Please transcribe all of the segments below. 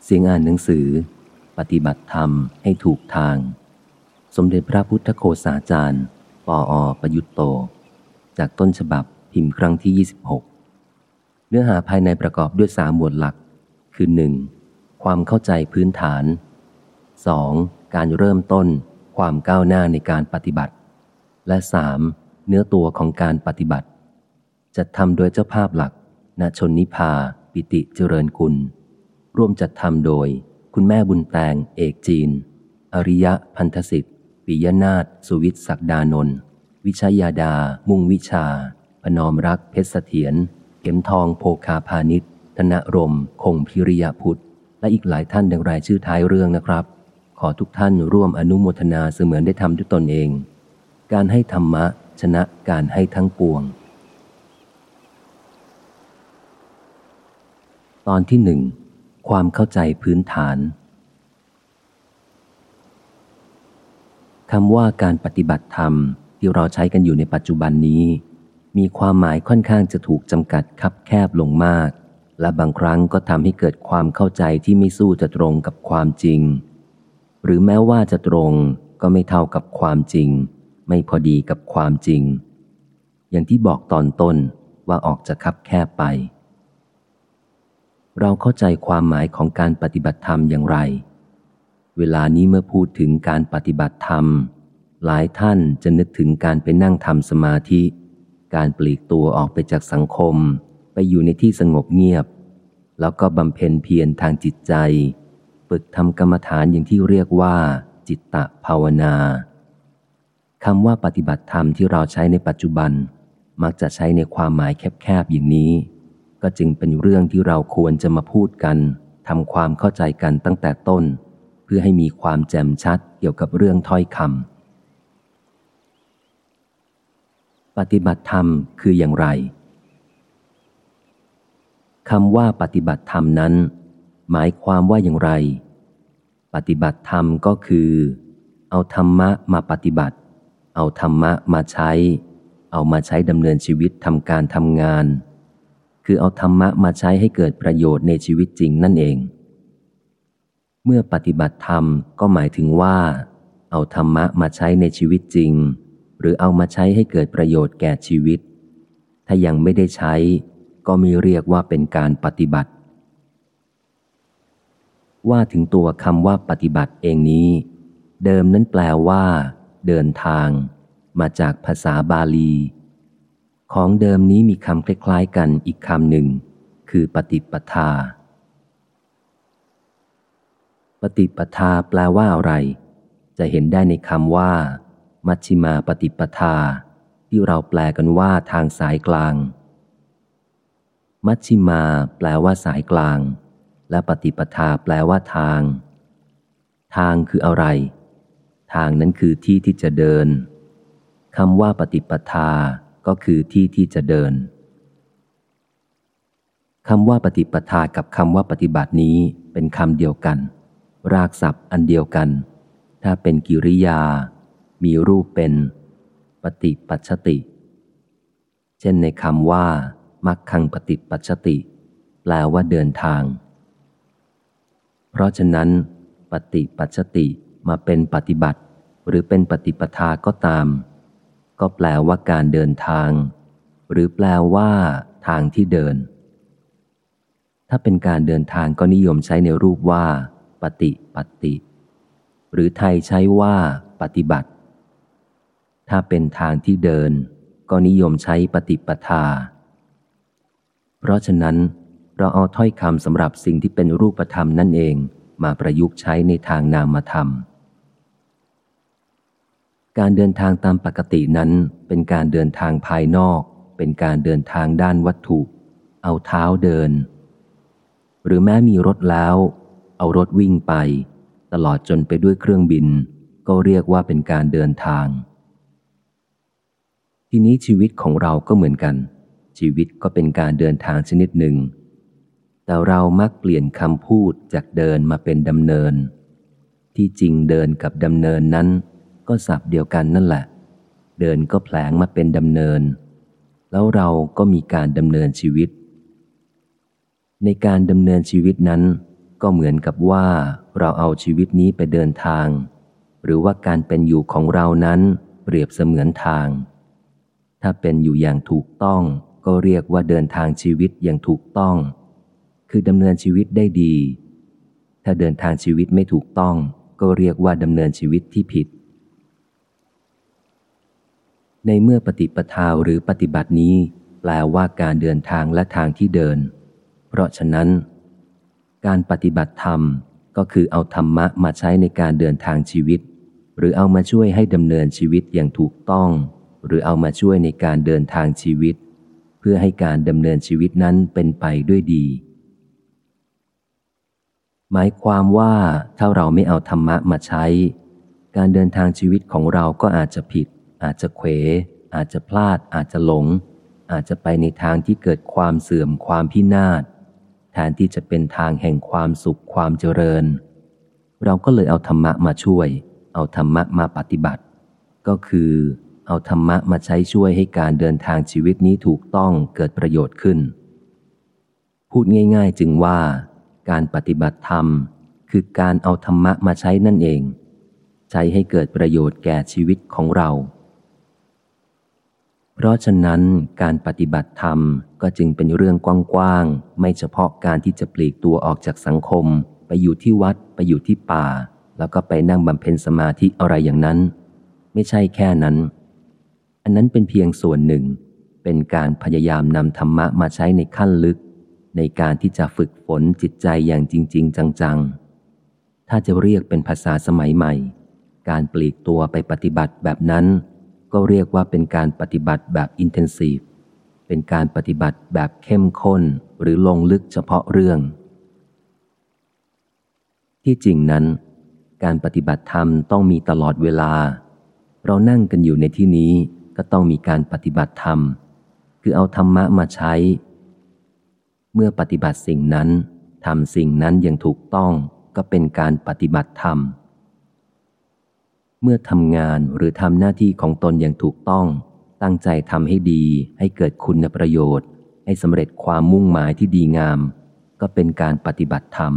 เสียงอ่านหนังสือปฏิบัติธรรมให้ถูกทางสมเด็จพระพุทธโฆษาจารย์ปอ.ประยุตโตจากต้นฉบับพิมพ์ครั้งที่26เนื้อหาภายในประกอบด้วย3หมวดหลักคือ 1. ความเข้าใจพื้นฐาน 2. การเริ่มต้นความก้าวหน้าในการปฏิบัติและ 3. เนื้อตัวของการปฏิบัติจัดทำโดยเจ้าภาพหลักณชนนิภาปิติเจริญกุลร่วมจัดทำโดยคุณแม่บุญแตงเอกจีนอริยะพันธสิทธิ์ปิยนาถสุวิทย์ศักดานนท์วิชยาดามุ่งวิชาพนอมรักเพชรเสถียรเข็มทองโภคาพานิชธนรมคงพิริยพุทธและอีกหลายท่านดังรายชื่อท้ายเรื่องนะครับขอทุกท่านร่วมอนุโมทนาเสมือนได้ทำด้วยตนเองการให้ธรรมะชนะการให้ทั้งปวงตอนที่ 1. ความเข้าใจพื้นฐานคำว่าการปฏิบัติธรรมที่เราใช้กันอยู่ในปัจจุบันนี้มีความหมายค่อนข้างจะถูกจำกัดคับแคบลงมากและบางครั้งก็ทำให้เกิดความเข้าใจที่ไม่สู้จะตรงกับความจริงหรือแม้ว่าจะตรงก็ไม่เท่ากับความจริงไม่พอดีกับความจริงอย่างที่บอกตอนต้นว่าออกจะคับแคบไปเราเข้าใจความหมายของการปฏิบัติธรรมอย่างไรเวลานี้เมื่อพูดถึงการปฏิบัติธรรมหลายท่านจะนึกถึงการไปนั่งทำสมาธิการปลีกตัวออกไปจากสังคมไปอยู่ในที่สงบเงียบแล้วก็บำเพ็ญเพียรทางจิตใจฝึกทำกรรมฐานอย่างที่เรียกว่าจิตตภาวนาคำว่าปฏิบัติธรรมที่เราใช้ในปัจจุบันมักจะใช้ในความหมายแคบๆอย่างนี้ก็จึงเป็นเรื่องที่เราควรจะมาพูดกันทำความเข้าใจกันตั้งแต่ต้นเพื่อให้มีความแจ่มชัดเกี่ยวกับเรื่องถ้อยคำปฏิบัติธรรมคืออย่างไรคำว่าปฏิบัติธรรมนั้นหมายความว่าอย่างไรปฏิบัติธรรมก็คือเอาธรรมะมาปฏิบัติเอาธรรมะมาใช้เอามาใช้ดำเนินชีวิตทำการทำงานคือเอาธรรมะมาใช้ให้เกิดประโยชน์ในชีวิตจริงนั่นเองเมื่อปฏิบัติธรรมก็หมายถึงว่าเอาธรรมะมาใช้ในชีวิตจริงหรือเอามาใช้ให้เกิดประโยชน์แก่ชีวิตถ้ายังไม่ได้ใช้ก็ไม่เรียกว่าเป็นการปฏิบัติว่าถึงตัวคำว่าปฏิบัติเองนี้เดิมนั้นแปลว่าเดินทางมาจากภาษาบาลีของเดิมนี้มีคำคล้ายๆกันอีกคำหนึ่งคือปฏิปทาปฏิปทาแปลว่าอะไรจะเห็นได้ในคำว่ามัชฌิมาปฏิปทาที่เราแปลกันว่าทางสายกลางมัชฌิมาแปลว่าสายกลางและปฏิปทาแปลว่าทางทางคืออะไรทางนั้นคือที่ที่จะเดินคำว่าปฏิปทาก็คือที่ที่จะเดินคำว่าปฏิปทากับคำว่าปฏิบัตินี้เป็นคำเดียวกันรากศัพท์อันเดียวกันถ้าเป็นกิริยามีรูปเป็นปฏิปัชชติเช่นในคำว่ามัคคังปฏิปัชชติแปลว่าเดินทางเพราะฉะนั้นปฏิปัชชติมาเป็นปฏิบัติหรือเป็นปฏิปทาก็ตามก็แปลว่าการเดินทางหรือแปลว่าทางที่เดินถ้าเป็นการเดินทางก็นิยมใช้ในรูปว่าปฏิปัตติหรือไทยใช้ว่าปฏิบัติถ้าเป็นทางที่เดินก็นิยมใช้ปฏิปทาเพราะฉะนั้นเราเอาถ้อยคำสำหรับสิ่งที่เป็นรูปธรรมนั่นเองมาประยุกต์ใช้ในทางนามธรรมการเดินทางตามปกตินั้นเป็นการเดินทางภายนอกเป็นการเดินทางด้านวัตถุเอาเท้าเดินหรือแม้มีรถแล้วเอารถวิ่งไปตลอดจนไปด้วยเครื่องบินก็เรียกว่าเป็นการเดินทางทีนี้ชีวิตของเราก็เหมือนกันชีวิตก็เป็นการเดินทางชนิดหนึ่งแต่เรามักเปลี่ยนคำพูดจากเดินมาเป็นดำเนินที่จริงเดินกับดำเนินนั้นก็ศัพท์เดียวกันนั่นแหละเดินก็แผลงมาเป็นดำเนินแล้วเราก็มีการดำเนินชีวิตในการดำเนินชีวิตนั้นก็เหมือนกับว่าเราเอาชีวิตนี้ไปเดินทางหรือว่าการเป็นอยู่ของเรานั้นเปรียบเสมือนทางถ้าเป็นอยู่อย่างถูกต้องก็เรียกว่าเดินทางชีวิตอย่างถูกต้องคือดำเนินชีวิตได้ดีถ้าเดินทางชีวิตไม่ถูกต้องก็เรียกว่าดำเนินชีวิตที่ผิดในเมื่อปฏิปทาหรือปฏิบัตินี้แปลว่าการเดินทางและทางที่เดินเพราะฉะนั้นการปฏิบัติธรรมก็คือเอาธรรมะมาใช้ในการเดินทางชีวิตหรือเอามาช่วยให้ดำเนินชีวิตอย่างถูกต้องหรือเอามาช่วยในการเดินทางชีวิตเพื่อให้การดำเนินชีวิตนั้นเป็นไปด้วยดีหมายความว่าถ้าเราไม่เอาธรรมะมาใช้การเดินทางชีวิตของเราก็อาจจะผิดอาจจะเขวอาจจะพลาดอาจจะหลงอาจจะไปในทางที่เกิดความเสื่อมความพินาศแทนที่จะเป็นทางแห่งความสุขความเจริญเราก็เลยเอาธรรมะมาช่วยเอาธรรมะมาปฏิบัติก็คือเอาธรรมะมาใช้ช่วยให้การเดินทางชีวิตนี้ถูกต้องเกิดประโยชน์ขึ้นพูดง่ายๆจึงว่าการปฏิบัติธรรมคือการเอาธรรมะมาใช้นั่นเองใช้ให้เกิดประโยชน์แก่ชีวิตของเราเพราะฉะนั้นการปฏิบัติธรรมก็จึงเป็นเรื่องกว้างๆไม่เฉพาะการที่จะปลีกตัวออกจากสังคมไปอยู่ที่วัดไปอยู่ที่ป่าแล้วก็ไปนั่งบำเพ็ญสมาธิอะไรอย่างนั้นไม่ใช่แค่นั้นอันนั้นเป็นเพียงส่วนหนึ่งเป็นการพยายามนำธรรมะมาใช้ในขั้นลึกในการที่จะฝึกฝนจิตใจอย่างจริงๆจังๆถ้าจะเรียกเป็นภาษาสมัยใหม่การปลีกตัวไปปฏิบัติแบบนั้นก็เรียกว่าเป็นการปฏิบัติแบบอินเทนซีฟเป็นการปฏิบัติแบบเข้มข้นหรือลงลึกเฉพาะเรื่องที่จริงนั้นการปฏิบัติธรรมต้องมีตลอดเวลาเรานั่งกันอยู่ในที่นี้ก็ต้องมีการปฏิบัติธรรมคือเอาธรรมะมาใช้เมื่อปฏิบัติสิ่งนั้นทำสิ่งนั้นอย่างถูกต้องก็เป็นการปฏิบัติธรรมเมื่อทำงานหรือทำหน้าที่ของตนอย่างถูกต้องตั้งใจทำให้ดีให้เกิดคุณประโยชน์ให้สำเร็จความมุ่งหมายที่ดีงามก็เป็นการปฏิบัติธรรม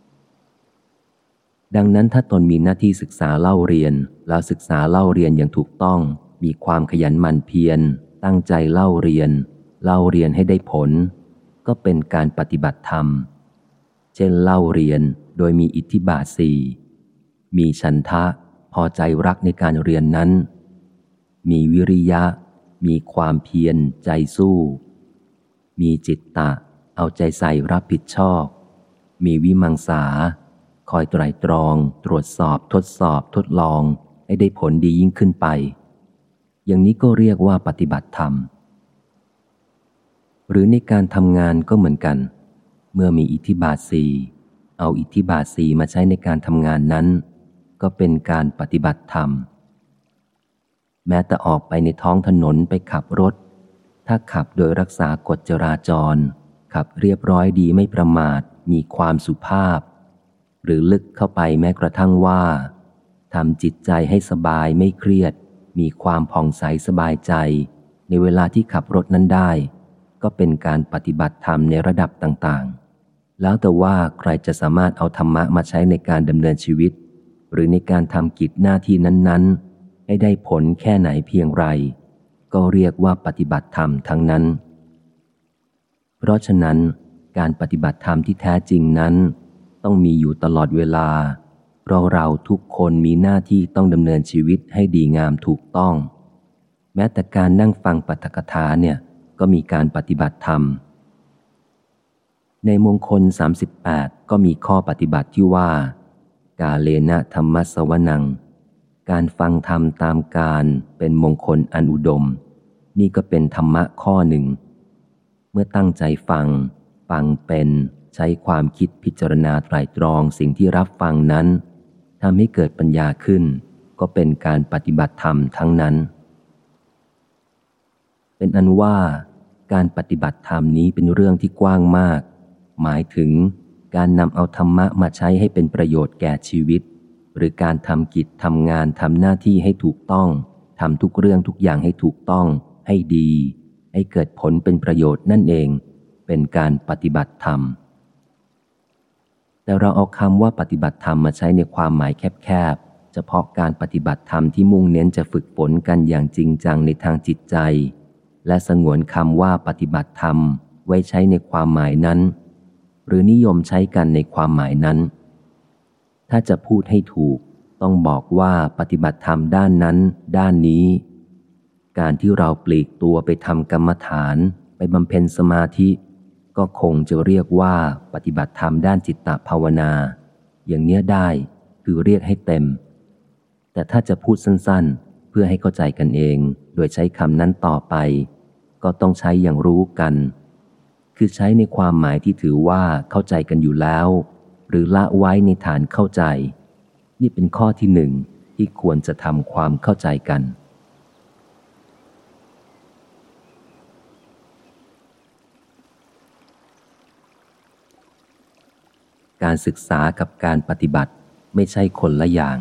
ดังนั้นถ้าตนมีหน้าที่ศึกษาเล่าเรียนแล้วศึกษาเล่าเรียนอย่างถูกต้องมีความขยันหมั่นเพียรตั้งใจเล่าเรียนให้ได้ผลก็เป็นการปฏิบัติธรรมเช่นเล่าเรียนโดยมีอิทธิบาทสี่มีฉันทะพอใจรักในการเรียนนั้นมีวิริยะมีความเพียรใจสู้มีจิตตะเอาใจใส่รับผิดชอบมีวิมังสาคอยไตร่ตรองตรวจสอบทดสอบทดลองให้ได้ผลดียิ่งขึ้นไปอย่างนี้ก็เรียกว่าปฏิบัติธรรมหรือในการทำงานก็เหมือนกันเมื่อมีอิทธิบาทสี่เอาอิทธิบาทสี่มาใช้ในการทำงานนั้นก็เป็นการปฏิบัติธรรมแม้แต่ออกไปในท้องถนนไปขับรถถ้าขับโดยรักษากฎจราจรขับเรียบร้อยดีไม่ประมาทมีความสุภาพหรือลึกเข้าไปแม้กระทั่งว่าทำจิตใจให้สบายไม่เครียดมีความผ่องใสสบายใจในเวลาที่ขับรถนั้นได้ก็เป็นการปฏิบัติธรรมในระดับต่างๆแล้วแต่ว่าใครจะสามารถเอาธรรมะมาใช้ในการดำเนินชีวิตหรือในการทำกิจหน้าที่นั้นๆให้ได้ผลแค่ไหนเพียงไรก็เรียกว่าปฏิบัติธรรมทั้งนั้นเพราะฉะนั้นการปฏิบัติธรรมที่แท้จริงนั้นต้องมีอยู่ตลอดเวลาเพราะเราทุกคนมีหน้าที่ต้องดำเนินชีวิตให้ดีงามถูกต้องแม้แต่การนั่งฟังปาฐกถาเนี่ยก็มีการปฏิบัติธรรมในมงคล38ก็มีข้อปฏิบัติที่ว่ากาเลนะธรรมสวนังการฟังธรรมตามการเป็นมงคลอันอุดมนี่ก็เป็นธรรมะข้อหนึ่งเมื่อตั้งใจฟังเป็นใช้ความคิดพิจารณาไตร่ตรองสิ่งที่รับฟังนั้นทำให้เกิดปัญญาขึ้นก็เป็นการปฏิบัติธรรมทั้งนั้นเป็นอันว่าการปฏิบัติธรรมนี้เป็นเรื่องที่กว้างมากหมายถึงการนำเอาธรรมะมาใช้ให้เป็นประโยชน์แก่ชีวิตหรือการทำกิจทำงานทำหน้าที่ให้ถูกต้องทำทุกเรื่องทุกอย่างให้ถูกต้องให้ดีให้เกิดผลเป็นประโยชน์นั่นเองเป็นการปฏิบัติธรรมแต่เราเอาคำว่าปฏิบัติธรรมมาใช้ในความหมายแคบๆเฉพาะการปฏิบัติธรรมที่มุ่งเน้นจะฝึกฝนกันอย่างจริงจังในทางจิตใจและสงวนคำว่าปฏิบัติธรรมไว้ใช้ในความหมายนั้นหรือนิยมใช้กันในความหมายนั้นถ้าจะพูดให้ถูกต้องบอกว่าปฏิบัติธรรมด้านนั้นด้านนี้การที่เราปลีกตัวไปทำกรรมฐานไปบำเพ็ญสมาธิก็คงจะเรียกว่าปฏิบัติธรรมด้านจิตตภาวนาอย่างเนี้ยได้คือเรียกให้เต็มแต่ถ้าจะพูดสั้นๆเพื่อให้เข้าใจกันเองโดยใช้คำนั้นต่อไปก็ต้องใช้อย่างรู้กันคือใช้ในความหมายที่ถือว่าเข้าใจกันอยู่แล้วหรือละไว้ในฐานเข้าใจนี่เป็นข้อที่หนึ่งที่ควรจะทำความเข้าใจกันการศึกษากับการปฏิบัติไม่ใช่คนละอย่าง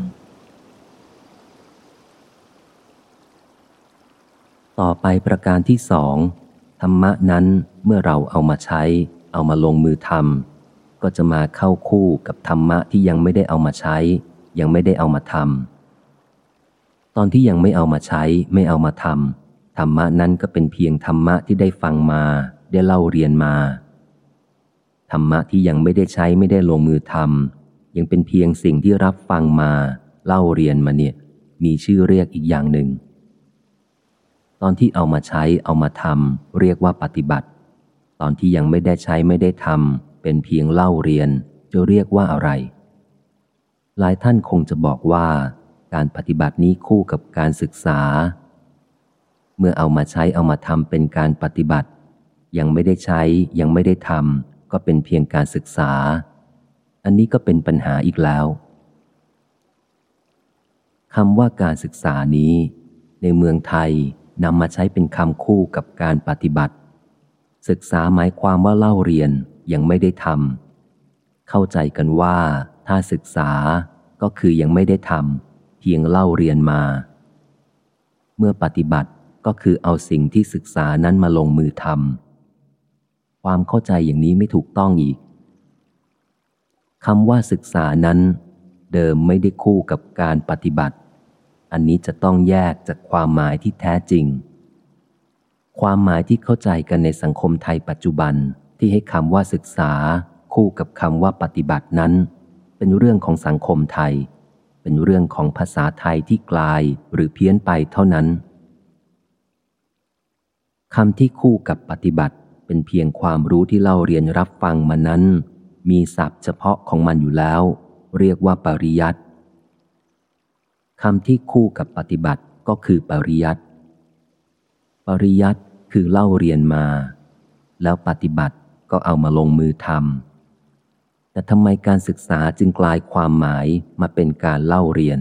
ต่อไปประการที่สองธรรมะนั้นเมื่อเราเอามาใช้เอามาลงมือทำก็จะมาเข้าคู่กับธรรมะที่ยังไม่ได้เอามาใช้ยังไม่ได้เอามาทำตอนที่ยังไม่เอามาใช้ไม่เอามาทำธรรมะนั้นก็เป็นเพียงธรรมะที่ได้ฟังมาได้เล่าเรียนมาธรรมะที่ยังไม่ได้ใช้ไม่ได้ลงมือทำยังเป็นเพียงสิ่งที่รับฟังมาเล่าเรียนมาเนี่ยมีชื่อเรียกอีกอย่างหนึ่งตอนที่เอามาใช้เอามาทำเรียกว่าปฏิบัติตอนที่ยังไม่ได้ใช้ไม่ได้ทำเป็นเพียงเล่าเรียนจะเรียกว่าอะไรหลายท่านคงจะบอกว่าการปฏิบัตินี้คู่กับการศึกษาเมื่อเอามาใช้เอามาทำเป็นการปฏิบัติยังไม่ได้ใช้ยังไม่ได้ทำก็เป็นเพียงการศึกษาอันนี้ก็เป็นปัญหาอีกแล้วคำว่าการศึกษานี้ในเมืองไทยนำมาใช้เป็นคำคู่กับการปฏิบัติศึกษาหมายความว่าเล่าเรียนยังไม่ได้ทำเข้าใจกันว่าถ้าศึกษาก็คือยังไม่ได้ทำเพียงเล่าเรียนมาเมื่อปฏิบัติก็คือเอาสิ่งที่ศึกษานั้นมาลงมือทำความเข้าใจอย่างนี้ไม่ถูกต้องอีกคำว่าศึกษานั้นเดิมไม่ได้คู่กับการปฏิบัติอันนี้จะต้องแยกจากความหมายที่แท้จริงความหมายที่เข้าใจกันในสังคมไทยปัจจุบันที่ให้คำว่าศึกษาคู่กับคำว่าปฏิบัตินั้นเป็นเรื่องของสังคมไทยเป็นเรื่องของภาษาไทยที่กลายหรือเพี้ยนไปเท่านั้นคำที่คู่กับปฏิบัติเป็นเพียงความรู้ที่เล่าเรียนรับฟังมานั้นมีศัพท์เฉพาะของมันอยู่แล้วเรียกว่าปริยัติคำที่คู่กับปฏิบัติก็คือปริยัติปริยัติคือเล่าเรียนมาแล้วปฏิบัติก็เอามาลงมือทำแต่ทำไมการศึกษาจึงกลายความหมายมาเป็นการเล่าเรียน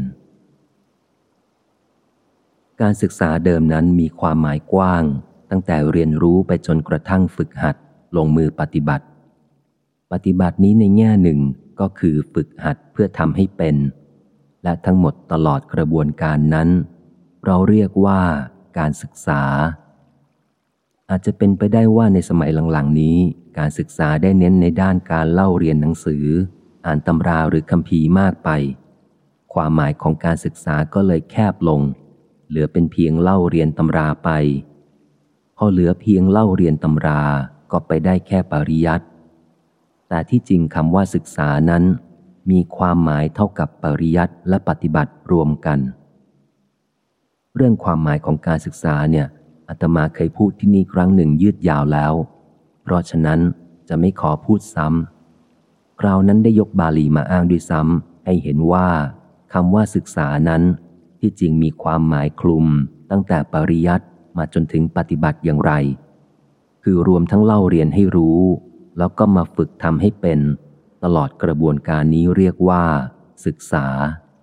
การศึกษาเดิมนั้นมีความหมายกว้างตั้งแต่เรียนรู้ไปจนกระทั่งฝึกหัดลงมือปฏิบัติปฏิบัตินี้ในแง่หนึ่งก็คือฝึกหัดเพื่อทำให้เป็นและทั้งหมดตลอดกระบวนการนั้นเราเรียกว่าการศึกษาอาจจะเป็นไปได้ว่าในสมัยหลังๆนี้การศึกษาได้เน้นในด้านการเล่าเรียนหนังสืออ่านตำราหรือคัมภีร์มากไปความหมายของการศึกษาก็เลยแคบลงเหลือเป็นเพียงเล่าเรียนตำราไปพอเหลือเพียงเล่าเรียนตำราก็ไปได้แค่ปริยัติแต่ที่จริงคำว่าศึกษานั้นมีความหมายเท่ากับปริยัติและปฏิบัติรวมกันเรื่องความหมายของการศึกษาเนี่ยอาตมาเคยพูดที่นี่ครั้งหนึ่งยืดยาวแล้วเพราะฉะนั้นจะไม่ขอพูดซ้ำคราวนั้นได้ยกบาลีมาอ้างด้วยซ้ำให้เห็นว่าคำว่าศึกษานั้นที่จริงมีความหมายคลุมตั้งแต่ปริยัติมาจนถึงปฏิบัติอย่างไรคือรวมทั้งเล่าเรียนให้รู้แล้วก็มาฝึกทำให้เป็นตลอดกระบวนการนี้เรียกว่าศึกษา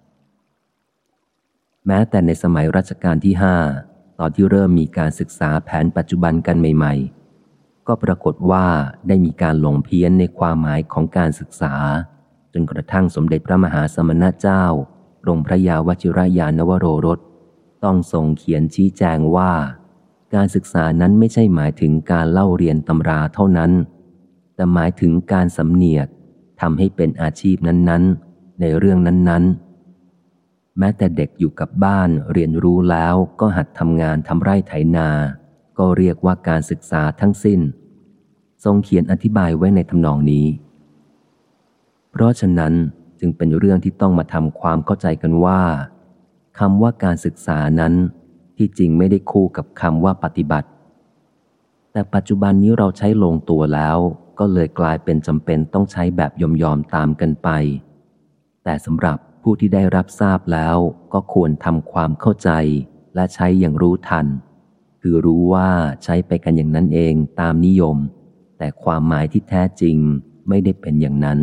แม้แต่ในสมัยรัชกาลที่5ตอนที่เริ่มมีการศึกษาแผนปัจจุบันกันใหม่ๆก็ปรากฏว่าได้มีการหลงเพี้ยนในความหมายของการศึกษาจนกระทั่งสมเด็จพระมหาสมณเจ้ากรมพระยาวชิรยานวโรรสต้องทรงเขียนชี้แจงว่าการศึกษานั้นไม่ใช่หมายถึงการเล่าเรียนตำราเท่านั้นแต่หมายถึงการสำเนียกทำให้เป็นอาชีพนั้นๆในเรื่องนั้นๆแม้แต่เด็กอยู่กับบ้านเรียนรู้แล้วก็หัดทำงานทำไร่ไถนาก็เรียกว่าการศึกษาทั้งสิ้นทรงเขียนอธิบายไว้ในทำนองนี้เพราะฉะนั้นจึงเป็นเรื่องที่ต้องมาทำความเข้าใจกันว่าคำว่าการศึกษานั้นที่จริงไม่ได้คู่กับคำว่าปฏิบัติแต่ปัจจุบันนี้เราใช้ลงตัวแล้วก็เลยกลายเป็นจำเป็นต้องใช้แบบยอมตามกันไปแต่สำหรับผู้ที่ได้รับทราบแล้วก็ควรทำความเข้าใจและใช้อย่างรู้ทันคือรู้ว่าใช้ไปกันอย่างนั้นเองตามนิยมแต่ความหมายที่แท้จริงไม่ได้เป็นอย่างนั้น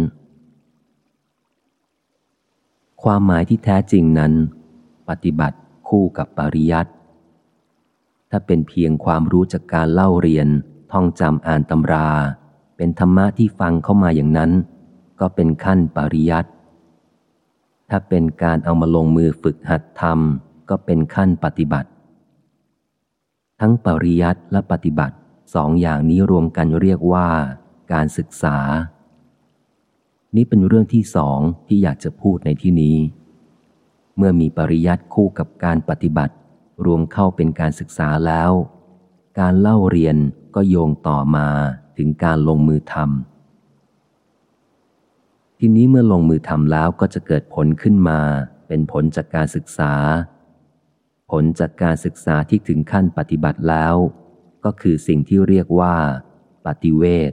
ความหมายที่แท้จริงนั้นปฏิบัติคู่กับปริยัติถ้าเป็นเพียงความรู้จากการเล่าเรียนท่องจำอ่านตำราเป็นธรรมะที่ฟังเข้ามาอย่างนั้นก็เป็นขั้นปริยัติถ้าเป็นการเอามาลงมือฝึกหัดทำก็เป็นขั้นปฏิบัติทั้งปริยัติและปฏิบัติสองอย่างนี้รวมกันเรียกว่าการศึกษานี่เป็นเรื่องที่สองที่อยากจะพูดในที่นี้เมื่อมีปริยัติคู่กับการปฏิบัติรวมเข้าเป็นการศึกษาแล้วการเล่าเรียนก็โยงต่อมาถึงการลงมือทำทีนี้เมื่อลงมือทำแล้วก็จะเกิดผลขึ้นมาเป็นผลจากการศึกษาผลจากการศึกษาที่ถึงขั้นปฏิบัติแล้วก็คือสิ่งที่เรียกว่าปฏิเวท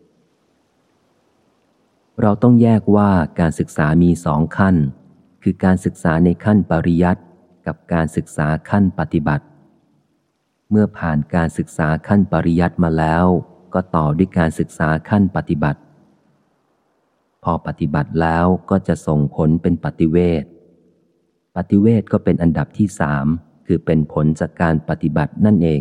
เราต้องแยกว่าการศึกษามีสองขั้นคือการศึกษาในขั้นปริยัติกับการศึกษาขั้นปฏิบัติเมื่อผ่านการศึกษาขั้นปริยัติมาแล้วก็ต่อด้วยการศึกษาขั้นปฏิบัติพอปฏิบัติแล้วก็จะส่งผลเป็นปฏิเวทปฏิเวทก็เป็นอันดับที่สามคือเป็นผลจากการปฏิบัตินั่นเอง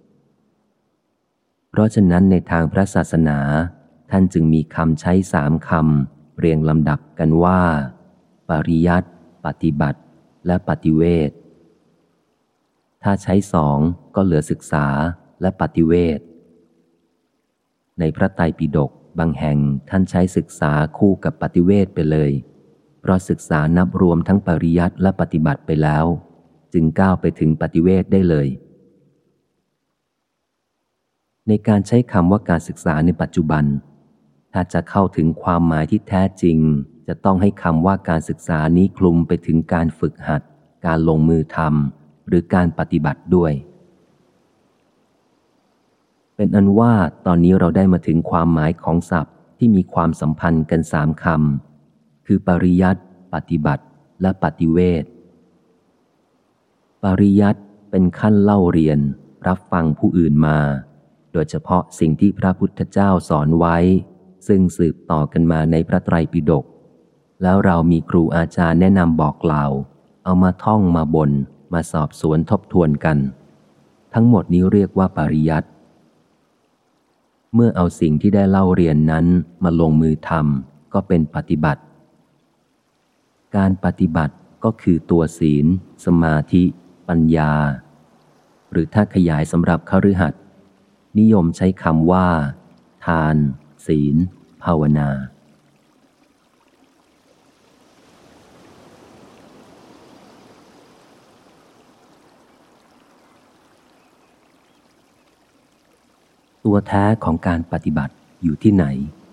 เพราะฉะนั้นในทางพระศาสนาท่านจึงมีคำใช้สามคำเรียงลำดับกันว่าปริยัติปฏิบัติและปฏิเวทถ้าใช้สองก็เหลือศึกษาและปฏิเวทในพระไตรปิฎกบางแห่งท่านใช้ศึกษาคู่กับปฏิเวทไปเลยเพราะศึกษานับรวมทั้งปริยัติและปฏิบัติไปแล้วจึงก้าวไปถึงปฏิเวทได้เลยในการใช้คำว่าการศึกษาในปัจจุบันถ้าจะเข้าถึงความหมายที่แท้จริงจะต้องให้คำว่าการศึกษานี้คลุมไปถึงการฝึกหัดการลงมือทำหรือการปฏิบัติด้วยเป็นอันว่าตอนนี้เราได้มาถึงความหมายของศัพท์ที่มีความสัมพันธ์กันสามคำคือปริยัติปฏิบัติและปฏิเวทปริยัติเป็นขั้นเล่าเรียนรับฟังผู้อื่นมาโดยเฉพาะสิ่งที่พระพุทธเจ้าสอนไว้ซึ่งสืบต่อกันมาในพระไตรปิฎกแล้วเรามีครูอาจารย์แนะนำบอกกล่าวเอามาท่องมาบ่นมาสอบสวนทบทวนกันทั้งหมดนี้เรียกว่าปริยัติเมื่อเอาสิ่งที่ได้เล่าเรียนนั้นมาลงมือทำก็เป็นปฏิบัติการปฏิบัติก็คือตัวศีลสมาธิปัญญาหรือถ้าขยายสำหรับคฤหัสถ์นิยมใช้คำว่าทานศีลภาวนาตัวแท้ของการปฏิบัติอยู่ที่ไหน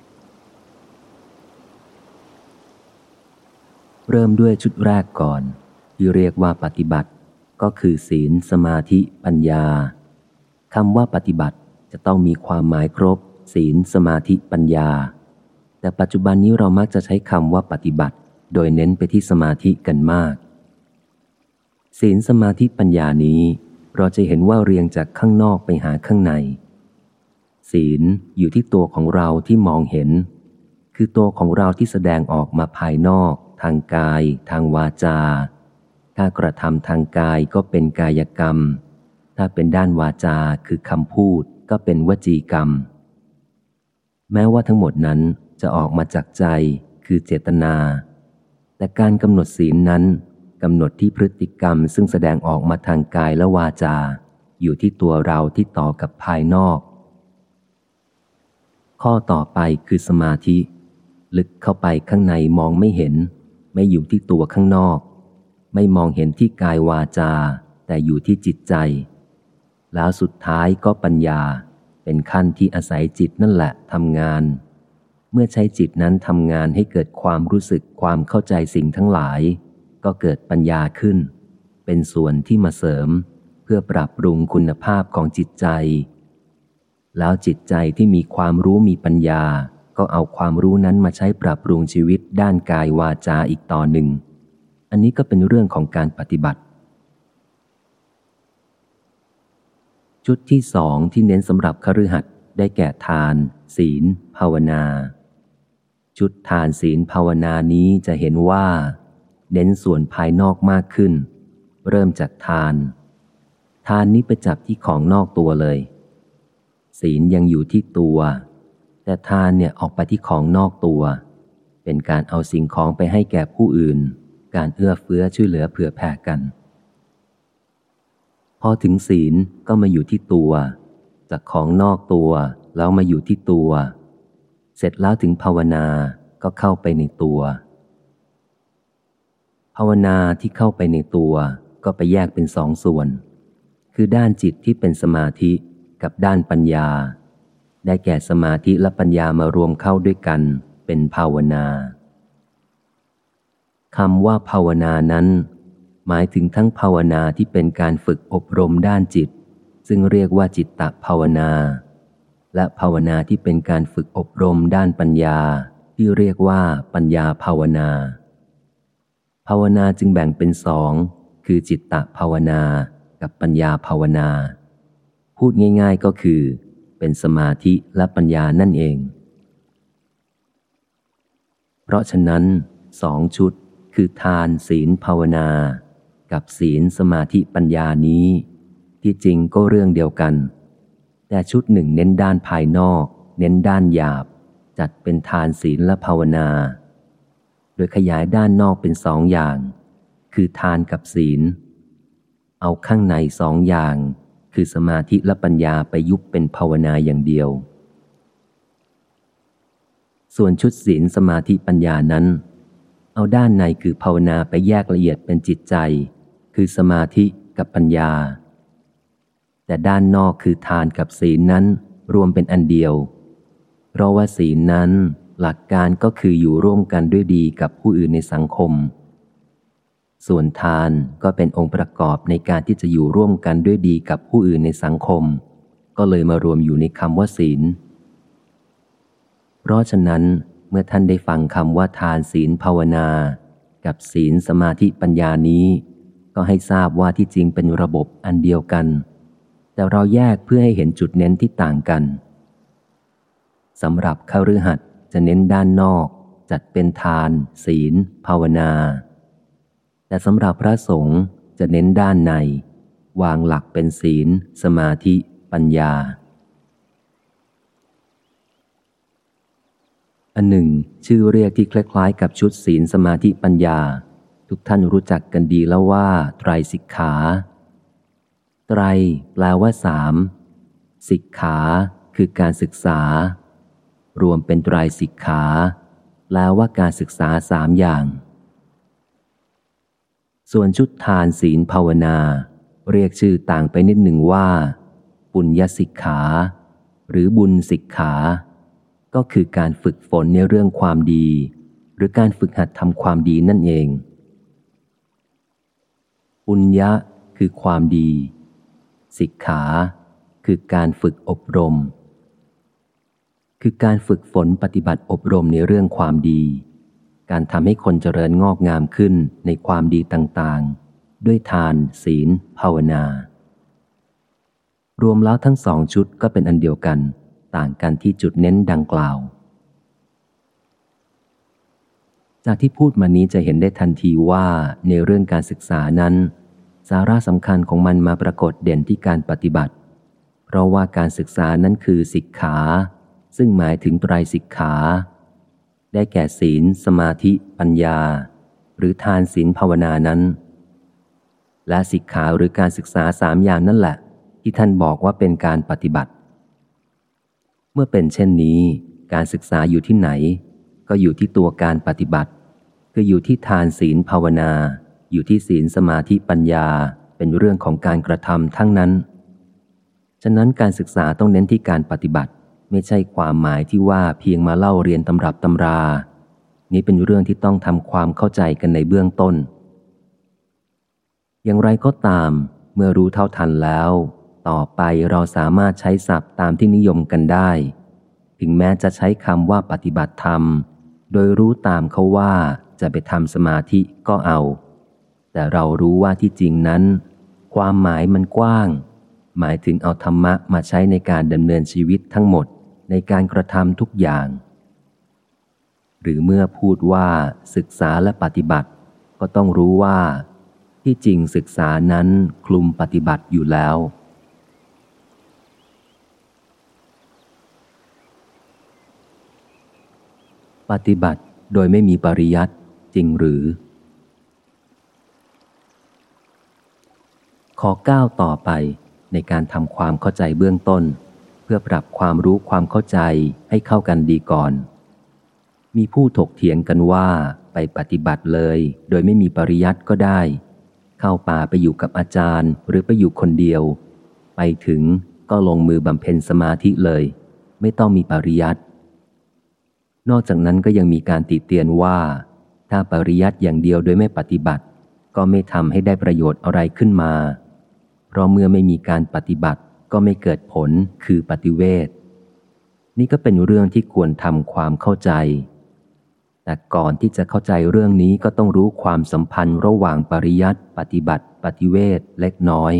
เริ่มด้วยชุดแรกก่อนที่เรียกว่าปฏิบัติก็คือศีลสมาธิปัญญาคำว่าปฏิบัติจะต้องมีความหมายครบศีลสมาธิปัญญาแต่ปัจจุบันนี้เรามักจะใช้คำว่าปฏิบัติโดยเน้นไปที่สมาธิกันมากศีลสมาธิปัญญานี้เราจะเห็นว่าเรียงจากข้างนอกไปหาข้างในศีลอยู่ที่ตัวของเราที่มองเห็นคือตัวของเราที่แสดงออกมาภายนอกทางกายทางวาจาถ้ากระทำทางกายก็เป็นกายกรรมถ้าเป็นด้านวาจาคือคำพูดก็เป็นวจีกรรมแม้ว่าทั้งหมดนั้นจะออกมาจากใจคือเจตนาแต่การกำหนดศีลนั้นกำหนดที่พฤติกรรมซึ่งแสดงออกมาทางกายและวาจาอยู่ที่ตัวเราที่ต่อกับภายนอกข้อต่อไปคือสมาธิลึกเข้าไปข้างในมองไม่เห็นไม่อยู่ที่ตัวข้างนอกไม่มองเห็นที่กายวาจาแต่อยู่ที่จิตใจแล้วสุดท้ายก็ปัญญาเป็นขั้นที่อาศัยจิตนั่นแหละทำงานเมื่อใช้จิตนั้นทำงานให้เกิดความรู้สึกความเข้าใจสิ่งทั้งหลายก็เกิดปัญญาขึ้นเป็นส่วนที่มาเสริมเพื่อปรับปรุงคุณภาพของจิตใจแล้วจิตใจที่มีความรู้มีปัญญาก็เอาความรู้นั้นมาใช้ปรับปรุงชีวิตด้านกายวาจาอีกต่อหนึ่งอันนี้ก็เป็นเรื่องของการปฏิบัติชุดที่สองที่เน้นสำหรับคฤหัสถ์ได้แก่ทานศีลภาวนาชุดทานศีลภาวนานี้จะเห็นว่าเน้นส่วนภายนอกมากขึ้นเริ่มจากทานนี้ไปจับที่ของนอกตัวเลยศีลยังอยู่ที่ตัวแต่ทานเนี่ยออกไปที่ของนอกตัวเป็นการเอาสิ่งของไปให้แก่ผู้อื่นการเอื้อเฟื้อช่วยเหลือเผื่อแผ่กันพอถึงศีลก็มาอยู่ที่ตัวจากของนอกตัวแล้วมาอยู่ที่ตัวเสร็จแล้วถึงภาวนาก็เข้าไปในตัวภาวนาที่เข้าไปในตัวก็ไปแยกเป็นสองส่วนคือด้านจิตที่เป็นสมาธิกับด้านปัญญาได้แก่สมาธิและปัญญามารวมเข้าด้วยกันเป็นภาวนาคำว่าภาวนานั้นหมายถึงทั้งภาวนาที่เป็นการฝึกอบรมด้านจิตซึ่งเรียกว่าจิตตภาวนาและภาวนาที่เป็นการฝึกอบรมด้านปัญญาที่เรียกว่าปัญญาภาวนาภาวนาจึงแบ่งเป็นสองคือจิตตภาวนากับปัญญาภาวนาพูดง่ายๆก็คือเป็นสมาธิและปัญญานั่นเองเพราะฉะนั้นสองชุดคือทานศีลภาวนากับศีลสมาธิปัญญานี้ที่จริงก็เรื่องเดียวกันแต่ชุดหนึ่งเน้นด้านภายนอกเน้นด้านหยาบจัดเป็นทานศีลและภาวนาโดยขยายด้านนอกเป็นสองอย่างคือทานกับศีลเอาข้างในสองอย่างคือสมาธิและปัญญาไปยุบเป็นภาวนาอย่างเดียวส่วนชุดศีลสมาธิปัญญานั้นเอาด้านในคือภาวนาไปแยกละเอียดเป็นจิตใจคือสมาธิกับปัญญาแต่ด้านนอกคือทานกับศีลนั้นรวมเป็นอันเดียวเพราะว่าศีลนั้นหลักการก็คืออยู่ร่วมกันด้วยดีกับผู้อื่นในสังคมส่วนทานก็เป็นองค์ประกอบในการที่จะอยู่ร่วมกันด้วยดีกับผู้อื่นในสังคมก็เลยมารวมอยู่ในคำว่าศีลเพราะฉะนั้นเมื่อท่านได้ฟังคำว่าทานศีลภาวนากับศีลสมาธิปัญญานี้ก็ให้ทราบว่าที่จริงเป็นระบบอันเดียวกันแต่เราแยกเพื่อให้เห็นจุดเน้นที่ต่างกันสำหรับคฤหัสถ์จะเน้นด้านนอกจัดเป็นทานศีลภาวนาแต่สำหรับพระสงฆ์จะเน้นด้านในวางหลักเป็นศีลสมาธิปัญญาอันหนึ่งชื่อเรียกที่คล้ายๆกับชุดศีลสมาธิปัญญาทุกท่านรู้จักกันดีแล้วว่าไตรสิกขาไตรแปลว่าสามสิกขาคือการศึกษารวมเป็นไตรสิกขาแปลว่าการศึกษาสามอย่างส่วนชุดทานศีลภาวนาเรียกชื่อต่างไปนิดหนึ่งว่าปุญญสิกขาหรือบุญสิกขาก็คือการฝึกฝนในเรื่องความดีหรือการฝึกหัดทำความดีนั่นเองปุญญะคือความดีสิกขาคือการฝึกอบรมคือการฝึกฝนปฏิบัติอบรมในเรื่องความดีการทำให้คนเจริญงอกงามขึ้นในความดีต่างๆด้วยทานศีลภาวนารวมแล้วทั้งสองชุดก็เป็นอันเดียวกันต่างกันที่จุดเน้นดังกล่าวจากที่พูดมานี้จะเห็นได้ทันทีว่าในเรื่องการศึกษานั้นสาระสำคัญของมันมาปรากฏเด่นที่การปฏิบัติเพราะว่าการศึกษานั้นคือสิกขาซึ่งหมายถึงไตรสิกขาได้แก่ศีลสมาธิปัญญาหรือทานศีลภาวนานั้นและสิกขาหรือการศึกษาสามอย่างนั่นแหละที่ท่านบอกว่าเป็นการปฏิบัติเมื่อเป็นเช่นนี้การศึกษาอยู่ที่ไหนก็อยู่ที่ตัวการปฏิบัติคืออยู่ที่ทานศีลภาวนาอยู่ที่ศีลสมาธิปัญญาเป็นเรื่องของการกระทำทั้งนั้นฉะนั้นการศึกษาต้องเน้นที่การปฏิบัติไม่ใช่ความหมายที่ว่าเพียงมาเล่าเรียนตำรับตำรานี้เป็นเรื่องที่ต้องทำความเข้าใจกันในเบื้องต้นอย่างไรก็ตามเมื่อรู้เท่าทันแล้วต่อไปเราสามารถใช้ศัพท์ตามที่นิยมกันได้ถึงแม้จะใช้คำว่าปฏิบัติธรรมโดยรู้ตามเขาว่าจะไปทำสมาธิก็เอาแต่เรารู้ว่าที่จริงนั้นความหมายมันกว้างหมายถึงเอาธรรมะมาใช้ในการดำเนินชีวิตทั้งหมดในการกระทำทุกอย่างหรือเมื่อพูดว่าศึกษาและปฏิบัติก็ต้องรู้ว่าที่จริงศึกษานั้นคลุมปฏิบัติอยู่แล้วปฏิบัติโดยไม่มีปริยัติจริงหรือขอก้าวต่อไปในการทำความเข้าใจเบื้องต้นเพื่อปรับความรู้ความเข้าใจให้เข้ากันดีก่อนมีผู้ถกเถียงกันว่าไปปฏิบัติเลยโดยไม่มีปริยัติก็ได้เข้าป่าไปอยู่กับอาจารย์หรือไปอยู่คนเดียวไปถึงก็ลงมือบำเพ็ญสมาธิเลยไม่ต้องมีปริยัตินอกจากนั้นก็ยังมีการติเตียนว่าถ้าปริยัติอย่างเดียวโดยไม่ปฏิบัติก็ไม่ทำให้ได้ประโยชน์อะไรขึ้นมาเพราะเมื่อไม่มีการปฏิบัติก็ไม่เกิดผลคือปฏิเวทนี่ก็เป็นเรื่องที่ควรทำความเข้าใจแต่ก่อนที่จะเข้าใจเรื่องนี้ก็ต้องรู้ความสัมพันธ์ระหว่างปริยัติปฏิบัติปฏิเวทเล็กน้อย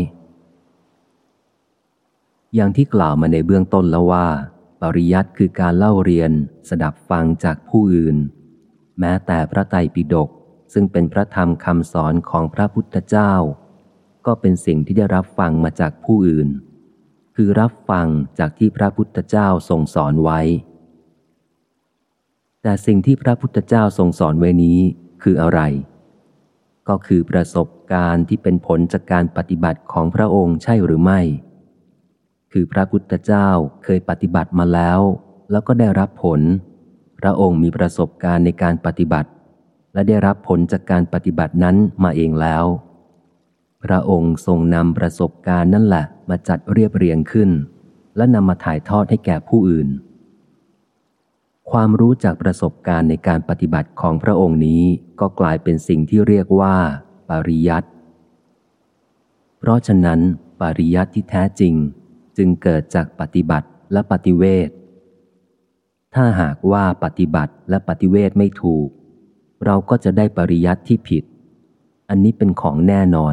อย่างที่กล่าวมาในเบื้องต้นแล้วว่าปริยัติคือการเล่าเรียนสดับฟังจากผู้อื่นแม้แต่พระไตรปิฎกซึ่งเป็นพระธรรมคำสอนของพระพุทธเจ้าก็เป็นสิ่งที่ได้รับฟังมาจากผู้อื่นคือรับฟังจากที่พระพุทธเจ้าทรงสอนไว้แต่สิ่งที่พระพุทธเจ้าทรงสอนไว้นี้คืออะไรก็คือประสบการณ์ที่เป็นผลจากการปฏิบัติของพระองค์ใช่หรือไม่คือพระพุทธเจ้าเคยปฏิบัติมาแล้วก็ได้รับผลพระองค์มีประสบการณ์ในการปฏิบัติและได้รับผลจากการปฏิบัตินั้นมาเองแล้วพระองค์ทรงนำประสบการณ์นั่นแหละมาจัดเรียบเรียงขึ้นและนำมาถ่ายทอดให้แก่ผู้อื่นความรู้จากประสบการณ์ในการปฏิบัติของพระองค์นี้ก็กลายเป็นสิ่งที่เรียกว่าปริยัติเพราะฉะนั้นปริยัติที่แท้จริงจึงเกิดจากปฏิบัติและปฏิเวทถ้าหากว่าปฏิบัติและปฏิเวทไม่ถูกเราก็จะได้ปริยัติที่ผิดอันนี้เป็นของแน่นอน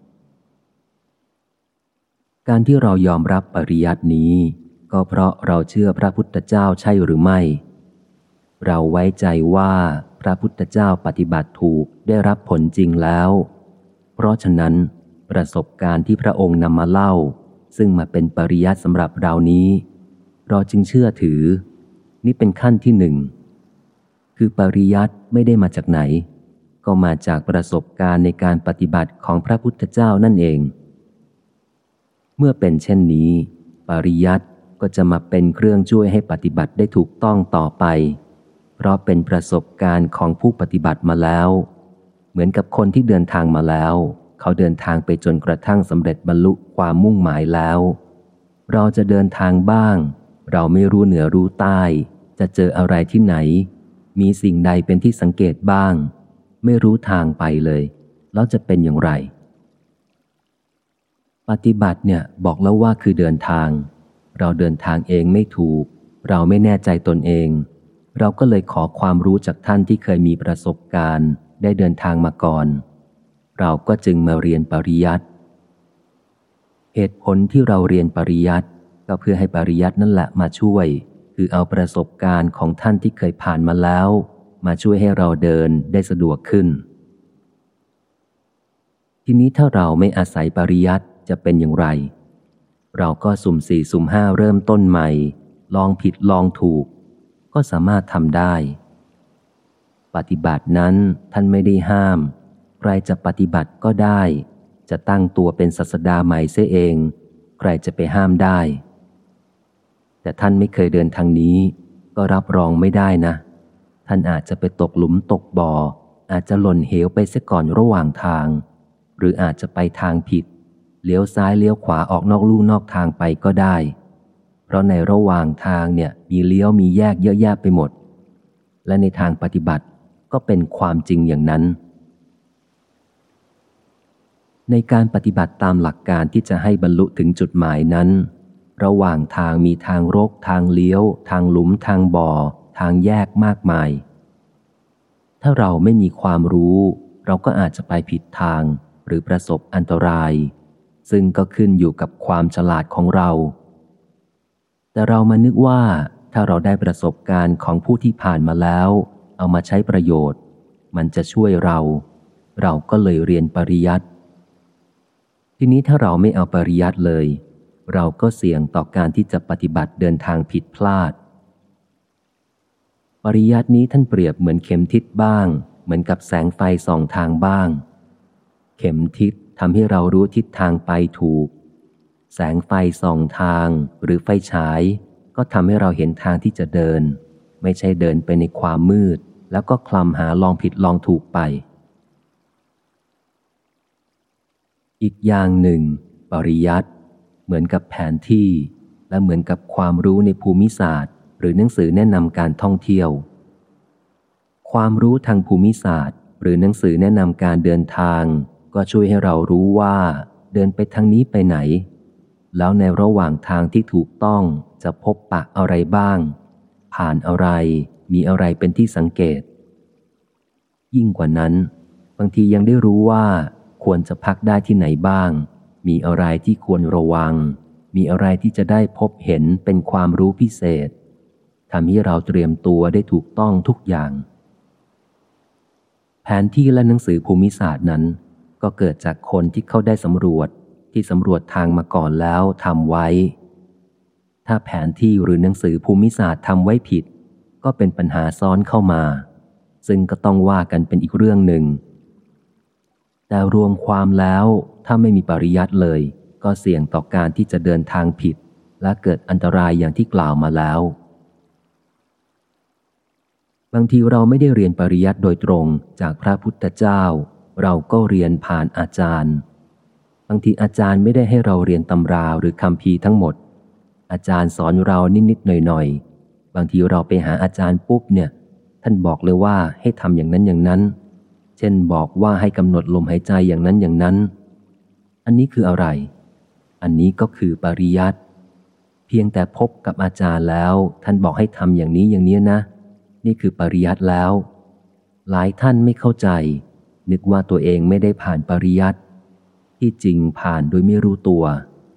การที่เรายอมรับปริยัตินี้ก็เพราะเราเชื่อพระพุทธเจ้าใช่หรือไม่เราไว้ใจว่าพระพุทธเจ้าปฏิบัติถูกได้รับผลจริงแล้วเพราะฉะนั้นประสบการณ์ที่พระองค์นำมาเล่าซึ่งมาเป็นปริยัติสำหรับเรานี้เราจึงเชื่อถือนี่เป็นขั้นที่หนึ่งคือปริยัติไม่ได้มาจากไหนก็มาจากประสบการณ์ในการปฏิบัติของพระพุทธเจ้านั่นเองเมื่อเป็นเช่นนี้ปริยัติก็จะมาเป็นเครื่องช่วยให้ปฏิบัติได้ถูกต้องต่อไปเพราะเป็นประสบการณ์ของผู้ปฏิบัติมาแล้วเหมือนกับคนที่เดินทางมาแล้วเขาเดินทางไปจนกระทั่งสำเร็จบรรลุความมุ่งหมายแล้วเราจะเดินทางบ้างเราไม่รู้เหนือรู้ใต้จะเจออะไรที่ไหนมีสิ่งใดเป็นที่สังเกตบ้างไม่รู้ทางไปเลยแล้วจะเป็นอย่างไรปฏิบัติเนี่ยบอกแล้วว่าคือเดินทางเราเดินทางเองไม่ถูกเราไม่แน่ใจตนเองเราก็เลยขอความรู้จากท่านที่เคยมีประสบการณ์ได้เดินทางมาก่อนเราก็จึงมาเรียนปริยัติเหตุผลที่เราเรียนปริยัติก็เพื่อให้ปริยัตินั่นแหละมาช่วยคือเอาประสบการณ์ของท่านที่เคยผ่านมาแล้วมาช่วยให้เราเดินได้สะดวกขึ้นทีนี้ถ้าเราไม่อาศัยปริยัติจะเป็นอย่างไรเราก็สุ่มสี่สุ่มห้าเริ่มต้นใหม่ลองผิดลองถูกก็สามารถทำได้ปฏิบัตินั้นท่านไม่ได้ห้ามใครจะปฏิบัติก็ได้จะตั้งตัวเป็นศาสดาใหม่เสียเองใครจะไปห้ามได้แต่ท่านไม่เคยเดินทางนี้ก็รับรองไม่ได้นะท่านอาจจะไปตกหลุมตกบ่ออาจจะหล่นเหวไปเสียก่อนระหว่างทางหรืออาจจะไปทางผิดเลี้ยวซ้ายเลี้ยวขวาออกนอกลู่นอกทางไปก็ได้เพราะในระหว่างทางเนี่ยมีเลี้ยวมีแยกเยอะแยะไปหมดและในทางปฏิบัติก็เป็นความจริงอย่างนั้นในการปฏิบัติตามหลักการที่จะให้บรรลุถึงจุดหมายนั้นระหว่างทางมีทางรกทางเลี้ยวทางหลุมทางบ่อทางแยกมากมายถ้าเราไม่มีความรู้เราก็อาจจะไปผิดทางหรือประสบอันตรายซึ่งก็ขึ้นอยู่กับความฉลาดของเราแต่เรามานึกว่าถ้าเราได้ประสบการณ์ของผู้ที่ผ่านมาแล้วเอามาใช้ประโยชน์มันจะช่วยเราก็เลยเรียนปริยัติทีนี้ถ้าเราไม่เอาปริยัติเลยเราก็เสี่ยงต่อการที่จะปฏิบัติเดินทางผิดพลาดปริยัตินี้ท่านเปรียบเหมือนเข็มทิศบ้างเหมือนกับแสงไฟส่องทางบ้างเข็มทิศทำให้เรารู้ทิศทางไปถูกแสงไฟส่องทางหรือไฟฉายก็ทำให้เราเห็นทางที่จะเดินไม่ใช่เดินไปในความมืดแล้วก็คลำหาลองผิดลองถูกไปอีกอย่างหนึ่งปริยัติเหมือนกับแผนที่และเหมือนกับความรู้ในภูมิศาสตร์หรือหนังสือแนะนำการท่องเที่ยวความรู้ทางภูมิศาสตร์หรือหนังสือแนะนำการเดินทางก็ช่วยให้เรารู้ว่าเดินไปทางนี้ไปไหนแล้วในระหว่างทางที่ถูกต้องจะพบปะอะไรบ้างผ่านอะไรมีอะไรเป็นที่สังเกตยิ่งกว่านั้นบางทียังได้รู้ว่าควรจะพักได้ที่ไหนบ้างมีอะไรที่ควรระวังมีอะไรที่จะได้พบเห็นเป็นความรู้พิเศษทำให้เราเตรียมตัวได้ถูกต้องทุกอย่างแผนที่และหนังสือภูมิศาสตร์นั้นก็เกิดจากคนที่เขาได้สำรวจที่สำรวจทางมาก่อนแล้วทำไว้ถ้าแผนที่หรือหนังสือภูมิศาสตร์ทำไว้ผิดก็เป็นปัญหาซ้อนเข้ามาซึ่งก็ต้องว่ากันเป็นอีกเรื่องหนึ่งแต่รวมความแล้วถ้าไม่มีปริยัติเลยก็เสี่ยงต่อการที่จะเดินทางผิดและเกิดอันตรายอย่างที่กล่าวมาแล้วบางทีเราไม่ได้เรียนปริยัติโดยตรงจากพระพุทธเจ้าเราก็เรียนผ่านอาจารย์บางทีอาจารย์ไม่ได้ให้เราเรียนตำราหรือคัมภีร์ทั้งหมดอาจารย์สอนเรานิดๆหน่อยๆบางทีเราไปหาอาจารย์ปุ๊บเนี่ยท่านบอกเลยว่าให้ทำอย่างนั้นอย่างนั้นเช่นบอกว่าให้กำหนดลมหายใจอย่างนั้นอย่างนั้นอันนี้คืออะไรอันนี้ก็คือปริยัติเพียงแต่พบกับอาจารย์แล้วท่านบอกให้ทำอย่างนี้อย่างนี้นะนี่คือปริยัติแล้วหลายท่านไม่เข้าใจนึกว่าตัวเองไม่ได้ผ่านปริยัติที่จริงผ่านโดยไม่รู้ตัว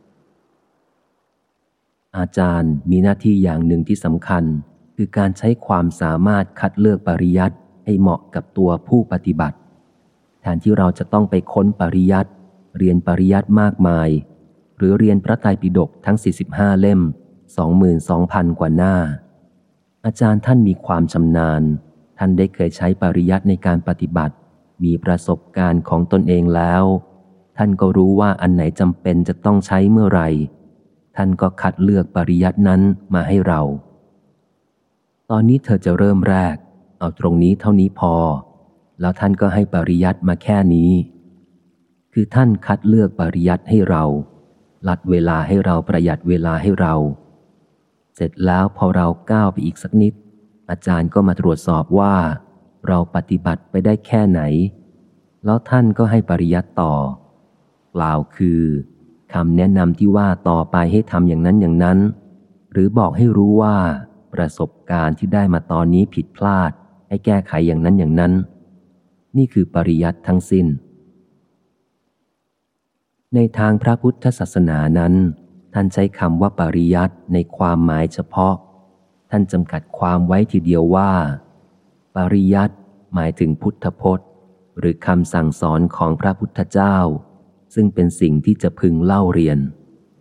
อาจารย์มีหน้าที่อย่างหนึ่งที่สำคัญคือการใช้ความสามารถคัดเลือกปริยัติให้เหมาะกับตัวผู้ปฏิบัติแทนที่เราจะต้องไปค้นปริยัติเรียนปริยัติมากมายหรือเรียนพระไตรปิฎกทั้ง45เล่ม 22,000 กว่าหน้าอาจารย์ท่านมีความชำนาญท่านได้เคยใช้ปริยัติในการปฏิบัติมีประสบการณ์ของตนเองแล้วท่านก็รู้ว่าอันไหนจำเป็นจะต้องใช้เมื่อไหร่ท่านก็คัดเลือกปริยัตินั้นมาให้เราตอนนี้เธอจะเริ่มแรกเอาตรงนี้เท่านี้พอแล้วท่านก็ให้ปริยัติมาแค่นี้คือท่านคัดเลือกปริยัติให้เราลัดเวลาให้เราประหยัดเวลาให้เราเสร็จแล้วพอเราก้าวไปอีกสักนิดอาจารย์ก็มาตรวจสอบว่าเราปฏิบัติไปได้แค่ไหนแล้วท่านก็ให้ปริยัติต่อกล่าวคือคำแนะนำที่ว่าต่อไปให้ทำอย่างนั้นอย่างนั้นหรือบอกให้รู้ว่าประสบการณ์ที่ได้มาตอนนี้ผิดพลาดให้แก้ไขอย่างนั้นอย่างนั้นนี่คือปริยัติทั้งสิ้นในทางพระพุทธศาสนานั้นท่านใช้คำว่าปริยัติในความหมายเฉพาะท่านจำกัดความไว้ทีเดียวว่าปริยัติหมายถึงพุทธพจน์หรือคำสั่งสอนของพระพุทธเจ้าซึ่งเป็นสิ่งที่จะพึงเล่าเรียน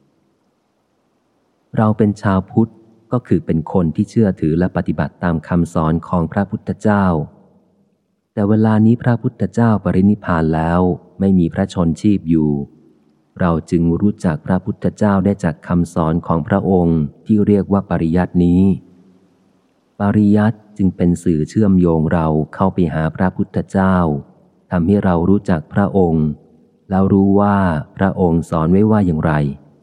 เราเป็นชาวพุทธก็คือเป็นคนที่เชื่อถือและปฏิบัติตามคำสอนของพระพุทธเจ้าแต่เวลานี้พระพุทธเจ้าปรินิพพานแล้วไม่มีพระชนชีพอยู่เราจึงรู้จักพระพุทธเจ้าได้จากคำสอนของพระองค์ที่เรียกว่าปริยัตินี้ปริยัติจึงเป็นสื่อเชื่อมโยงเราเข้าไปหาพระพุทธเจ้าทำให้เรารู้จักพระองค์แล้วรู้ว่าพระองค์สอนไว้ว่าอย่างไร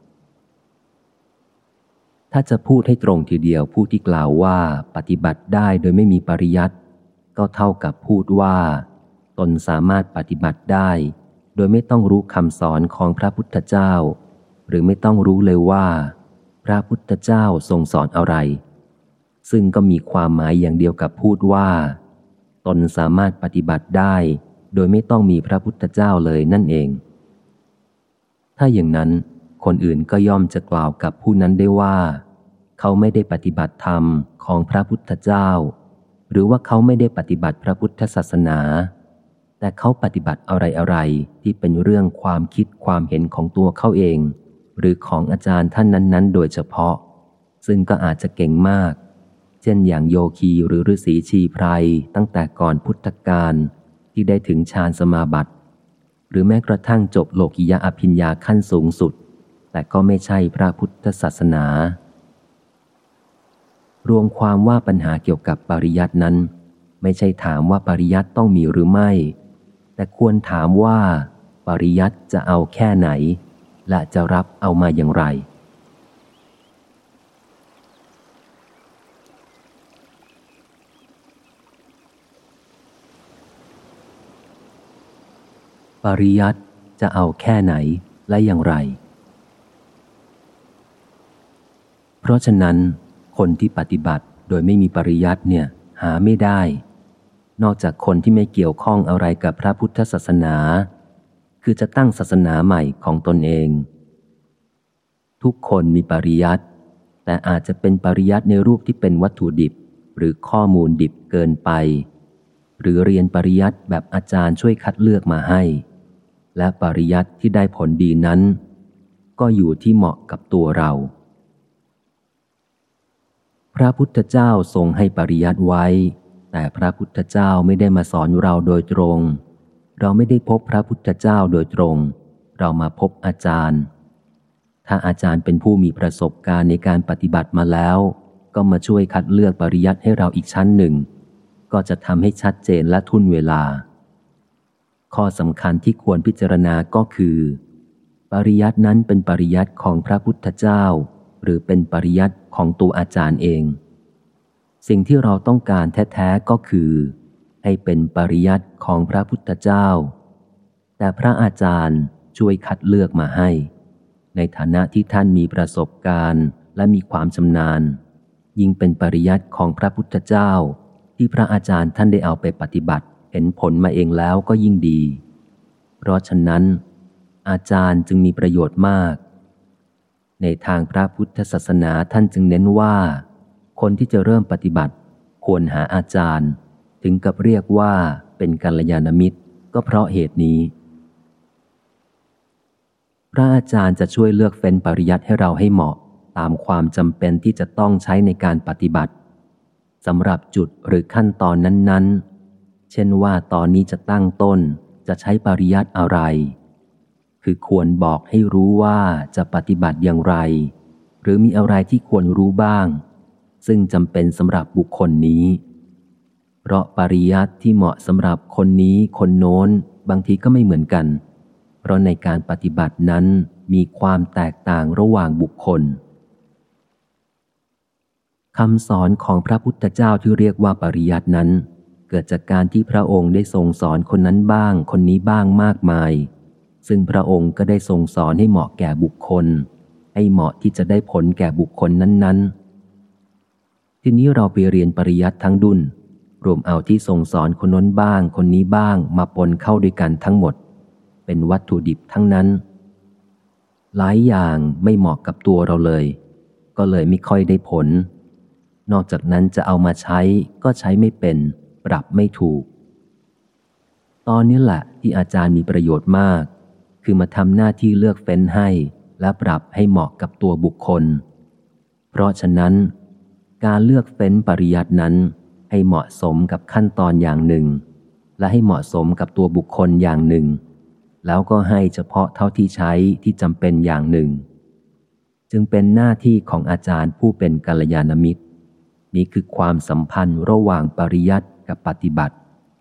ถ้าจะพูดให้ตรงทีเดียวผู้ที่กล่าวว่าปฏิบัติได้โดยไม่มีปริยัติก็เท่ากับพูดว่าตนสามารถปฏิบัติได้โดยไม่ต้องรู้คำสอนของพระพุทธเจ้าหรือไม่ต้องรู้เลยว่าพระพุทธเจ้าทรงสอนอะไรซึ่งก็มีความหมายอย่างเดียวกับพูดว่าตนสามารถปฏิบัติได้โดยไม่ต้องมีพระพุทธเจ้าเลยนั่นเองถ้าอย่างนั้นคนอื่นก็ย่อมจะกล่าวกับผู้นั้นได้ว่าเขาไม่ได้ปฏิบัติธรรมของพระพุทธเจ้าหรือว่าเขาไม่ได้ปฏิบัติพระพุทธศาสนาแต่เขาปฏิบัติอะไรที่เป็นเรื่องความคิดความเห็นของตัวเขาเองหรือของอาจารย์ท่านนั้นๆโดยเฉพาะซึ่งก็อาจจะเก่งมากเช่นอย่างโยคีหรือฤาษีชีไพรตั้งแต่ก่อนพุทธกาลที่ได้ถึงฌานสมาบัติหรือแม้กระทั่งจบโลกิยะอภิญญาขั้นสูงสุดแต่ก็ไม่ใช่พระพุทธศาสนารวมความว่าปัญหาเกี่ยวกับปริยัตินั้นไม่ใช่ถามว่าปริยัติต้องมีหรือไม่แต่ควรถามว่าปริยัติจะเอาแค่ไหนและจะรับเอามาอย่างไรปริยัติจะเอาแค่ไหนและอย่างไรเพราะฉะนั้นคนที่ปฏิบัติโดยไม่มีปริยัติเนี่ยหาไม่ได้นอกจากคนที่ไม่เกี่ยวข้องอะไรกับพระพุทธศาสนาคือจะตั้งศาสนาใหม่ของตนเองทุกคนมีปริยัติแต่อาจจะเป็นปริยัติในรูปที่เป็นวัตถุดิบหรือข้อมูลดิบเกินไปหรือเรียนปริยัติแบบอาจารย์ช่วยคัดเลือกมาให้และปริยัติที่ได้ผลดีนั้นก็อยู่ที่เหมาะกับตัวเราพระพุทธเจ้าทรงให้ปริยัติไว้แต่พระพุทธเจ้าไม่ได้มาสอนเราโดยตรงเราไม่ได้พบพระพุทธเจ้าโดยตรงเรามาพบอาจารย์ถ้าอาจารย์เป็นผู้มีประสบการณ์ในการปฏิบัติมาแล้วก็มาช่วยคัดเลือกปริยัติให้เราอีกชั้นหนึ่งก็จะทำให้ชัดเจนและทุ่นเวลาข้อสำคัญที่ควรพิจารณาก็คือปริยัตินั้นเป็นปริยัติของพระพุทธเจ้าหรือเป็นปริยัติของตัวอาจารย์เองสิ่งที่เราต้องการแท้ๆก็คือให้เป็นปริยัติของพระพุทธเจ้าแต่พระอาจารย์ช่วยคัดเลือกมาให้ในฐานะที่ท่านมีประสบการณ์และมีความชำนาญยิ่งเป็นปริยัติของพระพุทธเจ้าที่พระอาจารย์ท่านได้เอาไปปฏิบัติเห็นผลมาเองแล้วก็ยิ่งดีเพราะฉะนั้นอาจารย์จึงมีประโยชน์มากในทางพระพุทธศาสนาท่านจึงเน้นว่าคนที่จะเริ่มปฏิบัติควรหาอาจารย์ถึงกับเรียกว่าเป็นกัลยาณมิตรก็เพราะเหตุนี้พระอาจารย์จะช่วยเลือกเฟ้นปริยัติให้เราให้เหมาะตามความจำเป็นที่จะต้องใช้ในการปฏิบัติสำหรับจุดหรือขั้นตอนนั้นๆเช่นว่าตอนนี้จะตั้งต้นจะใช้ปริยัติอะไรคือควรบอกให้รู้ว่าจะปฏิบัติอย่างไรหรือมีอะไรที่ควรรู้บ้างซึ่งจำเป็นสำหรับบุคคลนี้เพราะปริยัติที่เหมาะสำหรับคนนี้คนโน้นบางทีก็ไม่เหมือนกันเพราะในการปฏิบัตินั้นมีความแตกต่างระหว่างบุคคลคำสอนของพระพุทธเจ้าที่เรียกว่าปริยัตินั้นเกิดจากการที่พระองค์ได้ทรงสอนคนนั้นบ้างคนนี้บ้างมากมายซึ่งพระองค์ก็ได้ทรงสอนให้เหมาะแก่บุคคลให้เหมาะที่จะได้ผลแก่บุคคลนั้นๆทีนี้เราไปเรียนปริยัติทั้งดุลรวมเอาที่ทรงสอนคนน้นบ้างคนนี้บ้างมาปนเข้าด้วยกันทั้งหมดเป็นวัตถุดิบทั้งนั้นหลายอย่างไม่เหมาะกับตัวเราเลยก็เลยไม่ค่อยได้ผลนอกจากนั้นจะเอามาใช้ก็ใช้ไม่เป็นปรับไม่ถูกตอนนี้แหละที่อาจารย์มีประโยชน์มากคือมาทำหน้าที่เลือกเฟ้นให้และปรับให้เหมาะกับตัวบุคคลเพราะฉะนั้นการเลือกเฟ้นปริยัตินั้นให้เหมาะสมกับขั้นตอนอย่างหนึ่งและให้เหมาะสมกับตัวบุคคลอย่างหนึ่งแล้วก็ให้เฉพาะเท่าที่ใช้ที่จำเป็นอย่างหนึ่งจึงเป็นหน้าที่ของอาจารย์ผู้เป็นกัลยาณมิตรนี่คือความสัมพันธ์ระหว่างปริยัติกับปฏิบัติ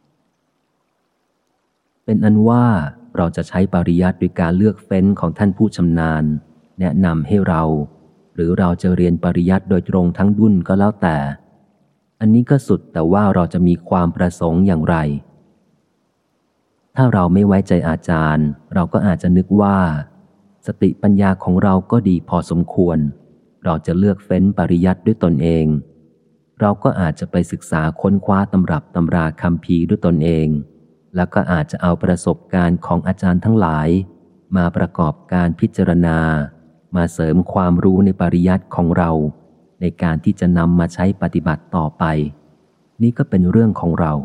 เป็นอันว่าเราจะใช้ปริยัติด้วยการเลือกเฟ้นของท่านผู้ชำนาญแนะนำให้เราหรือเราจะเรียนปริยัติโดยตรงทั้งดุนก็แล้วแต่อันนี้ก็สุดแต่ว่าเราจะมีความประสงค์อย่างไรถ้าเราไม่ไว้ใจอาจารย์เราก็อาจจะนึกว่าสติปัญญาของเราก็ดีพอสมควรเราจะเลือกเฟ้นปริยัติด้วยตนเองเราก็อาจจะไปศึกษาค้นคว้าตำรับตำราคัมภีร์ด้วยตนเองแล้วก็อาจจะเอาประสบการณ์ของอาจารย์ทั้งหลายมาประกอบการพิจารณามาเสริมความรู้ในปริยัติของเราในการที่จะนำมาใช้ปฏิบัติต่อไปนี่ก็เป็นเรื่องของเรา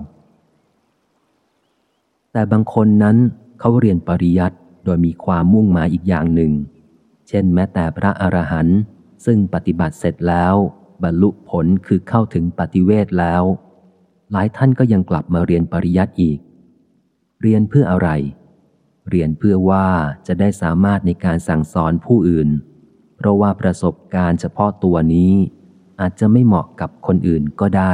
แต่บางคนนั้นเขาเรียนปริยัติโดยมีความมุ่งหมายอีกอย่างหนึ่งเช่นแม้แต่พระอรหันต์ซึ่งปฏิบัติเสร็จแล้วบรรลุผลคือเข้าถึงปฏิเวทแล้วหลายท่านก็ยังกลับมาเรียนปริยัติอีกเรียนเพื่ออะไรเรียนเพื่อว่าจะได้สามารถในการสั่งสอนผู้อื่นเพราะว่าประสบการณ์เฉพาะตัวนี้อาจจะไม่เหมาะกับคนอื่นก็ได้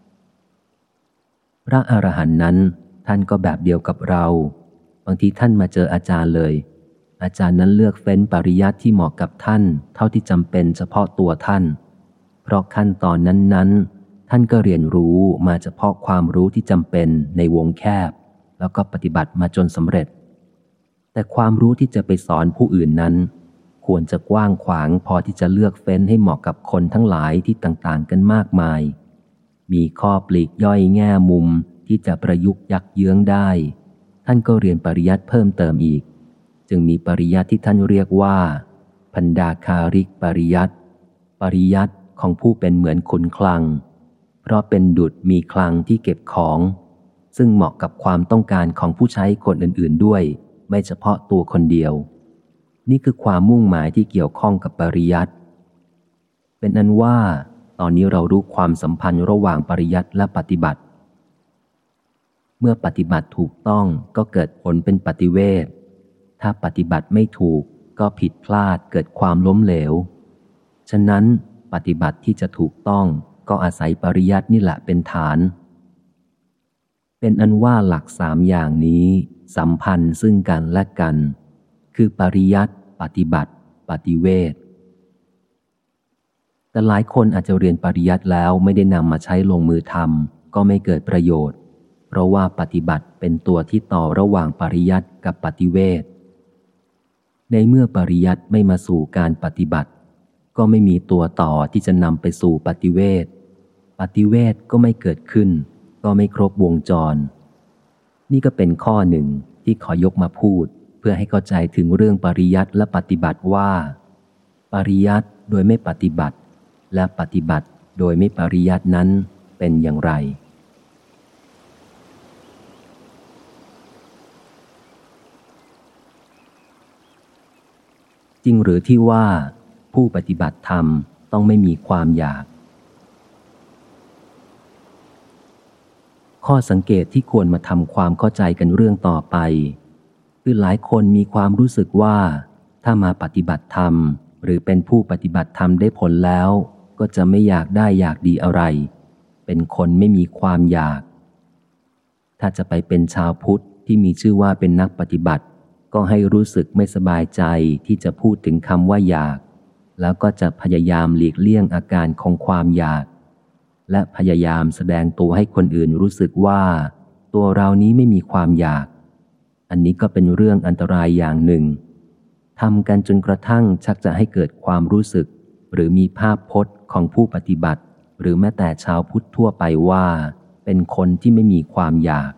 พระอรหันต์นั้นท่านก็แบบเดียวกับเราบางทีท่านมาเจออาจารย์เลยอาจารย์นั้นเลือกเฟ้นปริยัติที่เหมาะกับท่านเท่าที่จำเป็นเฉพาะตัวท่านเพราะขั้นตอนนั้นท่านก็เรียนรู้มาเฉพาะความรู้ที่จำเป็นในวงแคบแล้วก็ปฏิบัติมาจนสำเร็จแต่ความรู้ที่จะไปสอนผู้อื่นนั้นควรจะกว้างขวางพอที่จะเลือกเฟ้นให้เหมาะกับคนทั้งหลายที่ต่างๆกันมากมายมีข้อปลีกย่อยแง่มุมที่จะประยุกต์ยักเยื้องได้ท่านก็เรียนปริยัติเพิ่มเติมอีกจึงมีปริยัติที่ท่านเรียกว่าพันดาคาริกปริยัติปริยัติของผู้เป็นเหมือนขุนคลังเพราะเป็นดุจมีคลังที่เก็บของซึ่งเหมาะกับความต้องการของผู้ใช้คนอื่นๆด้วยไม่เฉพาะตัวคนเดียวนี่คือความมุ่งหมายที่เกี่ยวข้องกับปริยัติเป็นอันว่าตอนนี้เรารู้ความสัมพันธ์ระหว่างปริยัติและปฏิบัติเมื่อปฏิบัติถูกต้องก็เกิดผลเป็นปฏิเวทถ้าปฏิบัติไม่ถูกก็ผิดพลาดเกิดความล้มเหลวฉะนั้นปฏิบัติที่จะถูกต้องก็อาศัยปริยัตินี่แหละเป็นฐานเป็นอันว่าหลักสามอย่างนี้สัมพันธ์ซึ่งกันและกันคือปริยัติปฏิบัติปฏิเวทแต่หลายคนอาจจะเรียนปริยัติแล้วไม่ได้นำมาใช้ลงมือทำก็ไม่เกิดประโยชน์เพราะว่าปฏิบัติเป็นตัวที่ต่อระหว่างปริยัติกับปฏิเวทในเมื่อปริยัติไม่มาสู่การปฏิบัติก็ไม่มีตัวต่อที่จะนำไปสู่ปฏิเวทปฏิเวทก็ไม่เกิดขึ้นก็ไม่ครบวงจรนี่ก็เป็นข้อหนึ่งที่ขอยกมาพูดเพื่อให้เข้าใจถึงเรื่องปริยัติและปฏิบัติว่าปริยัติโดยไม่ปฏิบัติและปฏิบัติโดยไม่ปริยัตินั้นเป็นอย่างไรจริงหรือที่ว่าผู้ปฏิบัติธรรมต้องไม่มีความอยากข้อสังเกตที่ควรมาทำความเข้าใจกันเรื่องต่อไปคือหลายคนมีความรู้สึกว่าถ้ามาปฏิบัติธรรมหรือเป็นผู้ปฏิบัติธรรมได้ผลแล้วก็จะไม่อยากได้อยากดีอะไรเป็นคนไม่มีความอยากถ้าจะไปเป็นชาวพุทธที่มีชื่อว่าเป็นนักปฏิบัติก็ให้รู้สึกไม่สบายใจที่จะพูดถึงคำว่าอยากแล้วก็จะพยายามหลีกเลี่ยงอาการของความอยากและพยายามแสดงตัวให้คนอื่นรู้สึกว่าตัวเรานี้ไม่มีความอยากอันนี้ก็เป็นเรื่องอันตรายอย่างหนึ่งทำกันจนกระทั่งชักจะให้เกิดความรู้สึกหรือมีภาพพจน์ของผู้ปฏิบัติหรือแม้แต่ชาวพุทธทั่วไปว่าเป็นคนที่ไม่มีความอยาก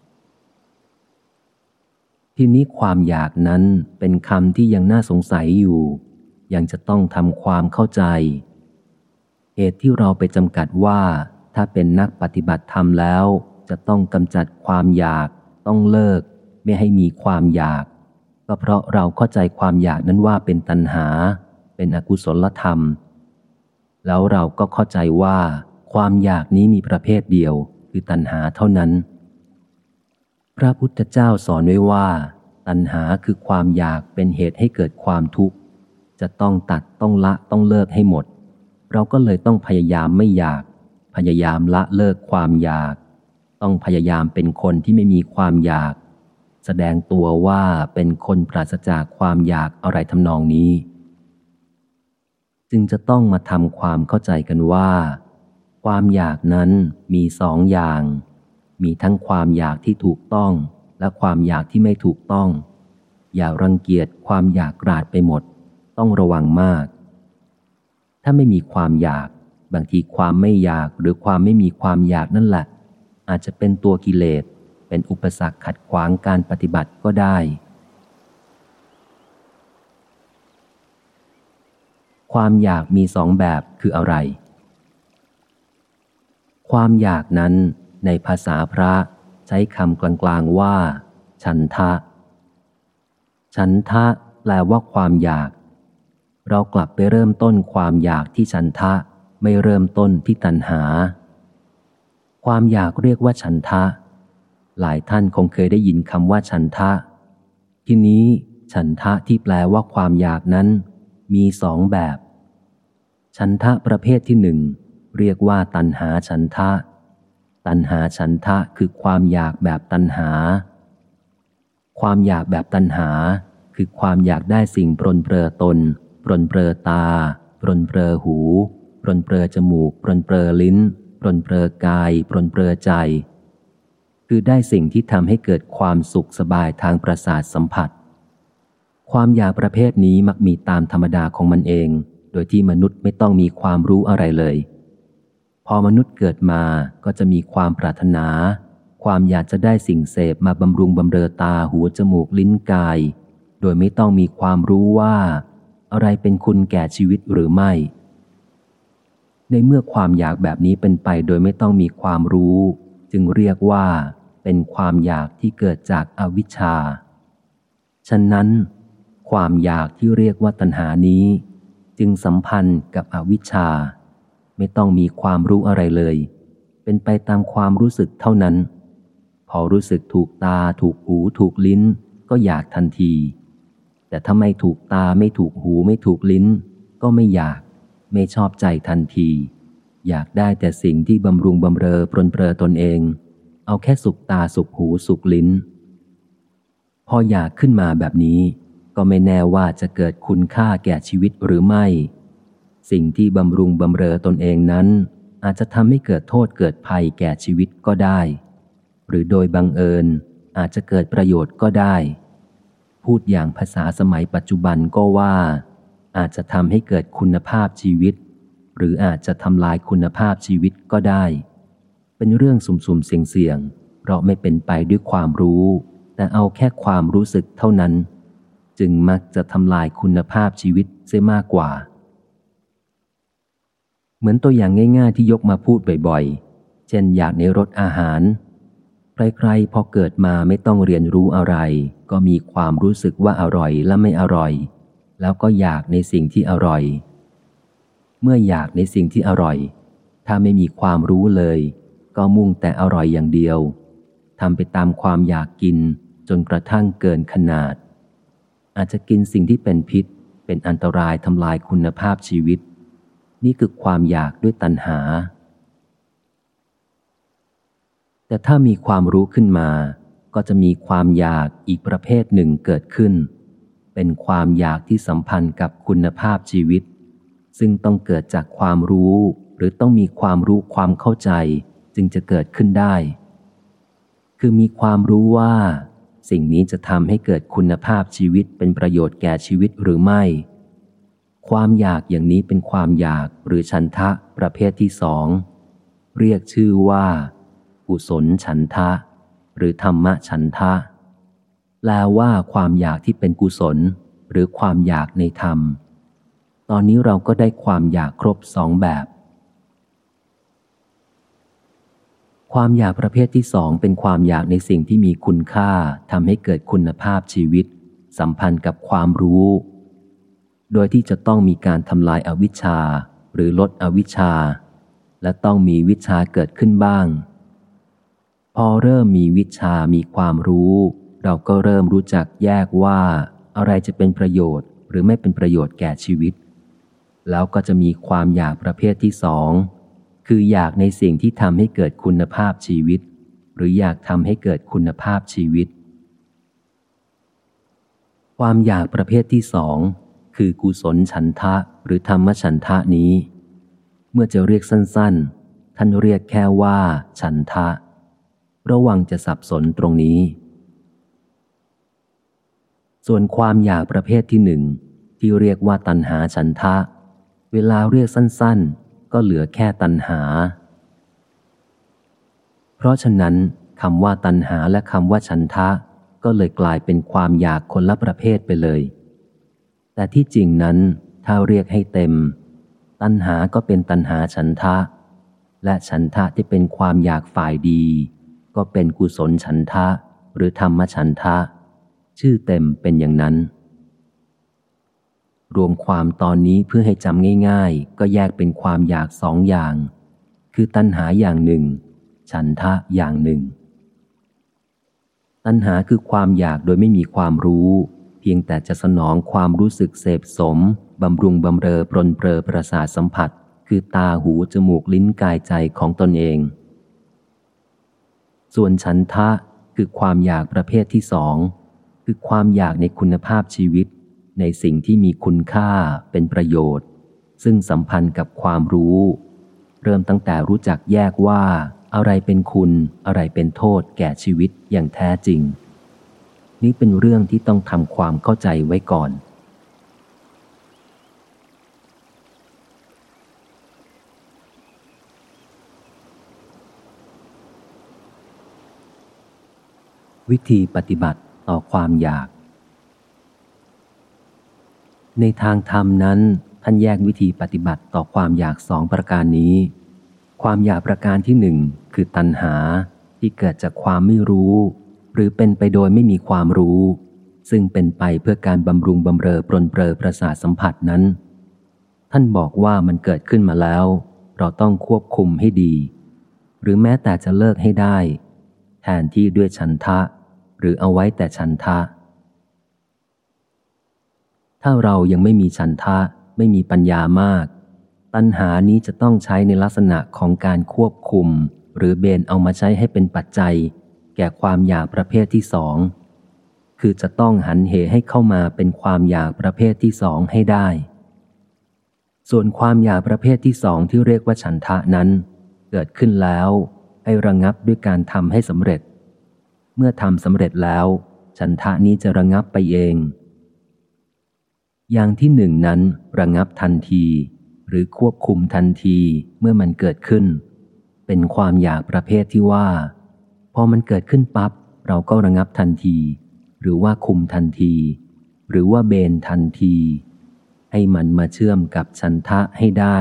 ทีนี้ความอยากนั้นเป็นคำที่ยังน่าสงสัยอยู่ยังจะต้องทำความเข้าใจเหตุที่เราไปจำกัดว่าถ้าเป็นนักปฏิบัติธรรมแล้วจะต้องกำจัดความอยากต้องเลิกไม่ให้มีความอยากก็เพราะเราเข้าใจความอยากนั้นว่าเป็นตัณหาเป็นอกุศลธรรมแล้วเราก็เข้าใจว่าความอยากนี้มีประเภทเดียวคือตัณหาเท่านั้นพระพุทธเจ้าสอนไว้ว่าตัณหาคือความอยากเป็นเหตุให้เกิดความทุกข์จะต้องตัดต้องละต้องเลิกให้หมดเราก็เลยต้องพยายามไม่อยากพยายามละเลิกความอยากต้องพยายามเป็นคนที่ไม่มีความอยากแสดงตัวว่าเป็นคนปราศจากความอยากอะไรทำนองนี้จึงจะต้องมาทำความเข้าใจกันว่าความอยากนั้นมีสองอย่างมีทั้งความอยากที่ถูกต้องและความอยากที่ไม่ถูกต้องอย่ารังเกียจความอยากกราดไปหมดต้องระวังมากถ้าไม่มีความอยากบางทีความไม่อยากหรือความไม่มีความอยากนั่นแหละอาจจะเป็นตัวกิเลสเป็นอุปสรรคขัดขวางการปฏิบัติก็ได้ความอยากมีสองแบบคืออะไรความอยากนั้นในภาษาพระใช้คำกลางๆว่าฉันทะฉันทะแปลว่าความอยากเรากลับไปเริ่มต้นความอยากที่ฉันทะไม่เริ่มต้นที่ตัณหาความอยากเรียกว่าฉันทะหลายท่านคงเคยได้ยินคำว่าฉันทะทีนี้ฉันทะที่แปลว่าความอยากนั้นมีสองแบบฉันทะประเภทที่หนึ่งเรียกว่าตัณหาฉันทะตัณหาฉันทะคือความอยากแบบตัณหาความอยากแบบตัณหาคือความอยากได้สิ่งปรนเปรอตนปรนเปรอตาปรนเปรอหูปรนเปรอจมูกปรนเปรอลิ้นปรนเปรอกายปรนเปรอใจคือได้สิ่งที่ทำให้เกิดความสุขสบายทางประสาทสัมผัสความอยากประเภทนี้มักมีตามธรรมดาของมันเองโดยที่มนุษย์ไม่ต้องมีความรู้อะไรเลยพอมนุษย์เกิดมาก็จะมีความปรารถนาความอยากจะได้สิ่งเสพมาบำรุงบำเรอตาหูจมูกลิ้นกายโดยไม่ต้องมีความรู้ว่าอะไรเป็นคุณแก่ชีวิตหรือไม่ในเมื่อความอยากแบบนี้เป็นไปโดยไม่ต้องมีความรู้จึงเรียกว่าเป็นความอยากที่เกิดจากอวิชชาฉะนั้นความอยากที่เรียกว่าตัณหานี้จึงสัมพันธ์กับอวิชชาไม่ต้องมีความรู้อะไรเลยเป็นไปตามความรู้สึกเท่านั้นพอรู้สึกถูกตาถูกหูถูกลิ้นก็อยากทันทีแต่ถ้าไม่ถูกตาไม่ถูกหูไม่ถูกลิ้นก็ไม่อยากไม่ชอบใจทันทีอยากได้แต่สิ่งที่บำรุงบำเรอปรนเปรอตนเองเอาแค่สุขตาสุขหูสุขลิ้นพออยากขึ้นมาแบบนี้ก็ไม่แน่ว่าจะเกิดคุณค่าแก่ชีวิตหรือไม่สิ่งที่บำรุงบำเรอตนเองนั้นอาจจะทำให้เกิดโทษเกิดภัยแก่ชีวิตก็ได้หรือโดยบังเอิญอาจจะเกิดประโยชน์ก็ได้พูดอย่างภาษาสมัยปัจจุบันก็ว่าอาจจะทำให้เกิดคุณภาพชีวิตหรืออาจจะทำลายคุณภาพชีวิตก็ได้เป็นเรื่องสุ่มๆเสี่ยงๆเพราะไม่เป็นไปด้วยความรู้แต่เอาแค่ความรู้สึกเท่านั้นจึงมักจะทำลายคุณภาพชีวิตเสียมากกว่าเหมือนตัวอย่างง่ายๆที่ยกมาพูดบ่อยๆเช่นอยากในรสอาหารใครๆพอเกิดมาไม่ต้องเรียนรู้อะไรก็มีความรู้สึกว่าอร่อยและไม่อร่อยแล้วก็อยากในสิ่งที่อร่อยเมื่ออยากในสิ่งที่อร่อยถ้าไม่มีความรู้เลยก็มุ่งแต่อร่อยอย่างเดียวทำไปตามความอยากกินจนกระทั่งเกินขนาดอาจจะกินสิ่งที่เป็นพิษเป็นอันตรายทำลายคุณภาพชีวิตนี่คือความอยากด้วยตัณหาแต่ถ้ามีความรู้ขึ้นมาก็จะมีความอยากอีกประเภทหนึ่งเกิดขึ้นเป็นความอยากที่สัมพันธ์กับคุณภาพชีวิตซึ่งต้องเกิดจากความรู้หรือต้องมีความรู้ความเข้าใจจึงจะเกิดขึ้นได้คือมีความรู้ว่าสิ่งนี้จะทำให้เกิดคุณภาพชีวิตเป็นประโยชน์แก่ชีวิตหรือไม่ความอยากอย่างนี้เป็นความอยากหรือฉันทะประเภทที่สองเรียกชื่อว่ากุศลฉันทะหรือธรรมฉันทะแปลว่าความอยากที่เป็นกุศลหรือความอยากในธรรมตอนนี้เราก็ได้ความอยากครบสองแบบความอยากประเภทที่สองเป็นความอยากในสิ่งที่มีคุณค่าทำให้เกิดคุณภาพชีวิตสัมพันธ์กับความรู้โดยที่จะต้องมีการทำลายอวิชชาหรือลดอวิชชาและต้องมีวิชาเกิดขึ้นบ้างพอเริ่มมีวิชามีความรู้เราก็เริ่มรู้จักแยกว่าอะไรจะเป็นประโยชน์หรือไม่เป็นประโยชน์แก่ชีวิตแล้วก็จะมีความอยากประเภทที่สองคืออยากในสิ่งที่ทำให้เกิดคุณภาพชีวิตหรืออยากทำให้เกิดคุณภาพชีวิตความอยากประเภทที่สองคือกุศลฉันทะหรือธรรมฉันทะนี้เมื่อจะเรียกสั้นๆท่านเรียกแค่ว่าฉันทะระวังจะสับสนตรงนี้ส่วนความอยากประเภทที่หนึ่งที่เรียกว่าตัณหาฉันทะเวลาเรียกสั้นๆก็เหลือแค่ตัณหาเพราะฉะนั้นคำว่าตัณหาและคำว่าฉันทะก็เลยกลายเป็นความอยากคนละประเภทไปเลยแต่ที่จริงนั้นถ้าเรียกให้เต็มตัณหาก็เป็นตัณหาฉันทะและฉันทะที่เป็นความอยากฝ่ายดีก็เป็นกุศลฉันทะหรือธรรมฉันทะชื่อเต็มเป็นอย่างนั้นรวมความตอนนี้เพื่อให้จำง่ายๆก็แยกเป็นความอยากสองอย่างคือตัณหาอย่างหนึ่งฉันทะอย่างหนึ่งตัณหาคือความอยากโดยไม่มีความรู้เพียงแต่จะสนองความรู้สึกเสพสมบำรุงบำเรอปรนเปรอประสาทสัมผัสคือตาหูจมูกลิ้นกายใจของตนเองส่วนฉันทะคือความอยากประเภทที่สองคือความอยากในคุณภาพชีวิตในสิ่งที่มีคุณค่าเป็นประโยชน์ซึ่งสัมพันธ์กับความรู้เริ่มตั้งแต่รู้จักแยกว่าอะไรเป็นคุณอะไรเป็นโทษแก่ชีวิตอย่างแท้จริงนี่เป็นเรื่องที่ต้องทำความเข้าใจไว้ก่อนวิธีปฏิบัติต่อความอยากในทางธรรมนั้นท่านแยกวิธีปฏิบัติต่อความอยากสองประการนี้ความอยากประการที่หนึ่งคือตัณหาที่เกิดจากความไม่รู้หรือเป็นไปโดยไม่มีความรู้ซึ่งเป็นไปเพื่อการบำรุงบำเรอปรนเปรอประสาทสัมผัสนั้นท่านบอกว่ามันเกิดขึ้นมาแล้วเราต้องควบคุมให้ดีหรือแม้แต่จะเลิกให้ได้แทนที่ด้วยฉันทะหรือเอาไว้แต่ฉันทะถ้าเรายังไม่มีฉันทะไม่มีปัญญามากตัณหานี้จะต้องใช้ในลักษณะของการควบคุมหรือเบนเอามาใช้ให้เป็นปัจจัยแก่ความอยากประเภทที่สองคือจะต้องหันเหให้เข้ามาเป็นความอยากประเภทที่สองให้ได้ส่วนความอยากประเภทที่สองที่เรียกว่าฉันทะนั้นเกิดขึ้นแล้วให้ระงับด้วยการทำให้สำเร็จเมื่อทำสำเร็จแล้วฉันทะนี้จะระงับไปเองอย่างที่หนึ่งนั้นระงับทันทีหรือควบคุมทันทีเมื่อมันเกิดขึ้นเป็นความอยากประเภทที่ว่าพอมันเกิดขึ้นปั๊บเราก็ระงับทันทีหรือว่าคุมทันทีหรือว่าเบนทันทีให้มันมาเชื่อมกับฉันทะให้ได้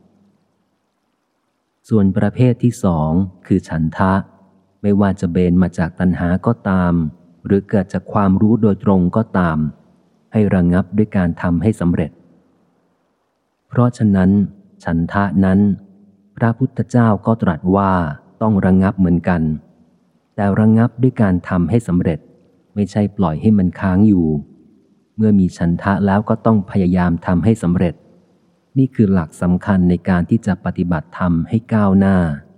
ส่วนประเภทที่สองคือฉันทะไม่ว่าจะเบนมาจากตัณหาก็ตามหรือเกิดจากความรู้โดยตรงก็ตามให้ระงับด้วยการทำให้สำเร็จเพราะฉะนั้นฉันทะนั้นพระพุทธเจ้าก็ตรัสว่าต้องระงับเหมือนกันแต่ระงับด้วยการทำให้สำเร็จไม่ใช่ปล่อยให้มันค้างอยู่เมื่อมีฉันทะแล้วก็ต้องพยายามทำให้สำเร็จนี่คือหลักสำคัญในการที่จะปฏิบัติธรรมให้ก้าวหน้า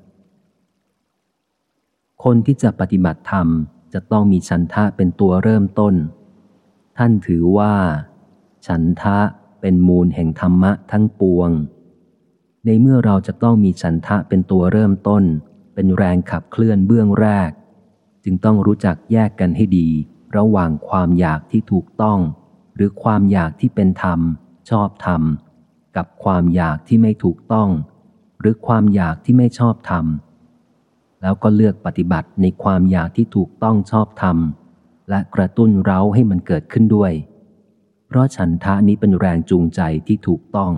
คนที่จะปฏิบัติธรรมจะต้องมีฉันทะเป็นตัวเริ่มต้นท่านถือว่าฉันทะเป็นมูลแห่งธรรมะทั้งปวงในเมื่อเราจะต้องมีฉันทะเป็นตัวเริ่มต้นเป็นแรงขับเคลื่อนเบื้องแรกจึงต้องรู้จักแยกกันให้ดีระหว่างความอยากที่ถูกต้องหรือความอยากที่เป็นธรรมชอบธรรมกับความอยากที่ไม่ถูกต้องหรือความอยากที่ไม่ชอบธรรมแล้วก็เลือกปฏิบัติในความอยากที่ถูกต้องชอบธรรมและกระตุ้นเร้าให้มันเกิดขึ้นด้วยเพราะฉันทะนี้เป็นแรงจูงใจที่ถูกต้อง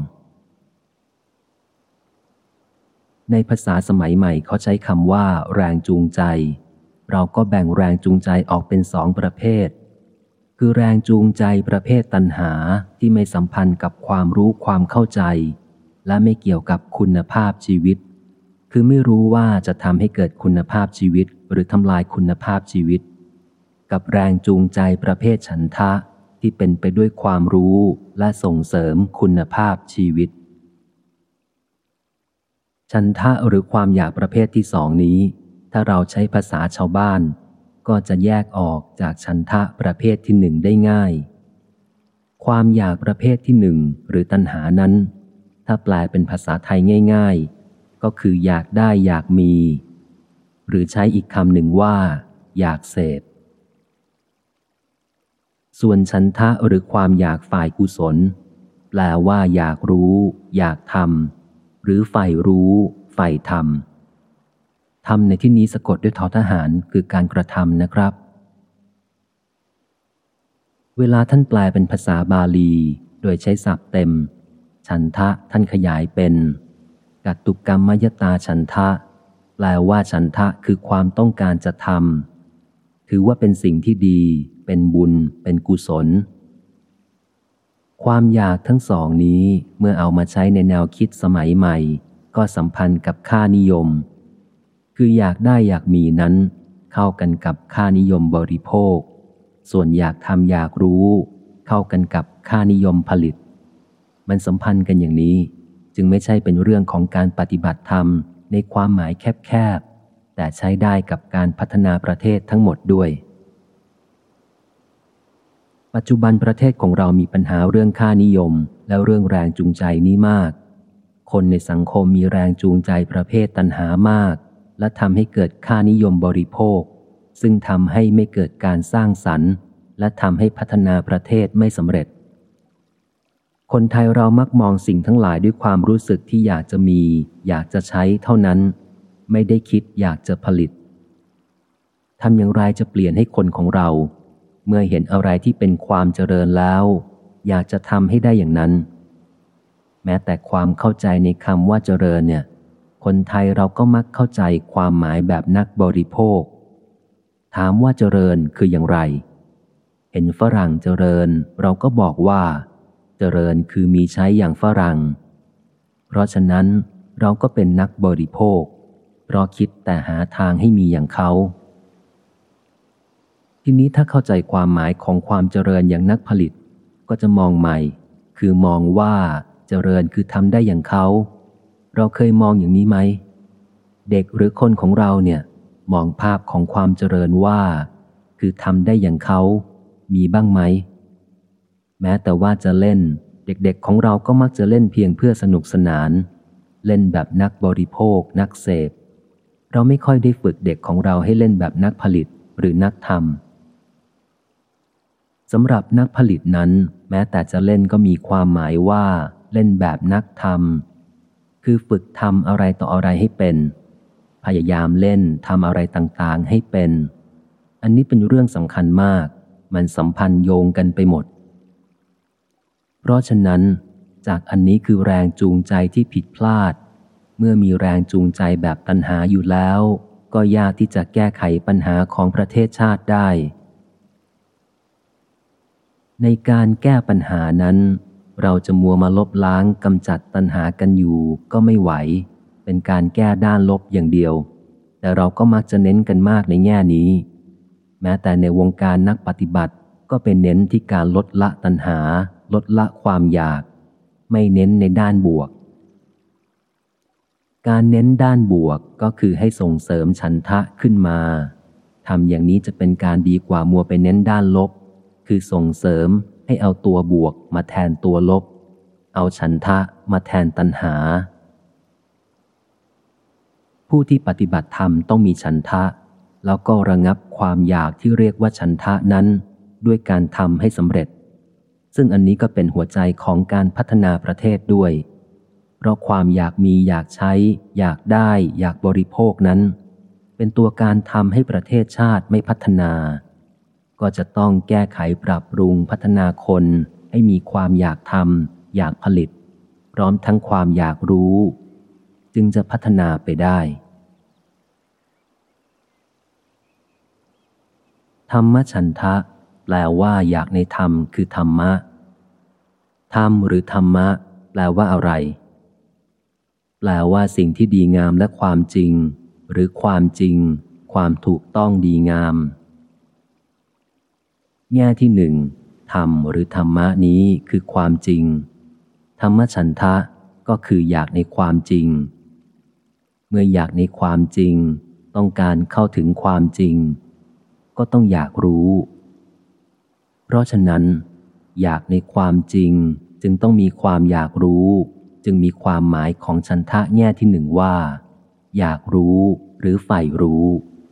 ในภาษาสมัยใหม่เขาใช้คำว่าแรงจูงใจเราก็แบ่งแรงจูงใจออกเป็นสองประเภทคือแรงจูงใจประเภทตัณหาที่ไม่สัมพันธ์กับความรู้ความเข้าใจและไม่เกี่ยวกับคุณภาพชีวิตคือไม่รู้ว่าจะทำให้เกิดคุณภาพชีวิตหรือทำลายคุณภาพชีวิตกับแรงจูงใจประเภทฉันทะที่เป็นไปด้วยความรู้และส่งเสริมคุณภาพชีวิตฉันทะหรือความอยากประเภทที่สองนี้ ถ้าเราใช้ภาษาชาวบ้านก็จะแยกออกจากฉันทะประเภทที่หนึ่งได้ง่ายความอยากประเภทที่หนึ่งหรือตัณหานั้นถ้าแปลเป็นภาษาไทยง่ายๆก็คืออยากได้อยากมีหรือใช้อีกคำหนึ่งว่าอยากเสพส่วนฉันทะหรือความอยากฝ่ายกุศลแปลว่าอยากรู้อยากทำหรือใฝ่รู้ใฝ่ทำทำในที่นี้สะกดด้วยทอทหารคือการกระทำนะครับเวลาท่านแปลเป็นภาษาบาลีโดยใช้ศัพท์เต็มฉันทะท่านขยายเป็นกัตตุกรรมยตาฉันทะแปลว่าฉันทะคือความต้องการจะทำถือว่าเป็นสิ่งที่ดีเป็นบุญเป็นกุศลความอยากทั้งสองนี้เมื่อเอามาใช้ในแนวคิดสมัยใหม่ก็สัมพันธ์กับค่านิยมคืออยากได้อยากมีนั้นเข้ากันกับค่านิยมบริโภคส่วนอยากทำอยากรู้เข้ากันกับค่านิยมผลิตมันสัมพันธ์กันอย่างนี้จึงไม่ใช่เป็นเรื่องของการปฏิบัติธรรมในความหมายแคบๆแต่ใช้ได้กับการพัฒนาประเทศทั้งหมดด้วยปัจจุบันประเทศของเรามีปัญหาเรื่องค่านิยมและเรื่องแรงจูงใจนี้มากคนในสังคมมีแรงจูงใจประเภทตัณหามากและทำให้เกิดค่านิยมบริโภคซึ่งทำให้ไม่เกิดการสร้างสรรค์และทำให้พัฒนาประเทศไม่สำเร็จคนไทยเรามักมองสิ่งทั้งหลายด้วยความรู้สึกที่อยากจะมีอยากจะใช้เท่านั้นไม่ได้คิดอยากจะผลิตทำอย่างไรจะเปลี่ยนให้คนของเราเมื่อเห็นอะไรที่เป็นความเจริญแล้วอยากจะทำให้ได้อย่างนั้นแม้แต่ความเข้าใจในคำว่าเจริญเนี่ยคนไทยเราก็มักเข้าใจความหมายแบบนักบริโภคถามว่าเจริญคืออย่างไรเห็นฝรั่งเจริญเราก็บอกว่าเจริญคือมีใช้อย่างฝรั่งเพราะฉะนั้นเราก็เป็นนักบริโภคเพราะคิดแต่หาทางให้มีอย่างเขาทีนี้ถ้าเข้าใจความหมายของความเจริญอย่างนักผลิตก็จะมองใหม่คือมองว่าเจริญคือทำได้อย่างเขาเราเคยมองอย่างนี้ไหมเด็กหรือคนของเราเนี่ยมองภาพของความเจริญว่าคือทำได้อย่างเขามีบ้างไหมแม้แต่ว่าจะเล่นเด็กๆของเราก็มักจะเล่นเพียงเพื่อสนุกสนานเล่นแบบนักบริโภคนักเสพเราไม่ค่อยได้ฝึกเด็กของเราให้เล่นแบบนักผลิตหรือนักทำสำหรับนักผลิตนั้นแม้แต่จะเล่นก็มีความหมายว่าเล่นแบบนักทำคือฝึกทำอะไรต่ออะไรให้เป็นพยายามเล่นทำอะไรต่างๆให้เป็นอันนี้เป็นเรื่องสำคัญมากมันสัมพันธ์โยงกันไปหมดเพราะฉะนั้นจากอันนี้คือแรงจูงใจที่ผิดพลาดเมื่อมีแรงจูงใจแบบตัณหาอยู่แล้วก็ยากที่จะแก้ไขปัญหาของประเทศชาติได้ในการแก้ปัญหานั้นเราจะมัวมาลบล้างกำจัดตัณหากันอยู่ก็ไม่ไหวเป็นการแก้ด้านลบอย่างเดียวแต่เราก็มักจะเน้นกันมากในแง่นี้แม้แต่ในวงการนักปฏิบัติก็เป็นเน้นที่การลดละตัณหาลดละความอยากไม่เน้นในด้านบวกการเน้นด้านบวกก็คือให้ส่งเสริมฉันทะขึ้นมาทำอย่างนี้จะเป็นการดีกว่ามัวไปเน้นด้านลบคือส่งเสริมให้เอาตัวบวกมาแทนตัวลบเอาฉันทะมาแทนตัณหาผู้ที่ปฏิบัติธรรมต้องมีฉันทะแล้วก็ระงับความอยากที่เรียกว่าฉันทะนั้นด้วยการทำให้สำเร็จซึ่งอันนี้ก็เป็นหัวใจของการพัฒนาประเทศด้วยเพราะความอยากมีอยากใช้อยากได้อยากบริโภคนั้นเป็นตัวการทำให้ประเทศชาติไม่พัฒนาก็จะต้องแก้ไขปรับปรุงพัฒนาคนให้มีความอยากทำอยากผลิตพร้อมทั้งความอยากรู้จึงจะพัฒนาไปได้ธรรมฉันทะแปลว่าอยากในธรรมคือธรรมะธรรมหรือธรรมะแปลว่าอะไรแปลว่าสิ่งที่ดีงามและความจริงหรือความจริงความถูกต้องดีงามแง่ที่หนึ่งธรรมหรือธรรมะนี้คือความจริงธรรมฉันทะก็คืออยากในความจริงเมื่ออยากในความจริงต้องการเข้าถึงความจริงก็ต้องอยากรู้เพราะฉะนั้นอยากในความจริงจึงต้องมีความอยากรู้จึงมีความหมายของฉันทะแง่ที่หนึ่งว่าอยากรู้หรือใฝ่รู้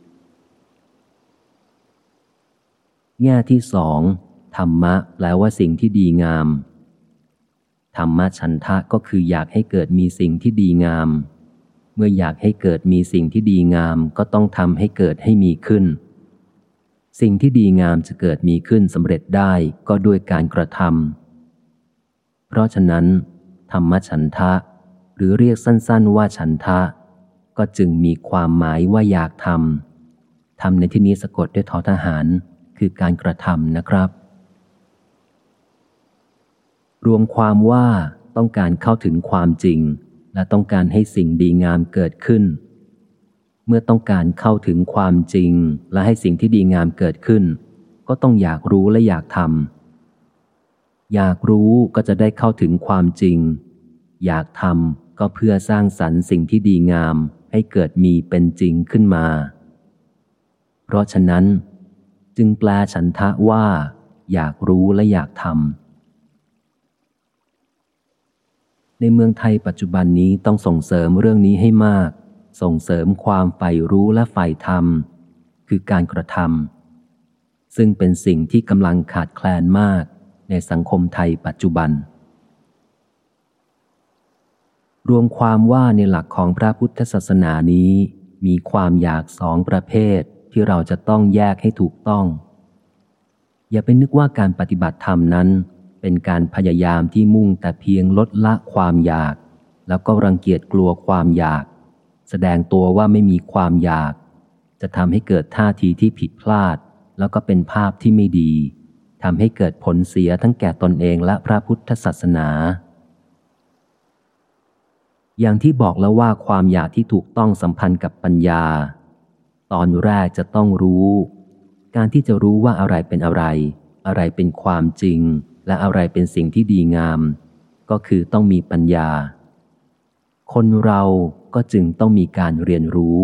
แง่ที่สองธรรมะแปลว่าสิ่งที่ดีงามธรรมฉันทะก็คืออยากให้เกิดมีสิ่งที่ดีงามเมื่ออยากให้เกิดมีสิ่งที่ดีงามก็ต้องทำให้เกิดให้มีขึ้นสิ่งที่ดีงามจะเกิดมีขึ้นสำเร็จได้ก็ด้วยการกระทำเพราะฉะนั้นธรรมฉันทะหรือเรียกสั้นๆว่าฉันทะก็จึงมีความหมายว่าอยากทำในที่นี้สะกดด้วยทอทหารคือการกระทำนะครับรวมความว่าต้องการเข้าถึงความจริงและต้องการให้สิ่งดีงามเกิดขึ้นเมื่อต้องการเข้าถึงความจริงและให้สิ่งที่ดีงามเกิดขึ้นก็ต้องอยากรู้และอยากทำอยากรู้ก็จะได้เข้าถึงความจริงอยากทำก็เพื่อสร้างสรรค์สิ่งที่ดีงามให้เกิดมีเป็นจริงขึ้นมาเพราะฉะนั้นจึงแปลฉันทะว่าอยากรู้และอยากทำในเมืองไทยปัจจุบันนี้ต้องส่งเสริมเรื่องนี้ให้มากส่งเสริมความใฝ่รู้และใฝ่ธรรมคือการกระทำซึ่งเป็นสิ่งที่กำลังขาดแคลนมากในสังคมไทยปัจจุบันรวมความว่าในหลักของพระพุทธศาสนานี้มีความอยากสองประเภทที่เราจะต้องแยกให้ถูกต้องอย่าไปนึกว่าการปฏิบัติธรรมนั้นเป็นการพยายามที่มุ่งแต่เพียงลดละความอยากแล้วก็รังเกียจกลัวความอยากแสดงตัวว่าไม่มีความอยากจะทำให้เกิดท่าทีที่ผิดพลาดแล้วก็เป็นภาพที่ไม่ดีทำให้เกิดผลเสียทั้งแก่ตนเองและพระพุทธศาสนาอย่างที่บอกแล้วว่าความอยากที่ถูกต้องสัมพันธ์กับปัญญาตอนแรกจะต้องรู้การที่จะรู้ว่าอะไรเป็นอะไรอะไรเป็นความจริงและอะไรเป็นสิ่งที่ดีงามก็คือต้องมีปัญญาคนเราก็จึงต้องมีการเรียนรู้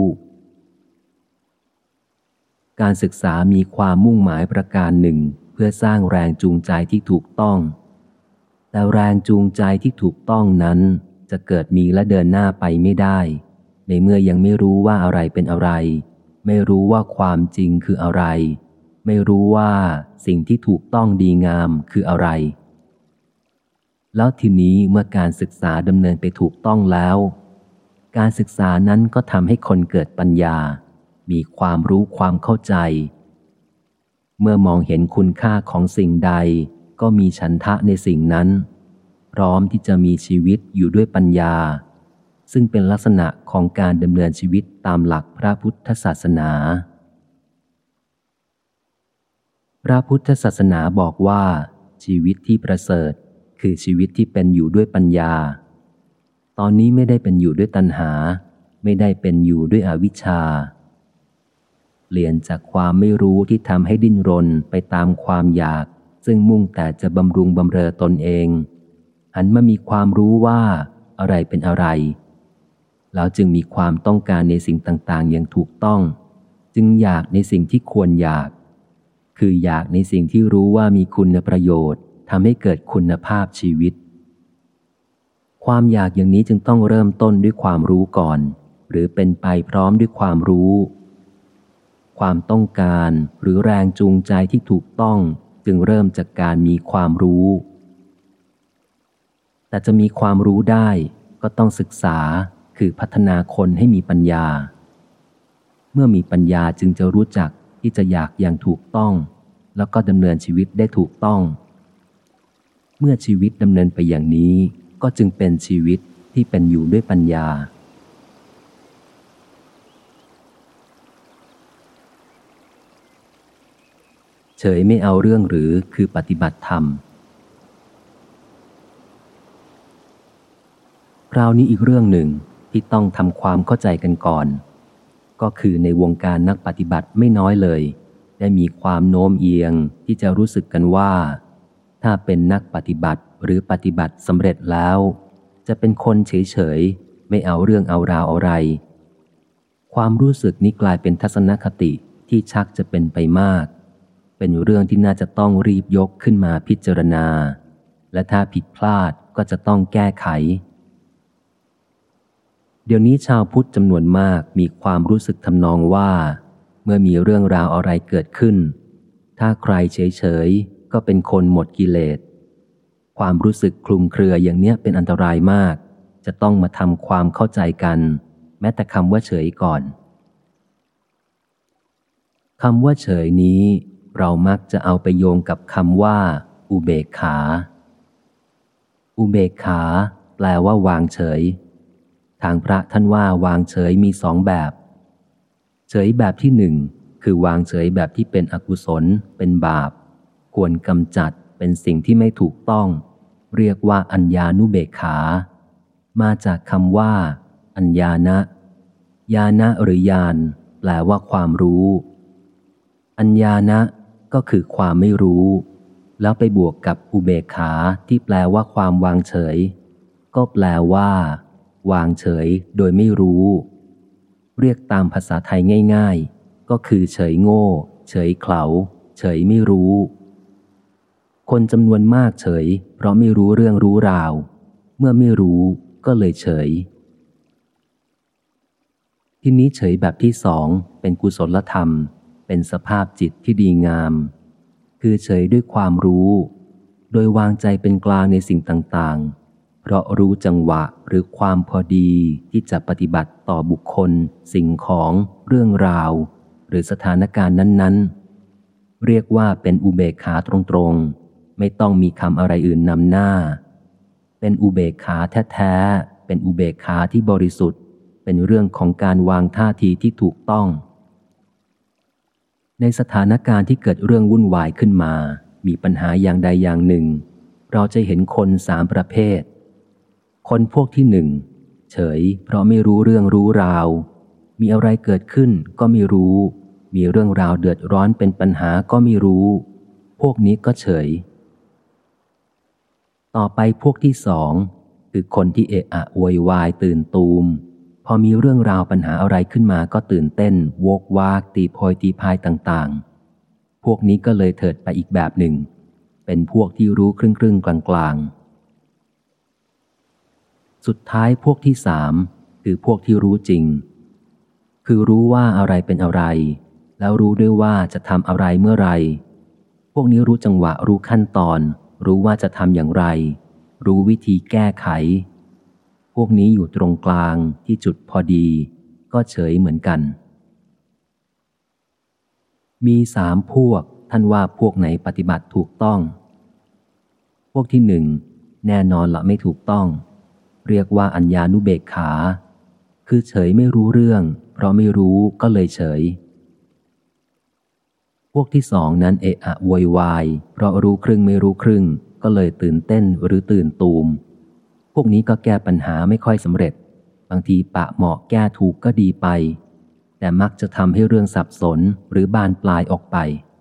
การศึกษามีความมุ่งหมายประการหนึ่งเพื่อสร้างแรงจูงใจที่ถูกต้องแต่แรงจูงใจที่ถูกต้องนั้นจะเกิดมีและเดินหน้าไปไม่ได้ในเมื่อยังไม่รู้ว่าอะไรเป็นอะไรไม่รู้ว่าความจริงคืออะไรไม่รู้ว่าสิ่งที่ถูกต้องดีงามคืออะไรแล้วทีนี้เมื่อการศึกษาดำเนินไปถูกต้องแล้วการศึกษานั้นก็ทำให้คนเกิดปัญญามีความรู้ความเข้าใจเมื่อมองเห็นคุณค่าของสิ่งใดก็มีฉันทะในสิ่งนั้นพร้อมที่จะมีชีวิตอยู่ด้วยปัญญาซึ่งเป็นลักษณะของการดำเนินชีวิตตามหลักพระพุทธศาสนาพระพุทธศาสนาบอกว่าชีวิตที่ประเสริฐคือชีวิตที่เป็นอยู่ด้วยปัญญาตอนนี้ไม่ได้เป็นอยู่ด้วยตัณหาไม่ได้เป็นอยู่ด้วยอวิชชาเปลี่ยนจากความไม่รู้ที่ทำให้ดิ้นรนไปตามความอยากซึ่งมุ่งแต่จะบำรุงบำเรอตนเองหันมามีความรู้ว่าอะไรเป็นอะไรแล้วจึงมีความต้องการในสิ่งต่างๆอย่างถูกต้องจึงอยากในสิ่งที่ควรอยากคืออยากในสิ่งที่รู้ว่ามีคุณประโยชน์ทำให้เกิดคุณภาพชีวิตความอยากอย่างนี้จึงต้องเริ่มต้นด้วยความรู้ก่อนหรือเป็นไปพร้อมด้วยความรู้ความต้องการหรือแรงจูงใจที่ถูกต้องจึงเริ่มจากการมีความรู้แต่จะมีความรู้ได้ก็ต้องศึกษาคือพัฒนาคนให้มีปัญญาเมื่อมีปัญญาจึงจะรู้จักที่จะอยากอย่างถูกต้องแล้วก็ดำเนินชีวิตได้ถูกต้องเมื่อชีวิตดำเนินไปอย่างนี้ก็จึงเป็นชีวิตที่เป็นอยู่ด้วยปัญญาเฉยไม่เอาเรื่องหรือคือปฏิบัติธรรมคราวนี้อีกเรื่องหนึ่งที่ต้องทำความเข้าใจกันก่อนก็คือในวงการนักปฏิบัติไม่น้อยเลยได้มีความโน้มเอียงที่จะรู้สึกกันว่าถ้าเป็นนักปฏิบัติหรือปฏิบัติสำเร็จแล้วจะเป็นคนเฉยๆไม่เอาเรื่องเอาราวอะไรความรู้สึกนี้กลายเป็นทัศนคติที่ชักจะเป็นไปมากเป็นเรื่องที่น่าจะต้องรีบยกขึ้นมาพิจารณาและถ้าผิดพลาดก็จะต้องแก้ไขเดี๋ยวนี้ชาวพุทธจำนวนมากมีความรู้สึกทำนองว่าเมื่อมีเรื่องราวอะไรเกิดขึ้นถ้าใครเฉยๆก็เป็นคนหมดกิเลสความรู้สึกคลุมเครืออย่างเนี้ยเป็นอันตรายมากจะต้องมาทำความเข้าใจกันแม้แต่คำว่าเฉยก่อนคำว่าเฉยนี้เรามักจะเอาไปโยงกับคำว่าอุเบกขาอุเบกขาแปลว่าวางเฉยทางพระท่านว่าวางเฉยมีสองแบบเฉยแบบที่หนึ่งคือวางเฉยแบบที่เป็นอกุศลเป็นบาปควรกำจัดเป็นสิ่งที่ไม่ถูกต้องเรียกว่าอัญญานุเบกขามาจากคำว่าอัญญานะญาณะหรือญาณแปลว่าความรู้อัญญานะก็คือความไม่รู้แล้วไปบวกกับอุเบกขาที่แปลว่าความวางเฉยก็แปลว่าวางเฉยโดยไม่รู้เรียกตามภาษาไทยง่ายๆก็คือเฉยโง่เฉยเขลาเฉยไม่รู้คนจำนวนมากเฉยเพราะไม่รู้เรื่องรู้ราวเมื่อไม่รู้ก็เลยเฉยทีนี้เฉยแบบที่สองเป็นกุศลธรรมเป็นสภาพจิตที่ดีงามคือเฉยด้วยความรู้โดยวางใจเป็นกลางในสิ่งต่างๆเพราะรู้จังหวะหรือความพอดีที่จะปฏิบัติต่อบุคคลสิ่งของเรื่องราวหรือสถานการณ์นั้นๆเรียกว่าเป็นอุเบกขาตรงๆไม่ต้องมีคำอะไรอื่นนำหน้าเป็นอุเบกขาแท้ๆเป็นอุเบกขาที่บริสุทธิ์เป็นเรื่องของการวางท่าทีที่ถูกต้องในสถานการณ์ที่เกิดเรื่องวุ่นวายขึ้นมามีปัญหาอย่างใดอย่างหนึ่งเราจะเห็นคนสามประเภทคนพวกที่หนึ่งเฉยเพราะไม่รู้เรื่องรู้ราวมีอะไรเกิดขึ้นก็ไม่รู้มีเรื่องราวเดือดร้อนเป็นปัญหาก็ไม่รู้พวกนี้ก็เฉยต่อไปพวกที่สองคือคนที่เอะอะโวยวายตื่นตูมพอมีเรื่องราวปัญหาอะไรขึ้นมาก็ตื่นเต้นโวกวากตีโพยตีพายต่างๆพวกนี้ก็เลยเถิดไปอีกแบบหนึ่งเป็นพวกที่รู้ครึ่งกลางๆสุดท้ายพวกที่สามคือพวกที่รู้จริงคือรู้ว่าอะไรเป็นอะไรแล้วรู้ด้วยว่าจะทำอะไรเมื่อไรพวกนี้รู้จังหวะรู้ขั้นตอนรู้ว่าจะทำอย่างไรรู้วิธีแก้ไขพวกนี้อยู่ตรงกลางที่จุดพอดีก็เฉยเหมือนกันมีสามพวกท่านว่าพวกไหนปฏิบัติถูกต้องพวกที่หนึ่งแน่นอนละไม่ถูกต้องเรียกว่าอัญญานุเบกขาคือเฉยไม่รู้เรื่องเพราะไม่รู้ก็เลยเฉยพวกที่สองนั้นเอะอะโวยวายเพราะรู้ครึ่งไม่รู้ครึ่งก็เลยตื่นเต้นหรือตื่นตูมพวกนี้ก็แก้ปัญหาไม่ค่อยสำเร็จบางทีปะเหมาะแก้ถูกก็ดีไปแต่มักจะทำให้เรื่องสับสนหรือบานปลายออกไป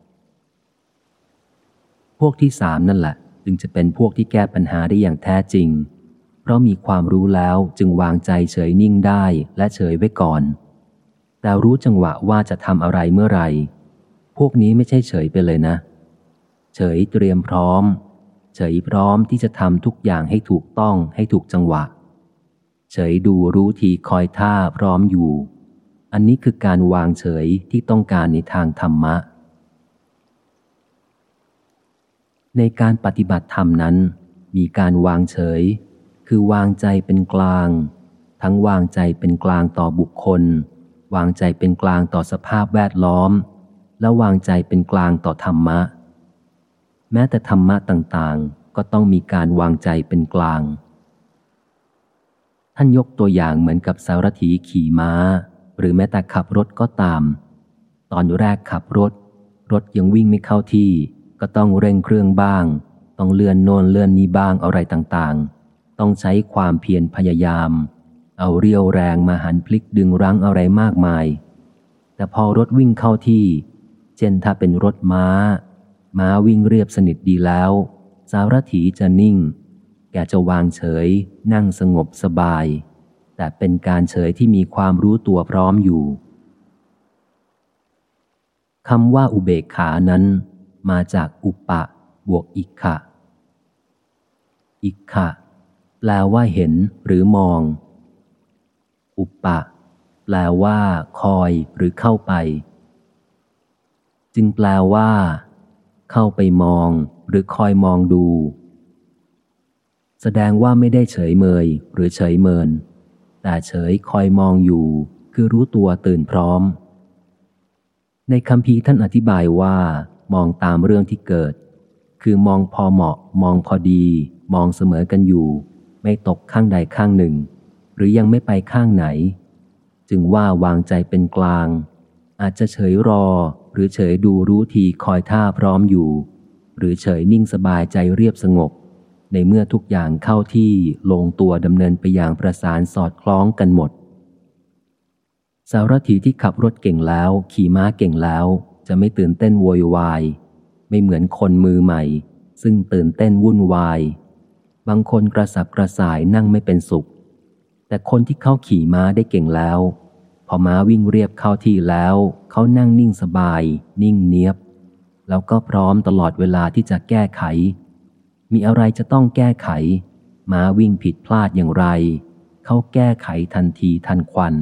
พวกที่สามนั่นแหละจึงจะเป็นพวกที่แก้ปัญหาได้อย่างแท้จริงเพราะมีความรู้แล้วจึงวางใจเฉยนิ่งได้และเฉยไว้ก่อนแต่รู้จังหวะว่าจะทำอะไรเมื่อไหร่พวกนี้ไม่ใช่เฉยไปเลยนะเฉยเตรียมพร้อมเฉยพร้อมที่จะทำทุกอย่างให้ถูกต้องให้ถูกจังหวะเฉยดูรู้ทีคอยท่าพร้อมอยู่อันนี้คือการวางเฉยที่ต้องการในทางธรรมะในการปฏิบัติธรรมนั้นมีการวางเฉยคือวางใจเป็นกลางทั้งวางใจเป็นกลางต่อบุคคลวางใจเป็นกลางต่อสภาพแวดล้อมและวางใจเป็นกลางต่อธรรมะแม้แต่ธรรมะต่างๆก็ต้องมีการวางใจเป็นกลางท่านยกตัวอย่างเหมือนกับสารถีขี่ม้าหรือแม้แต่ขับรถก็ตามตอนแรกขับรถยังวิ่งไม่เข้าที่ก็ต้องเร่งเครื่องบ้างต้องเลื่อนโน่นเลื่อนนี้บ้างอะไรต่างๆต้องใช้ความเพียรพยายามเอาเรี่ยวแรงมาหันพลิกดึงรั้งอะไรมากมายแต่พอรถวิ่งเข้าที่เช่นถ้าเป็นรถม้าวิ่งเรียบสนิทดีแล้วสารถีจะนิ่งแกจะวางเฉยนั่งสงบสบายแต่เป็นการเฉยที่มีความรู้ตัวพร้อมอยู่คำว่าอุเบกขานั้นมาจากอุปะบวกอิกขะอิกขะแปลว่าเห็นหรือมองอุปะแปลว่าคอยหรือเข้าไปจึงแปลว่าเข้าไปมองหรือคอยมองดูแสดงว่าไม่ได้เฉยเมยหรือเฉยเมินแต่เฉยคอยมองอยู่คือรู้ตัวตื่นพร้อมในคัมภีร์ท่านอธิบายว่ามองตามเรื่องที่เกิดคือมองพอเหมาะมองพอดีมองเสมอกันอยู่ไม่ตกข้างใดข้างหนึ่งหรือยังไม่ไปข้างไหนจึงว่าวางใจเป็นกลางอาจจะเฉยรอหรือเฉยดูรู้ทีคอยท่าพร้อมอยู่หรือเฉยนิ่งสบายใจเรียบสงบในเมื่อทุกอย่างเข้าที่ลงตัวดำเนินไปอย่างประสานสอดคล้องกันหมดสารถีที่ขับรถเก่งแล้วขี่ม้าเก่งแล้วจะไม่ตื่นเต้นโวยวายไม่เหมือนคนมือใหม่ซึ่งตื่นเต้นวุ่นวายบางคนกระสับกระส่ายนั่งไม่เป็นสุขแต่คนที่เขาขี่ม้าได้เก่งแล้วพอม้าวิ่งเรียบเข้าที่แล้วเขานั่งนิ่งสบายนิ่งเนียบแล้วก็พร้อมตลอดเวลาที่จะแก้ไขมีอะไรจะต้องแก้ไขม้าวิ่งผิดพลาดอย่างไรเขาแก้ไขทันทีทันควัน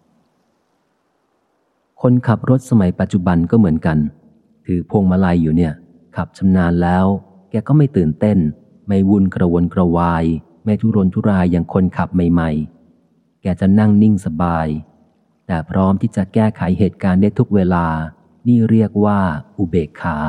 คนขับรถสมัยปัจจุบันก็เหมือนกันถือพวงมาลัยอยู่เนี่ยขับชำนาญแล้วแกก็ไม่ตื่นเต้นไม่วุ่นกระวนกระวายไม่ทุรนทุรายอย่างคนขับใหม่ๆแกจะนั่งนิ่งสบายแต่พร้อมที่จะแก้ไขเหตุการณ์ได้ทุกเวลานี่เรียกว่าอุเบกขา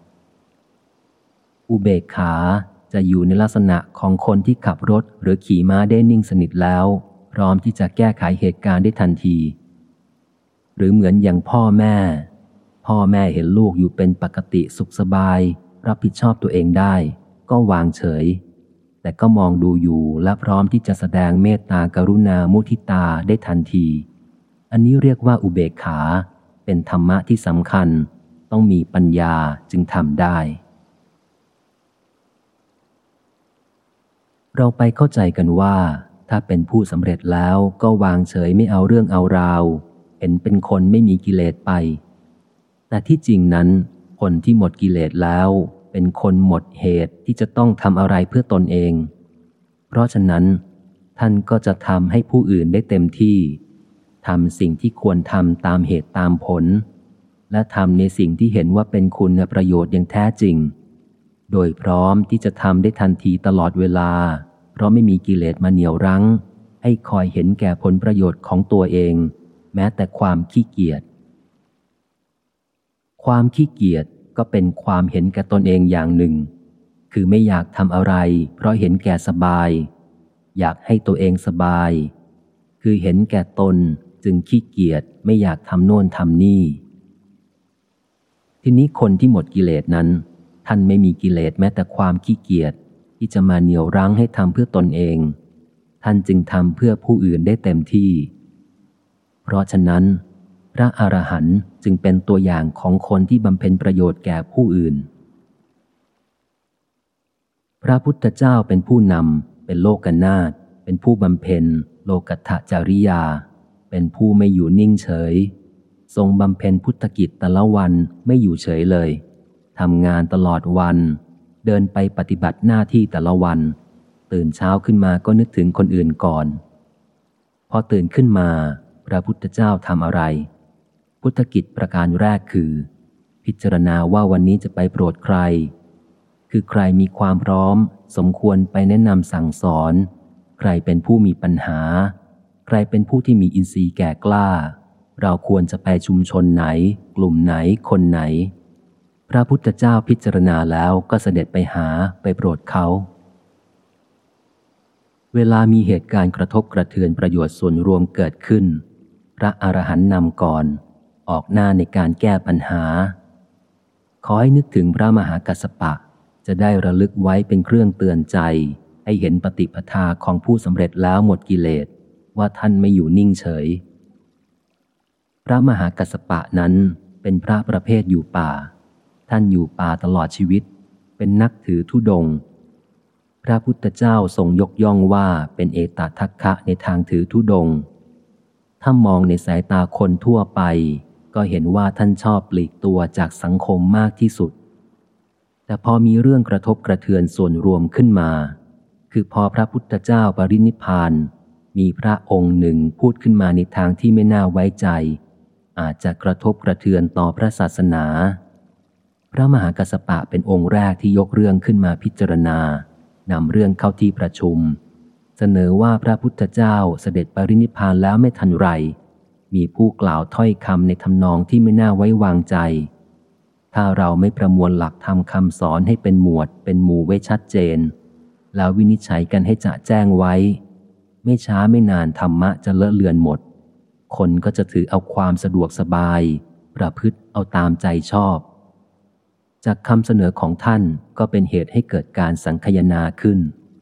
อุเบกขาจะอยู่ในลักษณะของคนที่ขับรถหรือขี่ม้าได้นิ่งสนิทแล้วพร้อมที่จะแก้ไขเหตุการณ์ได้ทันทีหรือเหมือนอย่างพ่อแม่เห็นลูกอยู่เป็นปกติสุขสบายรับผิดชอบตัวเองได้ก็วางเฉยแต่ก็มองดูอยู่และพร้อมที่จะแสดงเมตตากรุณามุทิตาได้ทันทีอันนี้เรียกว่าอุเบกขาเป็นธรรมะที่สำคัญต้องมีปัญญาจึงทำได้เราไปเข้าใจกันว่าถ้าเป็นผู้สำเร็จแล้วก็วางเฉยไม่เอาเรื่องเอาราวเห็นเป็นคนไม่มีกิเลสไปแต่ที่จริงนั้นคนที่หมดกิเลสแล้วเป็นคนหมดเหตุที่จะต้องทำอะไรเพื่อตนเองเพราะฉะนั้นท่านก็จะทำให้ผู้อื่นได้เต็มที่ทำสิ่งที่ควรทำตามเหตุตามผลและทำในสิ่งที่เห็นว่าเป็นคุณประโยชน์อย่างแท้จริงโดยพร้อมที่จะทำได้ทันทีตลอดเวลาเพราะไม่มีกิเลสมาเหนี่ยวรั้งให้คอยเห็นแก่ผลประโยชน์ของตัวเองแม้แต่ความขี้เกียจความขี้เกียจก็เป็นความเห็นแก่ตนเองอย่างหนึ่งคือไม่อยากทำอะไรเพราะเห็นแก่สบายอยากให้ตัวเองสบายคือเห็นแก่ตนจึงขี้เกียจไม่อยากทำโน่นทำนี่ทีนี้คนที่หมดกิเลสนั้นท่านไม่มีกิเลสแม้แต่ความขี้เกียจที่จะมาเหนี่ยวรั้งให้ทำเพื่อตนเองท่านจึงทำเพื่อผู้อื่นได้เต็มที่เพราะฉะนั้นพระอรหันต์จึงเป็นตัวอย่างของคนที่บำเพ็ญประโยชน์แก่ผู้อื่นพระพุทธเจ้าเป็นผู้นำเป็นโลกนาถเป็นผู้บำเพ็ญโลกัตถจริยาเป็นผู้ไม่อยู่นิ่งเฉยทรงบำเพ็ญพุทธกิจแต่ละวันไม่อยู่เฉยเลยทำงานตลอดวันเดินไปปฏิบัติหน้าที่แต่ละวันตื่นเช้าขึ้นมาก็นึกถึงคนอื่นก่อนพอตื่นขึ้นมาพระพุทธเจ้าทำอะไรพุทธกิจประการแรกคือพิจารณาว่าวันนี้จะไปโปรดใครคือใครมีความพร้อมสมควรไปแนะนำสั่งสอนใครเป็นผู้มีปัญหาใครเป็นผู้ที่มีอินทรีย์แก่กล้าเราควรจะไปชุมชนไหนกลุ่มไหนคนไหนพระพุทธเจ้าพิจารณาแล้วก็เสด็จไปหาไปโปรดเขาเวลามีเหตุการณ์กระทบกระเทือนประโยชน์ส่วนรวมเกิดขึ้นพระอรหันต์นำก่อนออกหน้าในการแก้ปัญหาขอให้นึกถึงพระมหากัสสปะจะได้ระลึกไว้เป็นเครื่องเตือนใจให้เห็นปฏิปทาของผู้สำเร็จแล้วหมดกิเลสว่าท่านไม่อยู่นิ่งเฉยพระมหากัสสปะนั้นเป็นพระประเภทอยู่ป่าท่านอยู่ป่าตลอดชีวิตเป็นนักถือธุดงค์พระพุทธเจ้าทรงยกย่องว่าเป็นเอตทัคคะในทางถือธุดงค์ถ้ามองในสายตาคนทั่วไปก็เห็นว่าท่านชอบปลีกตัวจากสังคมมากที่สุดแต่พอมีเรื่องกระทบกระเทือนส่วนรวมขึ้นมาคือพอพระพุทธเจ้าปรินิพพานมีพระองค์หนึ่งพูดขึ้นมาในทางที่ไม่น่าไว้ใจอาจจะกระทบกระเทือนต่อพระศาสนาพระมหากัสสปะเป็นองค์แรกที่ยกเรื่องขึ้นมาพิจารณานำเรื่องเข้าที่ประชุมเสนอว่าพระพุทธเจ้าเสด็จปรินิพพานแล้วไม่ทันไรมีผู้กล่าวถ้อยคำในทำนองที่ไม่น่าไว้วางใจถ้าเราไม่ประมวลหลักธรรมคำสอนให้เป็นหมวดเป็นหมู่ไว้ชัดเจนแล้ววินิจฉัยกันให้จะแจ้งไว้ไม่ช้าไม่นานธรรมะจะเลอะเลือนหมดคนก็จะถือเอาความสะดวกสบายประพฤติเอาตามใจชอบจากคำเสนอของท่านก็เป็นเหตุให้เกิดการสังคายนาขึ้น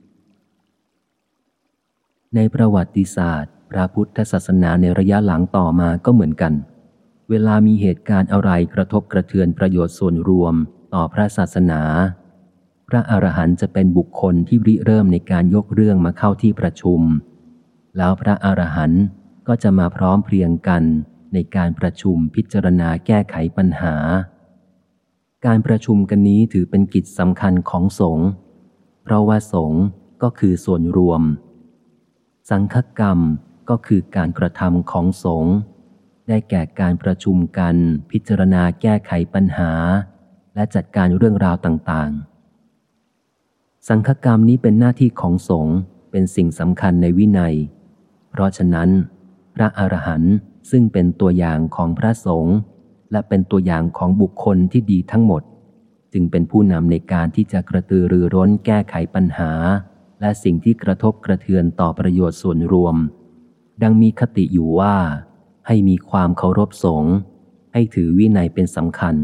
ในประวัติศาสตร์พระพุทธศาสนาในระยะหลังต่อมาก็เหมือนกันเวลามีเหตุการณ์อะไรกระทบกระเทือนประโยชน์ส่วนรวมต่อพระศาสนาพระอรหันต์จะเป็นบุคคลที่ริเริ่มในการยกเรื่องมาเข้าที่ประชุมแล้วพระอรหันต์ก็จะมาพร้อมเพรียงกันในการประชุมพิจารณาแก้ไขปัญหาการประชุมกันนี้ถือเป็นกิจสำคัญของสงฆ์เพราะว่าสงฆ์ก็คือส่วนรวมสังฆกรรมก็คือการกระทำของสงฆ์ได้แก่การประชุมกันพิจารณาแก้ไขปัญหาและจัดการเรื่องราวต่างๆสังฆกรรมนี้เป็นหน้าที่ของสงฆ์เป็นสิ่งสำคัญในวินัยเพราะฉะนั้นพระอรหันต์ซึ่งเป็นตัวอย่างของพระสงฆ์และเป็นตัวอย่างของบุคคลที่ดีทั้งหมดจึงเป็นผู้นำในการที่จะกระตือรือร้นแก้ไขปัญหาและสิ่งที่กระทบกระเทือนต่อประโยชน์ส่วนรวมดังมีคติอยู่ว่าให้มีความเคารพสงฆ์ให้ถือวินัยเป็นสำคัญ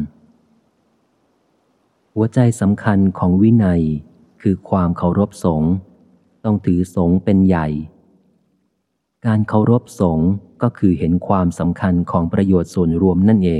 หัวใจสำคัญของวินัยคือความเคารพสงฆ์ต้องถือสงฆ์เป็นใหญ่การเคารพสงฆ์ก็คือเห็นความสำคัญของประโยชน์ส่วนรวมนั่นเอง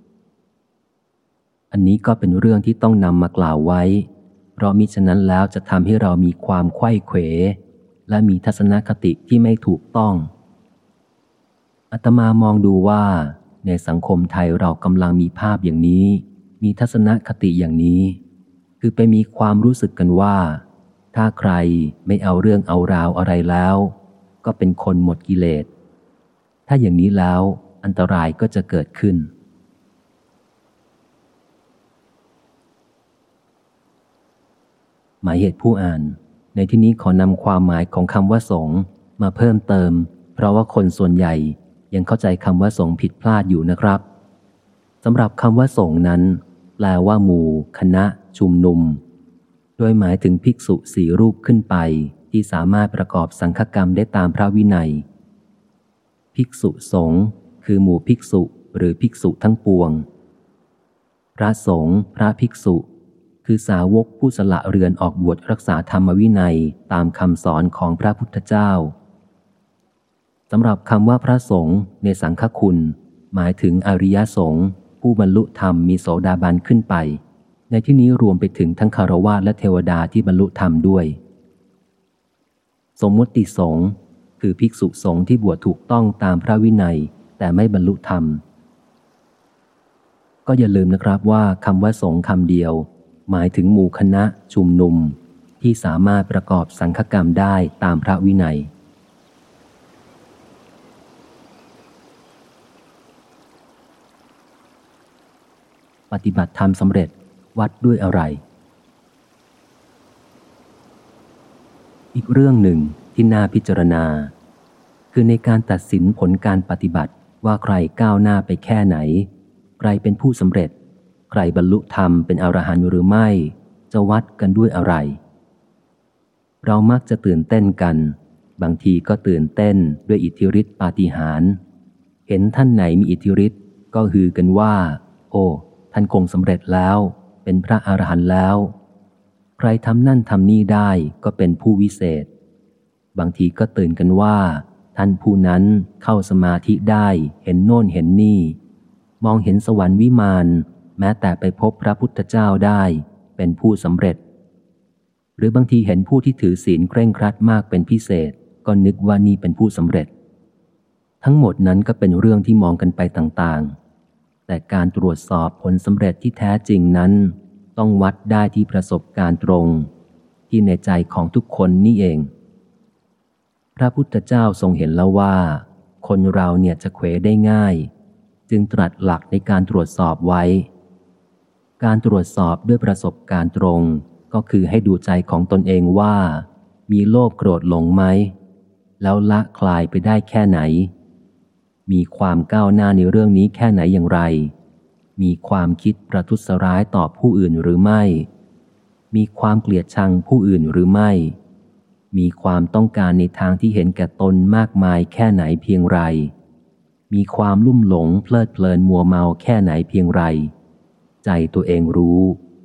อันนี้ก็เป็นเรื่องที่ต้องนำมากล่าวไว้เพราะมิฉะนั้นแล้วจะทำให้เรามีความไขว้เขวและมีทัศนคติที่ไม่ถูกต้องอาตมามองดูว่าในสังคมไทยเรากำลังมีภาพอย่างนี้มีทัศนคติอย่างนี้คือไปมีความรู้สึกกันว่าถ้าใครไม่เอาเรื่องเอาราวอะไรแล้วก็เป็นคนหมดกิเลสถ้าอย่างนี้แล้วอันตรายก็จะเกิดขึ้นหมายเหตุผู้อ่านในที่นี้ขอนำความหมายของคำว่าสงฆ์มาเพิ่มเติมเพราะว่าคนส่วนใหญ่ยังเข้าใจคำว่าสงฆ์ผิดพลาดอยู่นะครับสำหรับคำว่าสงฆ์นั้นแปลว่าหมู่คณะชุมนุมโดยหมายถึงภิกษุ4 รูปขึ้นไปที่สามารถประกอบสังฆกรรมได้ตามพระวินัยภิกษุสงฆ์คือหมู่ภิกษุหรือภิกษุทั้งปวงพระสงฆ์พระภิกษุคือสาวกผู้สละเรือนออกบวชรักษาธรรมวินัยตามคำสอนของพระพุทธเจ้าสำหรับคำว่าพระสงฆ์ในสังฆคุณหมายถึงอริยสงฆ์ผู้บรรลุธรรมมีโสดาบันขึ้นไปในที่นี้รวมไปถึงทั้งคฤหัสถ์และเทวดาที่บรรลุธรรมด้วยสมมติสงฆ์คือภิกษุสงฆ์ที่บวชถูกต้องตามพระวินัยแต่ไม่บรรลุธรรมก็อย่าลืมนะครับว่าคำว่าสงฆ์คำเดียวหมายถึงหมู่คณะชุมนุมที่สามารถประกอบสังฆกรรมได้ตามพระวินัยปฏิบัติธรรมสำเร็จวัดด้วยอะไรอีกเรื่องหนึ่งที่น่าพิจารณาคือในการตัดสินผลการปฏิบัติว่าใครก้าวหน้าไปแค่ไหนใครเป็นผู้สำเร็จใครบรรลุธรรมเป็นอรหันต์หรือไม่จะวัดกันด้วยอะไรเรามักจะตื่นเต้นกันบางทีก็ตื่นเต้นด้วยอิทธิฤทธิปาฏิหาริย์เห็นท่านไหนมีอิทธิฤทธิ์ก็ฮือกันว่าโอ้ท่านคงสำเร็จแล้วเป็นพระอรหันต์แล้วใครทำนั่นทำนี่ได้ก็เป็นผู้วิเศษบางทีก็ตื่นกันว่าท่านผู้นั้นเข้าสมาธิได้เห็นโน่นเห็นนี่มองเห็นสวรรค์วิมานแม้แต่ไปพบพระพุทธเจ้าได้เป็นผู้สำเร็จหรือบางทีเห็นผู้ที่ถือศีลเคร่งครัดมากเป็นพิเศษก็นึกว่านี่เป็นผู้สำเร็จทั้งหมดนั้นก็เป็นเรื่องที่มองกันไปต่างแต่การตรวจสอบผลสำเร็จที่แท้จริงนั้นต้องวัดได้ที่ประสบการณ์ตรงที่ในใจของทุกคนนี่เองพระพุทธเจ้าทรงเห็นแล้วว่าคนเราเนี่ยจะเขวได้ง่ายจึงตรัสหลักในการตรวจสอบไว้การตรวจสอบด้วยประสบการณ์ตรงก็คือให้ดูใจของตนเองว่ามีโลภโกรธหลงไหมแล้วละคลายไปได้แค่ไหนมีความก้าวหน้าในเรื่องนี้แค่ไหนอย่างไรมีความคิดประทุษร้ายต่อผู้อื่นหรือไม่มีความเกลียดชังผู้อื่นหรือไม่มีความต้องการในทางที่เห็นแก่ตนมากมายแค่ไหนเพียงไรมีความลุ่มหลงเพลิดเพลินมัวเมาแค่ไหนเพียงไรใจตัวเองรู้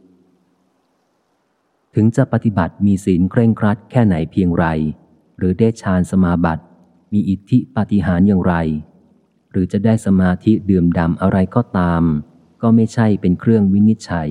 ถึงจะปฏิบัติมีศีลเคร่งครัดแค่ไหนเพียงไรหรือได้ฌานสมาบัติมีอิทธิปาฏิหาริย์อย่างไรหรือจะได้สมาธิดื่มด่ำอะไรก็ตามก็ไม่ใช่เป็นเครื่องวินิจฉัย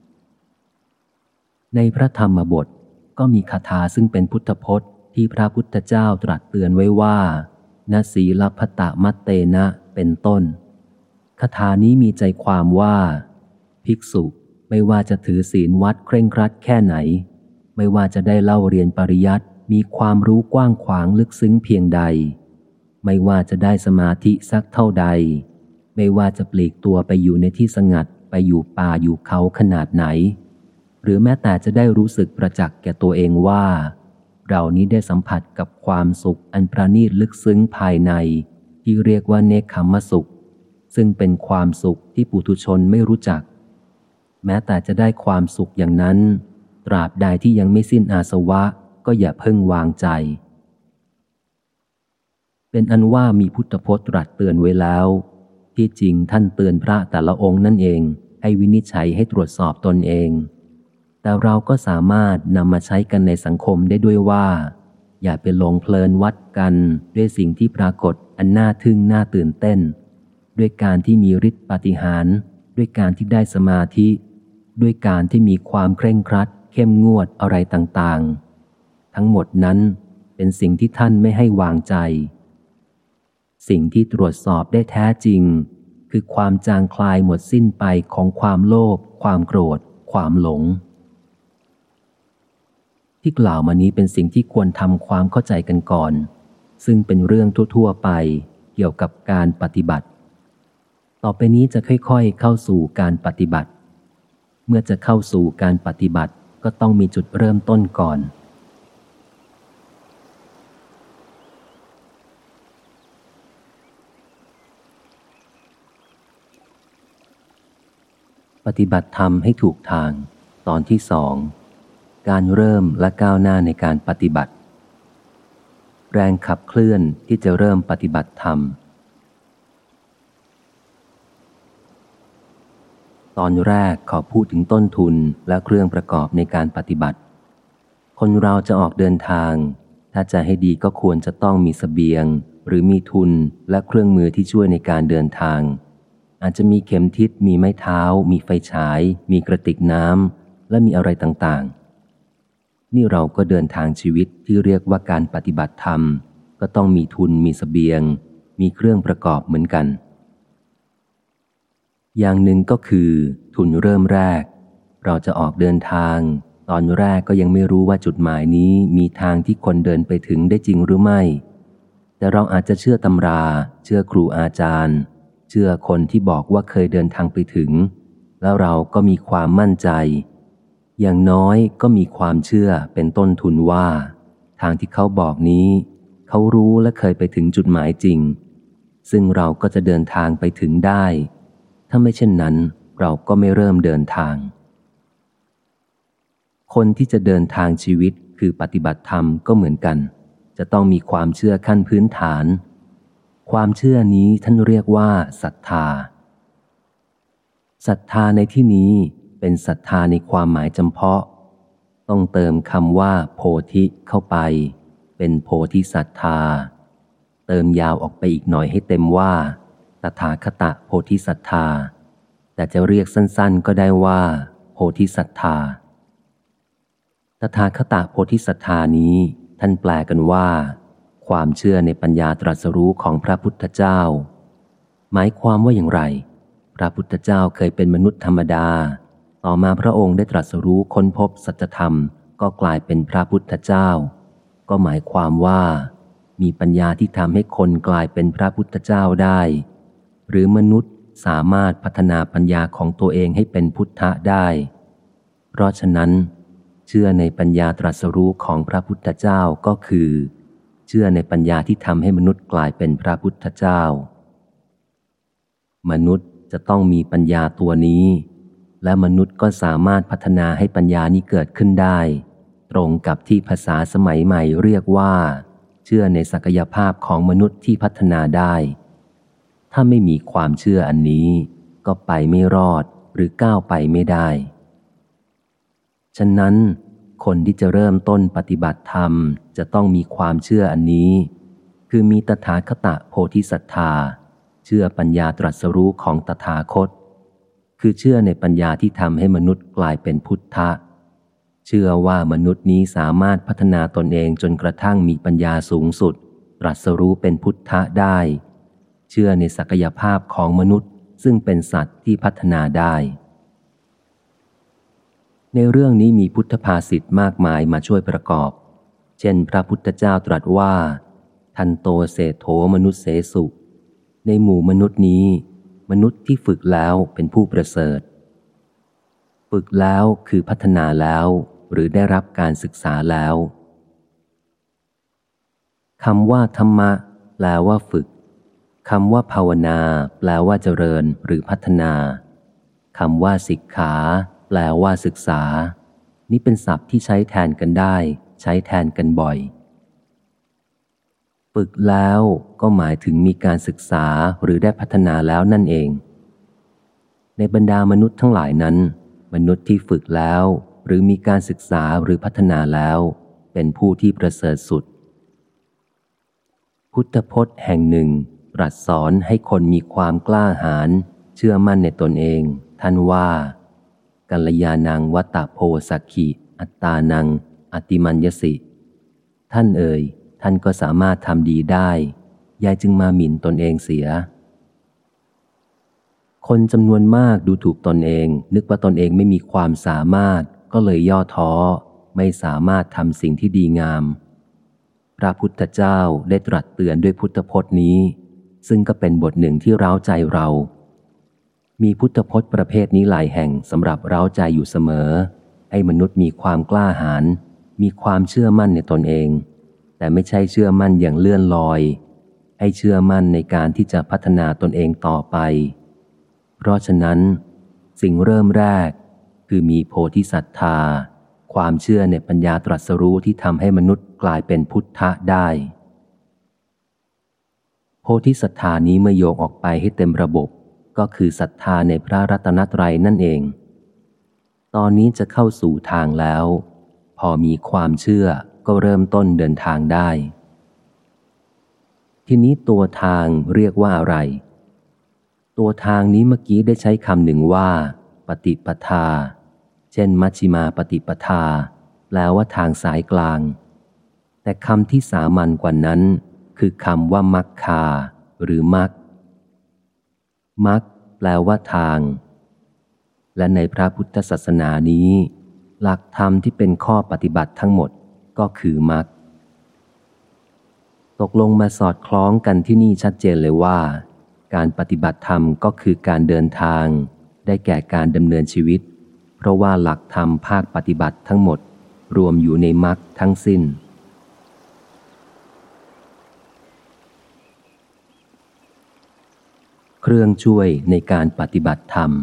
ในพระธรรมบทก็มีคาถาซึ่งเป็นพุทธพจน์ที่พระพุทธเจ้าตรัสเตือนไว้ว่านาสีลพัตตมัตเตนะเป็นต้นคาถานี้มีใจความว่าภิกษุไม่ว่าจะถือศีลวัดเคร่งครัดแค่ไหนไม่ว่าจะได้เล่าเรียนปริยัติมีความรู้กว้างขวางลึกซึ้งเพียงใดไม่ว่าจะได้สมาธิสักเท่าใดไม่ว่าจะปลีกตัวไปอยู่ในที่สงัดไปอยู่ป่าอยู่เขาขนาดไหนหรือแม้แต่จะได้รู้สึกประจักษ์แก่ตัวเองว่าเรานี้ได้สัมผัสกับความสุขอันประณีตลึกซึ้งภายในที่เรียกว่าเนกขัมมสุขซึ่งเป็นความสุขที่ปุถุชนไม่รู้จักแม้แต่จะได้ความสุขอย่างนั้นตราบใดที่ยังไม่สิ้นอาสวะก็อย่าเพิ่งวางใจเป็นอันว่ามีพุทธพจน์ตรัสเตือนไว้แล้วที่จริงท่านเตือนพระแต่ละองค์นั่นเองให้วินิจฉัยให้ตรวจสอบตนเองแต่เราก็สามารถนำมาใช้กันในสังคมได้ด้วยว่าอย่าไปหลงเพลินวัดกันด้วยสิ่งที่ปรากฏอันน่าทึ่งน่าตื่นเต้นด้วยการที่มีฤทธิ์ปาฏิหาริย์ด้วยการที่ได้สมาธิด้วยการที่มีความเคร่งครัดเข้มงวดอะไรต่างๆทั้งหมดนั้นเป็นสิ่งที่ท่านไม่ให้วางใจสิ่งที่ตรวจสอบได้แท้จริงคือความจางคลายหมดสิ้นไปของความโลภความโกรธความหลงที่กล่าวมานี้เป็นสิ่งที่ควรทำความเข้าใจกันก่อนซึ่งเป็นเรื่องทั่วๆไปเกี่ยวกับการปฏิบัติต่อไปนี้จะค่อยๆเข้าสู่การปฏิบัติเมื่อจะเข้าสู่การปฏิบัติก็ต้องมีจุดเริ่มต้นก่อนปฏิบัติธรรมให้ถูกทางตอนที่2การเริ่มและก้าวหน้าในการปฏิบัติแรงขับเคลื่อนที่จะเริ่มปฏิบัติธรรมตอนแรกขอพูดถึงต้นทุนและเครื่องประกอบในการปฏิบัติคนเราจะออกเดินทางถ้าจะให้ดีก็ควรจะต้องมีเสบียงหรือมีทุนและเครื่องมือที่ช่วยในการเดินทางอาจจะมีเข็มทิศมีไม้เท้ามีไฟฉายมีกระติกน้ำและมีอะไรต่างๆนี่เราก็เดินทางชีวิตที่เรียกว่าการปฏิบัติธรรมก็ต้องมีทุนมีเสบียงมีเครื่องประกอบเหมือนกันอย่างหนึ่งก็คือทุนเริ่มแรกเราจะออกเดินทางตอนแรกก็ยังไม่รู้ว่าจุดหมายนี้มีทางที่คนเดินไปถึงได้จริงหรือไม่แต่เราอาจจะเชื่อตำราเชื่อครูอาจารย์เชื่อคนที่บอกว่าเคยเดินทางไปถึงแล้วเราก็มีความมั่นใจอย่างน้อยก็มีความเชื่อเป็นต้นทุนว่าทางที่เขาบอกนี้เขารู้และเคยไปถึงจุดหมายจริงซึ่งเราก็จะเดินทางไปถึงได้ถ้าไม่เช่นนั้นเราก็ไม่เริ่มเดินทางคนที่จะเดินทางชีวิตคือปฏิบัติธรรมก็เหมือนกันจะต้องมีความเชื่อขั้นพื้นฐานความเชื่อนี้ท่านเรียกว่าศรัทธาศรัทธาในที่นี้เป็นศรัทธาในความหมายจำเพาะต้องเติมคำว่าโพธิเข้าไปเป็นโพธิศรัทธาเติมยาวออกไปอีกหน่อยให้เต็มว่าตถาคตโพธิศรัทธาแต่จะเรียกสั้นๆก็ได้ว่าโพธิศรัทธาตถาคตโพธิศรัทธานี้ท่านแปลกันว่าความเชื่อในปัญญาตรัสรู้ของพระพุทธเจ้าหมายความว่าอย่างไรพพระพุทธเจ้าเคยเป็นมนุษย์ธรรมดาต่อมาพระองค์ได้ตรัสรู้ค้นพบสัจธรรมก็กลายเป็นพระพุทธเจ้าก็หมายความว่ามีปัญญาที่ทำให้คนกลายเป็นพระพุทธเจ้าได้หรือมนุษย์สามารถพัฒนาปัญญาของตัวเองให้เป็นพุทธะได้เพราะฉะนั้นเชื่อในปัญญาตรัสรู้ของพระพุทธเจ้าก็คือเชื่อในปัญญาที่ทำให้มนุษย์กลายเป็นพระพุทธเจ้ามนุษย์จะต้องมีปัญญาตัวนี้และมนุษย์ก็สามารถพัฒนาให้ปัญญานี้เกิดขึ้นได้ตรงกับที่ภาษาสมัยใหม่เรียกว่าเชื่อในศักยภาพของมนุษย์ที่พัฒนาได้ถ้าไม่มีความเชื่ออันนี้ก็ไปไม่รอดหรือก้าวไปไม่ได้ฉะนั้นคนที่จะเริ่มต้นปฏิบัติธรรมจะต้องมีความเชื่ออันนี้คือมีตถาคตโพธิศรัทธาเชื่อปัญญาตรัสรู้ของตถาคตคือเชื่อในปัญญาที่ทำให้มนุษย์กลายเป็นพุทธะเชื่อว่ามนุษย์นี้สามารถพัฒนาตนเองจนกระทั่งมีปัญญาสูงสุดตรัสรู้เป็นพุทธะได้เชื่อในศักยภาพของมนุษย์ซึ่งเป็นสัตว์ที่พัฒนาได้ในเรื่องนี้มีพุทธภาษิตมากมายมาช่วยประกอบเช่นพระพุทธเจ้าตรัสว่าทันโตเศโธมนุษย์เสสุในหมู่มนุษย์นี้มนุษย์ที่ฝึกแล้วเป็นผู้ประเสริฐฝึกแล้วคือพัฒนาแล้วหรือได้รับการศึกษาแล้วคำว่าธรรมะแปลว่าฝึกคำว่าภาวนาแปลว่าเจริญหรือพัฒนาคำว่าสิกขาแปลว่าศึกษานี่เป็นศัพท์ที่ใช้แทนกันได้ใช้แทนกันบ่อยฝึกแล้วก็หมายถึงมีการศึกษาหรือได้พัฒนาแล้วนั่นเองในบรรดามนุษย์ทั้งหลายนั้นมนุษย์ที่ฝึกแล้วหรือมีการศึกษาหรือพัฒนาแล้วเป็นผู้ที่ประเสริฐสุดพุทธพจน์แห่งหนึ่งตรัสสอนให้คนมีความกล้าหาญเชื่อมั่นในตนเองท่านว่ากัลยาณังวัตตโพสักขิอัตตานังอติมัญญสิท่านเอ่ยท่านก็สามารถทำดีได้ยายจึงมาหมิ่นตนเองเสียคนจำนวนมากดูถูกตนเองนึกว่าตนเองไม่มีความสามารถก็เลยย่อท้อไม่สามารถทำสิ่งที่ดีงามพระพุทธเจ้าได้ตรัสเตือนด้วยพุทธพจน์นี้ซึ่งก็เป็นบทหนึ่งที่เร้าใจเรามีพุทธพจน์ประเภทนี้หลายแห่งสำหรับเร้าใจอยู่เสมอให้มนุษย์มีความกล้าหาญมีความเชื่อมั่นในตนเองแต่ไม่ใช่เชื่อมั่นอย่างเลื่อนลอยให้เชื่อมั่นในการที่จะพัฒนาตนเองต่อไปเพราะฉะนั้นสิ่งเริ่มแรกคือมีโพธิศรัทธาความเชื่อในปัญญาตรัสรู้ที่ทำให้มนุษย์กลายเป็นพุทธะได้โพธิศรัทธานี้เมื่อโยงออกไปให้เต็มระบบก็คือศรัทธาในพระรัตนตรัยนั่นเองตอนนี้จะเข้าสู่ทางแล้วพอมีความเชื่อก็เริ่มต้นเดินทางได้ทีนี้ตัวทางเรียกว่าอะไรตัวทางนี้เมื่อกี้ได้ใช้คำหนึ่งว่าปฏิปทาเช่นมัชฌิมาปฏิปทาแปลว่าทางสายกลางแต่คำที่สามัญกว่านั้นคือคำว่ามัคคาหรือมัคมัคแปลว่าทางและในพระพุทธศาสนานี้หลักธรรมที่เป็นข้อปฏิบัติทั้งหมดก็คือมัคตกลงมาสอดคล้องกันที่นี่ชัดเจนเลยว่าการปฏิบัติธรรมก็คือการเดินทางได้แก่การดำเนินชีวิตเพราะว่าหลักธรรมภาคปฏิบัติทั้งหมดรวมอยู่ในมรรคทั้งสิ้นเครื่องช่วยในการปฏิบัติธรรม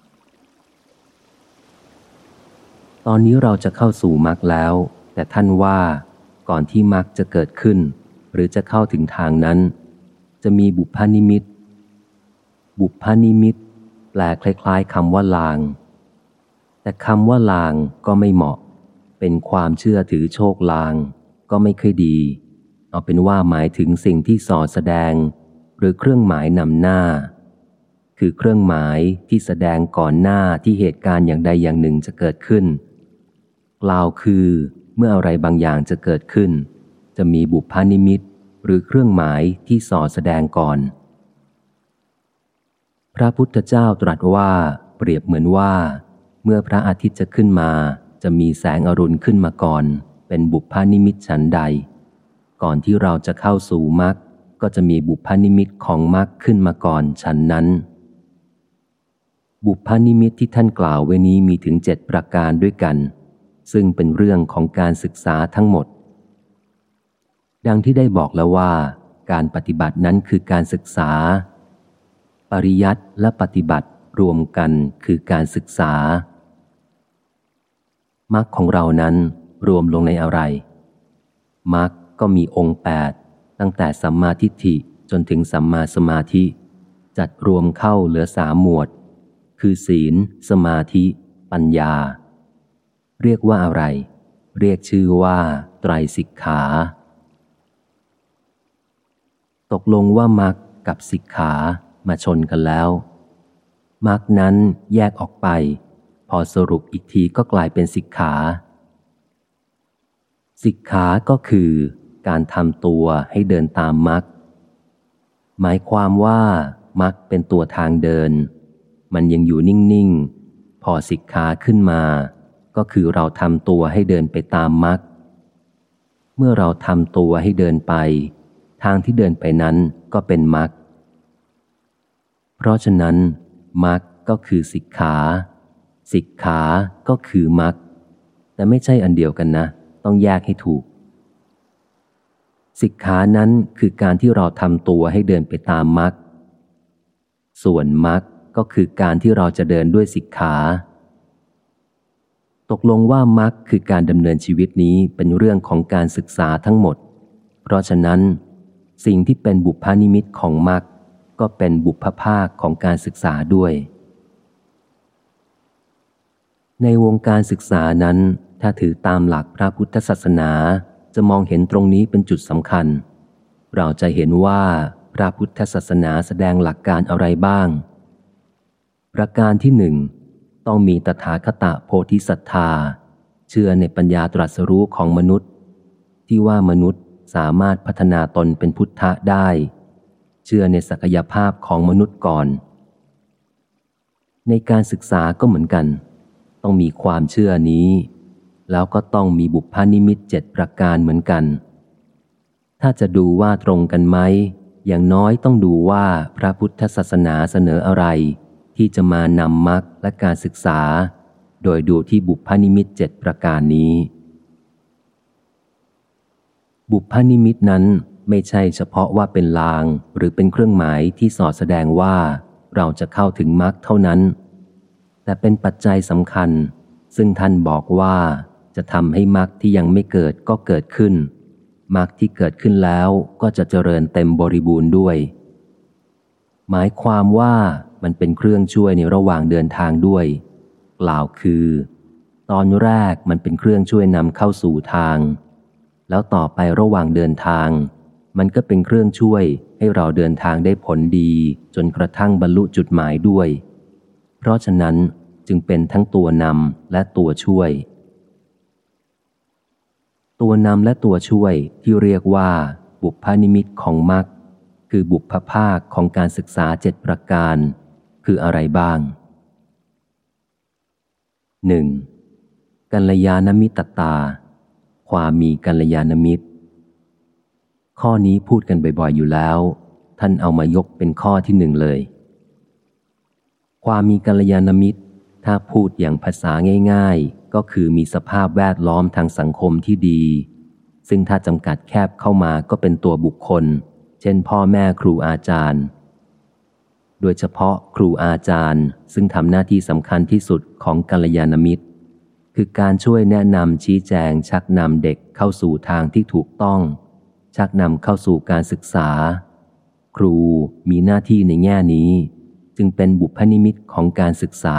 ตอนนี้เราจะเข้าสู่มรรคแล้วแต่ท่านว่าก่อนที่มรรคจะเกิดขึ้นหรือจะเข้าถึงทางนั้นจะมีบุพนิมิตบุพนิมิตแปลคล้ายๆคำว่าลางแต่คำว่าลางก็ไม่เหมาะเป็นความเชื่อถือโชคลางก็ไม่ค่อยดีเอาเป็นว่าหมายถึงสิ่งที่ส่อแสดงหรือเครื่องหมายนำหน้าคือเครื่องหมายที่แสดงก่อนหน้าที่เหตุการณ์อย่างใดอย่างหนึ่งจะเกิดขึ้นกล่าวคือเมื่ออะไรบางอย่างจะเกิดขึ้นจะมีบุพนิมิตหรือเครื่องหมายที่ส่อแสดงก่อนพระพุทธเจ้าตรัสว่าเปรียบเหมือนว่าเมื่อพระอาทิตย์จะขึ้นมาจะมีแสงอรุณขึ้นมาก่อนเป็นบุพพนิมิตฉันใดก่อนที่เราจะเข้าสู่มรรคก็จะมีบุพพนิมิตของมรรคขึ้นมาก่อนฉันนั้นบุพพนิมิตที่ท่านกล่าวไว้นี้มีถึง7ประการด้วยกันซึ่งเป็นเรื่องของการศึกษาทั้งหมดดังที่ได้บอกแล้วว่าการปฏิบัตินั้นคือการศึกษาปริยัติและปฏิบัติรวมกันคือการศึกษามรรคของเรานั้นรวมลงในอะไรมรรคก็มีองค์8ตั้งแต่สัมมาทิฏฐิจนถึงสัมมาสมาธิจัดรวมเข้าเหลือ3หมวดคือศีลสมาธิปัญญาเรียกว่าอะไรเรียกชื่อว่าไตรสิกขาตกลงว่ามรรคกับสิกขามาชนกันแล้วมรรคนั้นแยกออกไปพอสรุปอีกทีก็กลายเป็นสิกขาสิกขาก็คือการทำตัวให้เดินตามมรรคหมายความว่ามรรคเป็นตัวทางเดินมันยังอยู่นิ่งๆพอสิกขาขึ้นมาก็คือเราทำตัวให้เดินไปตามมรรคเมื่อเราทำตัวให้เดินไปทางที่เดินไปนั้นก็เป็นมรรคเพราะฉะนั้นมรรคก็คือสิกขาสิกขาก็คือมรรคแต่ไม่ใช่อันเดียวกันนะต้องแยกให้ถูกสิกขานั้นคือการที่เราทำตัวให้เดินไปตามมรรคส่วนมรรคก็คือการที่เราจะเดินด้วยสิกขาตกลงว่ามรรคคือการดำเนินชีวิตนี้เป็นเรื่องของการศึกษาทั้งหมดเพราะฉะนั้นสิ่งที่เป็นบุพพนิมิตของมรรคก็เป็นบุพภาคของการศึกษาด้วยในวงการศึกษานั้นถ้าถือตามหลักพระพุทธศาสนาจะมองเห็นตรงนี้เป็นจุดสำคัญเราจะเห็นว่าพระพุทธศาสนาแสดงหลักการอะไรบ้างประการที่1ต้องมีตถาคตโพธิศรัทธาเชื่อในปัญญาตรัสรู้ของมนุษย์ที่ว่ามนุษย์สามารถพัฒนาตนเป็นพุทธะได้เชื่อในศักยภาพของมนุษย์ก่อนในการศึกษาก็เหมือนกันต้องมีความเชื่อนี้แล้วก็ต้องมีบุพพนิมิต7ประการเหมือนกันถ้าจะดูว่าตรงกันไหมอย่างน้อยต้องดูว่าพระพุทธศาสนาเสนออะไรที่จะมานำมรรคและการศึกษาโดยดูที่บุพพนิมิต7ประการนี้บุพพนิมิตนั้นไม่ใช่เฉพาะว่าเป็นลางหรือเป็นเครื่องหมายที่สอดแสดงว่าเราจะเข้าถึงมรรคเท่านั้นแต่เป็นปัจจัยสำคัญซึ่งท่านบอกว่าจะทำให้มรรคที่ยังไม่เกิดก็เกิดขึ้นมรรคที่เกิดขึ้นแล้วก็จะเจริญเต็มบริบูรณ์ด้วยหมายความว่ามันเป็นเครื่องช่วยในระหว่างเดินทางด้วยกล่าวคือตอนแรกมันเป็นเครื่องช่วยนำเข้าสู่ทางแล้วต่อไประหว่างเดินทางมันก็เป็นเครื่องช่วยให้เราเดินทางได้ผลดีจนกระทั่งบรรลุจุดหมายด้วยเพราะฉะนั้นจึงเป็นทั้งตัวนำและตัวช่วยตัวนำและตัวช่วยที่เรียกว่าบุพพนิมิตของมรรคคือบุพภาคของการศึกษา7ประการคืออะไรบ้าง 1. กัลยาณมิตรตาความมีกัลยาณมิตรข้อนี้พูดกันบ่อยๆอยู่แล้วท่านเอามายกเป็นข้อที่1เลยความมีกัลยาณมิตรถ้าพูดอย่างภาษาง่ายๆก็คือมีสภาพแวดล้อมทางสังคมที่ดีซึ่งถ้าจำกัดแคบเข้ามาก็เป็นตัวบุคคลเช่นพ่อแม่ครูอาจารย์โดยเฉพาะครูอาจารย์ซึ่งทำหน้าที่สำคัญที่สุดของกัลยาณมิตรคือการช่วยแนะนำชี้แจงชักนำเด็กเข้าสู่ทางที่ถูกต้องชักนำเข้าสู่การศึกษาครูมีหน้าที่ในแง่นี้จึงเป็นบุพนิมิตของการศึกษา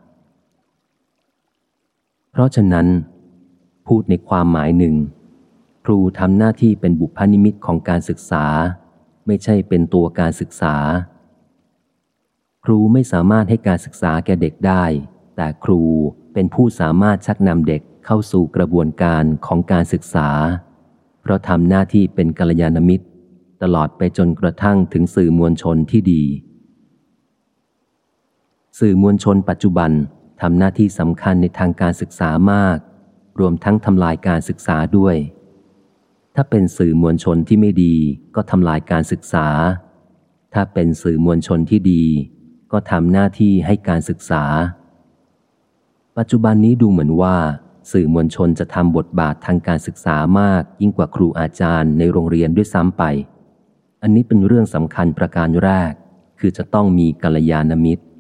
เพราะฉะนั้นพูดในความหมายหนึ่งครูทำหน้าที่เป็นบุพนิมิตของการศึกษาไม่ใช่เป็นตัวการศึกษาครูไม่สามารถให้การศึกษาแก่เด็กได้แต่ครูเป็นผู้สามารถชักนำเด็กเข้าสู่กระบวนการของการศึกษาเพราะทำหน้าที่เป็นกัลยาณมิตรตลอดไปจนกระทั่งถึงสื่อมวลชนที่ดีสื่อมวลชนปัจจุบันทำหน้าที่สำคัญในทางการศึกษามากรวมทั้งทำลายการศึกษาด้วยถ้าเป็นสื่อมวลชนที่ไม่ดีก็ทำลายการศึกษาถ้าเป็นสื่อมวลชนที่ดีก็ทำหน้าที่ให้การศึกษาปัจจุบันนี้ดูเหมือนว่าสื่อมวลชนจะทำบทบาททางการศึกษามากยิ่งกว่าครูอาจารย์ในโรงเรียนด้วยซ้ำไปอันนี้เป็นเรื่องสำคัญประการแรกคือจะต้องมีกัลยาณมิตร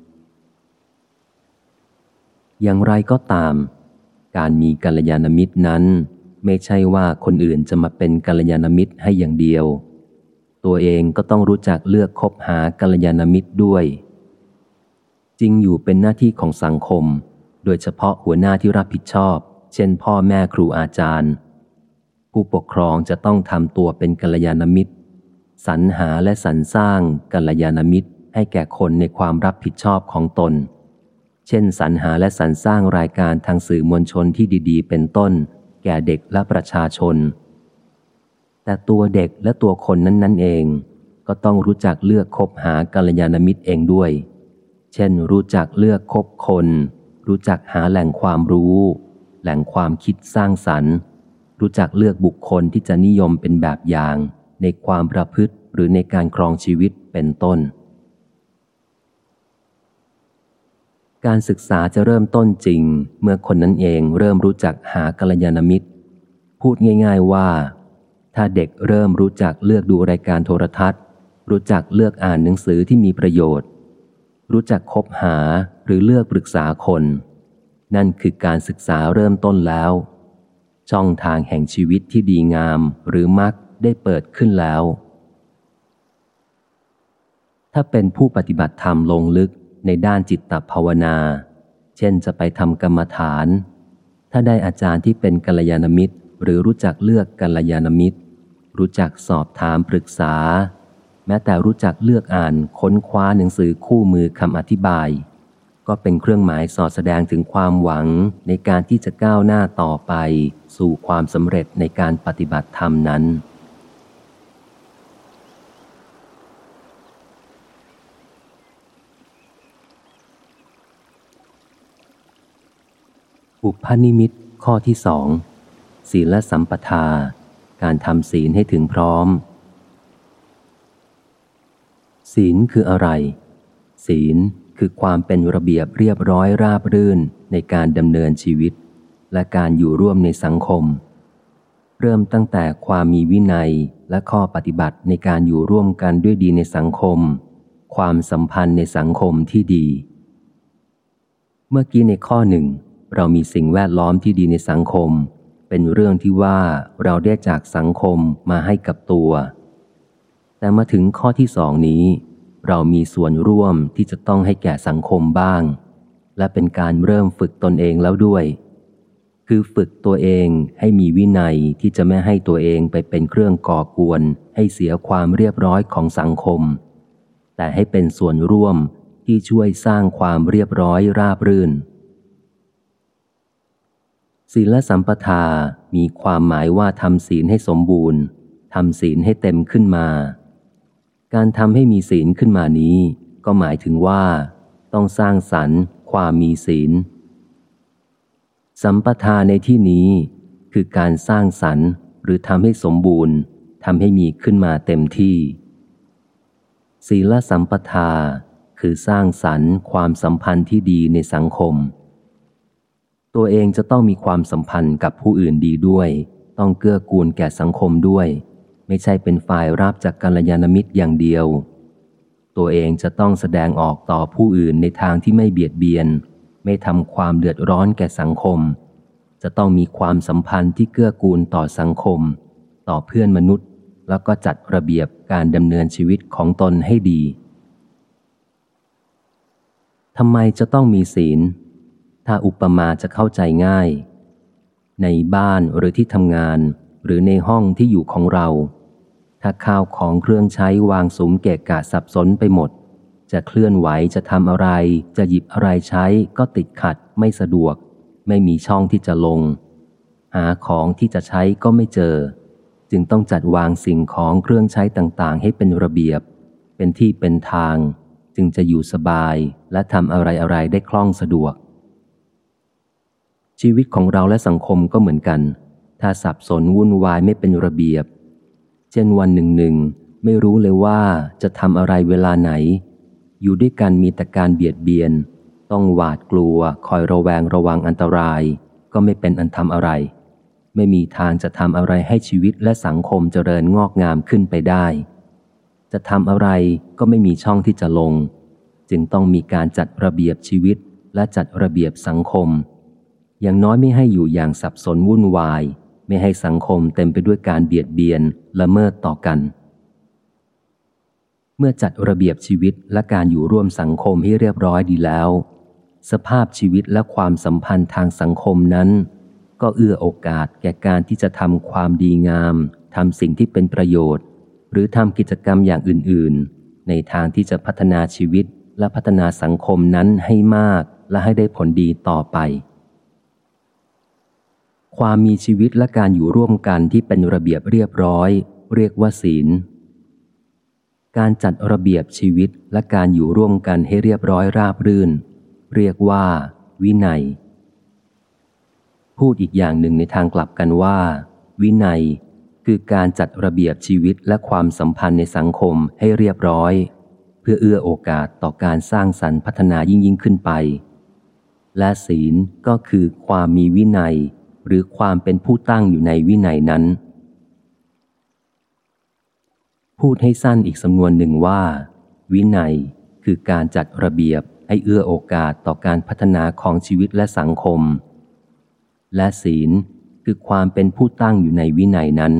อย่างไรก็ตามการมีกัลยาณมิตรนั้นไม่ใช่ว่าคนอื่นจะมาเป็นกัลยาณมิตรให้อย่างเดียวตัวเองก็ต้องรู้จักเลือกคบหากัลยาณมิตรด้วยจริงอยู่เป็นหน้าที่ของสังคมโดยเฉพาะหัวหน้าที่รับผิดชอบเช่นพ่อแม่ครูอาจารย์ผู้ปกครองจะต้องทำตัวเป็นกัลยาณมิตรสรรหาและสรรสร้างกัลยาณมิตรให้แก่คนในความรับผิดชอบของตนเช่นสรรหาและสรรสร้างรายการทางสื่อมวลชนที่ดีๆเป็นต้นแก่เด็กและประชาชนแต่ตัวเด็กและตัวคนนั้นเองก็ต้องรู้จักเลือกคบหากัลยาณมิตรเองด้วยเช่นรู้จักเลือกคบคนรู้จักหาแหล่งความรู้แหล่งความคิดสร้างสรรค์รู้จักเลือกบุคคลที่จะนิยมเป็นแบบอย่างในความประพฤติหรือในการครองชีวิตเป็นต้นการศึกษาจะเริ่มต้นจริงเมื่อคนนั้นเองเริ่มรู้จักหากัลยาณมิตรพูดง่ายๆว่าถ้าเด็กเริ่มรู้จักเลือกดูรายการโทรทัศน์รู้จักเลือกอ่านหนังสือที่มีประโยชน์รู้จักคบหาหรือเลือกปรึกษาคนนั่นคือการศึกษาเริ่มต้นแล้วช่องทางแห่งชีวิตที่ดีงามหรือมรรคได้เปิดขึ้นแล้วถ้าเป็นผู้ปฏิบัติธรรมลงลึกในด้านจิตตภาวนาเช่นจะไปทำกรรมฐานถ้าได้อาจารย์ที่เป็นกัลยาณมิตรหรือรู้จักเลือกกัลยาณมิตรรู้จักสอบถามปรึกษาแม้แต่รู้จักเลือกอ่านค้นคว้าหนังสือคู่มือคำอธิบายก็เป็นเครื่องหมายสอดแสดงถึงความหวังในการที่จะก้าวหน้าต่อไปสู่ความสำเร็จในการปฏิบัติธรรมนั้นอุปนิมิตข้อที่สองศีลสัมปทาการทำศีลให้ถึงพร้อมศีลคืออะไรศีลคือความเป็นระเบียบเรียบร้อยราบรื่นในการดำเนินชีวิตและการอยู่ร่วมในสังคมเริ่มตั้งแต่ความมีวินัยและข้อปฏิบัติในการอยู่ร่วมกันด้วยดีในสังคมความสัมพันธ์ในสังคมที่ดีเมื่อกี้ในข้อหนึ่งเรามีสิ่งแวดล้อมที่ดีในสังคมเป็นเรื่องที่ว่าเราได้จากสังคมมาให้กับตัวแต่มาถึงข้อที่สองนี้เรามีส่วนร่วมที่จะต้องให้แก่สังคมบ้างและเป็นการเริ่มฝึกตนเองแล้วด้วยคือฝึกตัวเองให้มีวินัยที่จะไม่ให้ตัวเองไปเป็นเครื่องก่อกวนให้เสียความเรียบร้อยของสังคมแต่ให้เป็นส่วนร่วมที่ช่วยสร้างความเรียบร้อยราบรื่นศีลสัมปทามีความหมายว่าทำศีลให้สมบูรณ์ทำศีลให้เต็มขึ้นมาการทำให้มีศีลขึ้นมานี้ก็หมายถึงว่าต้องสร้างสรรค์ความมีศีลสัมปทาในที่นี้คือการสร้างสรรค์หรือทำให้สมบูรณ์ทำให้มีขึ้นมาเต็มที่ศีลสัมปทาคือสร้างสรรค์ความสัมพันธ์ที่ดีในสังคมตัวเองจะต้องมีความสัมพันธ์กับผู้อื่นดีด้วยต้องเกื้อกูลแก่สังคมด้วยไม่ใช่เป็นฝ่ายรับจากกัลยาณมิตรอย่างเดียวตัวเองจะต้องแสดงออกต่อผู้อื่นในทางที่ไม่เบียดเบียนไม่ทำความเดือดร้อนแก่สังคมจะต้องมีความสัมพันธ์ที่เกื้อกูลต่อสังคมต่อเพื่อนมนุษย์แล้วก็จัดระเบียบการดำเนินชีวิตของตนให้ดีทำไมจะต้องมีศีลถ้าอุปมาจะเข้าใจง่ายในบ้านหรือที่ทำงานหรือในห้องที่อยู่ของเราถ้าข้าวของเครื่องใช้วางสุมเกะกะสับสนไปหมดจะเคลื่อนไหวจะทำอะไรจะหยิบอะไรใช้ก็ติดขัดไม่สะดวกไม่มีช่องที่จะลงหาของที่จะใช้ก็ไม่เจอจึงต้องจัดวางสิ่งของเครื่องใช้ต่างๆให้เป็นระเบียบเป็นที่เป็นทางจึจึงจะอยู่สบายและทำอะไรๆได้คล่องสะดวกชีวิตของเราและสังคมก็เหมือนกันถ้าสับสนวุ่นวายไม่เป็นระเบียบเช่นวันหนึ่งไม่รู้เลยว่าจะทำอะไรเวลาไหนอยู่ด้วยกันมีแต่การเบียดเบียนต้องหวาดกลัวคอยระแวงระวังอันตรายก็ไม่เป็นอันทำอะไรไม่มีทางจะทำอะไรให้ชีวิตและสังคมเจริญงอกงามขึ้นไปได้จะทำอะไรก็ไม่มีช่องที่จะลงจึงต้องมีการจัดระเบียบชีวิตและจัดระเบียบสังคมอย่างน้อยไม่ให้อยู่อย่างสับสนวุ่นวายไม่ให้สังคมเต็มไปด้วยการเบียดเบียนละเมิดต่อกันเมื่อจัดระเบียบชีวิตและการอยู่ร่วมสังคมให้เรียบร้อยดีแล้วสภาพชีวิตและความสัมพันธ์ทางสังคมนั้นก็เอื้อโอกาสแก่การที่จะทำความดีงามทำสิ่งที่เป็นประโยชน์หรือทำกิจกรรมอย่างอื่นๆในทางที่จะพัฒนาชีวิตและพัฒนาสังคมนั้นให้มากและให้ได้ผลดีต่อไปความมีชีวิตและการอยู่ร่วมกันที่เป็นระเบียบเรียบร้อยเรียกว่าศีลการจัดระเบียบชีวิตและการอยู่ร่วมกันให้เรียบร้อยราบรื่นเรียกว่าวินัยพูดอีกอย่างหนึ่งในทางกลับกันว่าวินัยคือการจัดระเบียบชีวิตและความสัมพันธ์ในสังคมให้เรียบร้อยเพื่อเอื้อโอกาสต่อการสร้างสรรค์พัฒนายิ่งขึ้นไปและศีลก็คือความมีวินัยหรือความเป็นผู้ตั้งอยู่ในวินัยนั้นพูดให้สั้นอีกสำนวนหนึ่งว่าวินัยคือการจัดระเบียบให้เอื้อโอกาสต่อการพัฒนาของชีวิตและสังคมและศีลคือความเป็นผู้ตั้งอยู่ในวินัยนั้น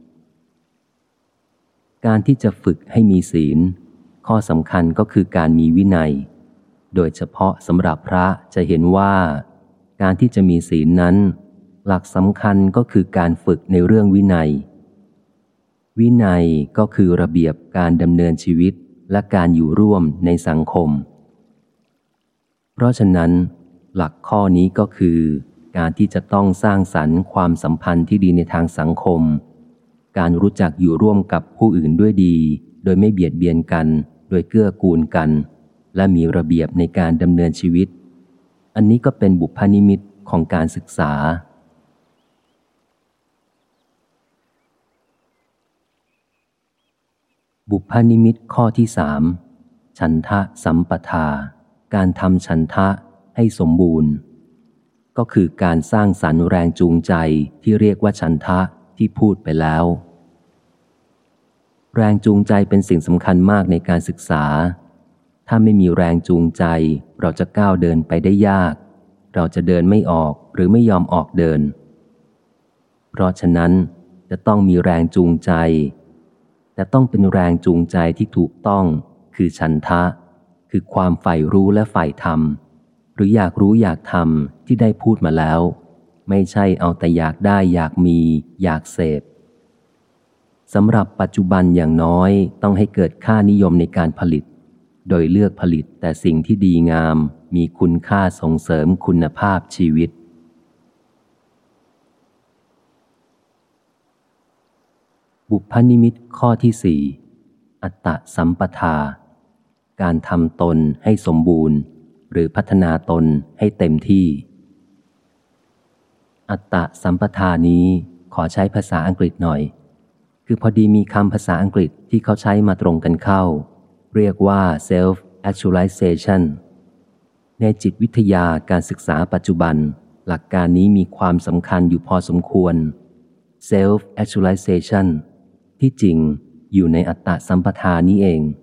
การที่จะฝึกให้มีศีลข้อสำคัญก็คือการมีวินัยโดยเฉพาะสำหรับพระจะเห็นว่าการที่จะมีศีลนั้นหลักสำคัญก็คือการฝึกในเรื่องวินัยวินัยก็คือระเบียบการดำเนินชีวิตและการอยู่ร่วมในสังคมเพราะฉะนั้นหลักข้อนี้ก็คือการที่จะต้องสร้างสรรค์ความสัมพันธ์ที่ดีในทางสังคมการรู้จักอยู่ร่วมกับผู้อื่นด้วยดีโดยไม่เบียดเบียนกันโดยเกื้อกูลกันและมีระเบียบในการดำเนินชีวิตอันนี้ก็เป็นบุพนิมิตของการศึกษาบุพนิมิตข้อที่3ฉันทะสัมปทาการทำฉันทะให้สมบูรณ์ก็คือการสร้างสรรค์แรงจูงใจที่เรียกว่าฉันทะที่พูดไปแล้วแรงจูงใจเป็นสิ่งสำคัญมากในการศึกษาถ้าไม่มีแรงจูงใจเราจะก้าวเดินไปได้ยากเราจะเดินไม่ออกหรือไม่ยอมออกเดินเพราะฉะนั้นจะต้องมีแรงจูงใจแต่ต้องเป็นแรงจูงใจที่ถูกต้องคือฉันทะคือความใฝ่รู้และใฝ่ธรรมหรืออยากรู้อยากทำที่ได้พูดมาแล้วไม่ใช่เอาแต่อยากได้อยากมีอยากเสพสำหรับปัจจุบันอย่างน้อยต้องให้เกิดค่านิยมในการผลิตโดยเลือกผลิตแต่สิ่งที่ดีงามมีคุณค่าส่งเสริมคุณภาพชีวิตบุพนิมิตข้อที่4อัตตสัมปทาการทำตนให้สมบูรณ์หรือพัฒนาตนให้เต็มที่อัตตสัมปทานี้ขอใช้ภาษาอังกฤษหน่อยคือพอดีมีคำภาษาอังกฤษที่เขาใช้มาตรงกันเข้าเรียกว่า self actualization ในจิตวิทยาการศึกษาปัจจุบันหลักการนี้มีความสำคัญอยู่พอสมควร self actualization ที่จริงอยู่ในอัตตสัมปทานี้เอง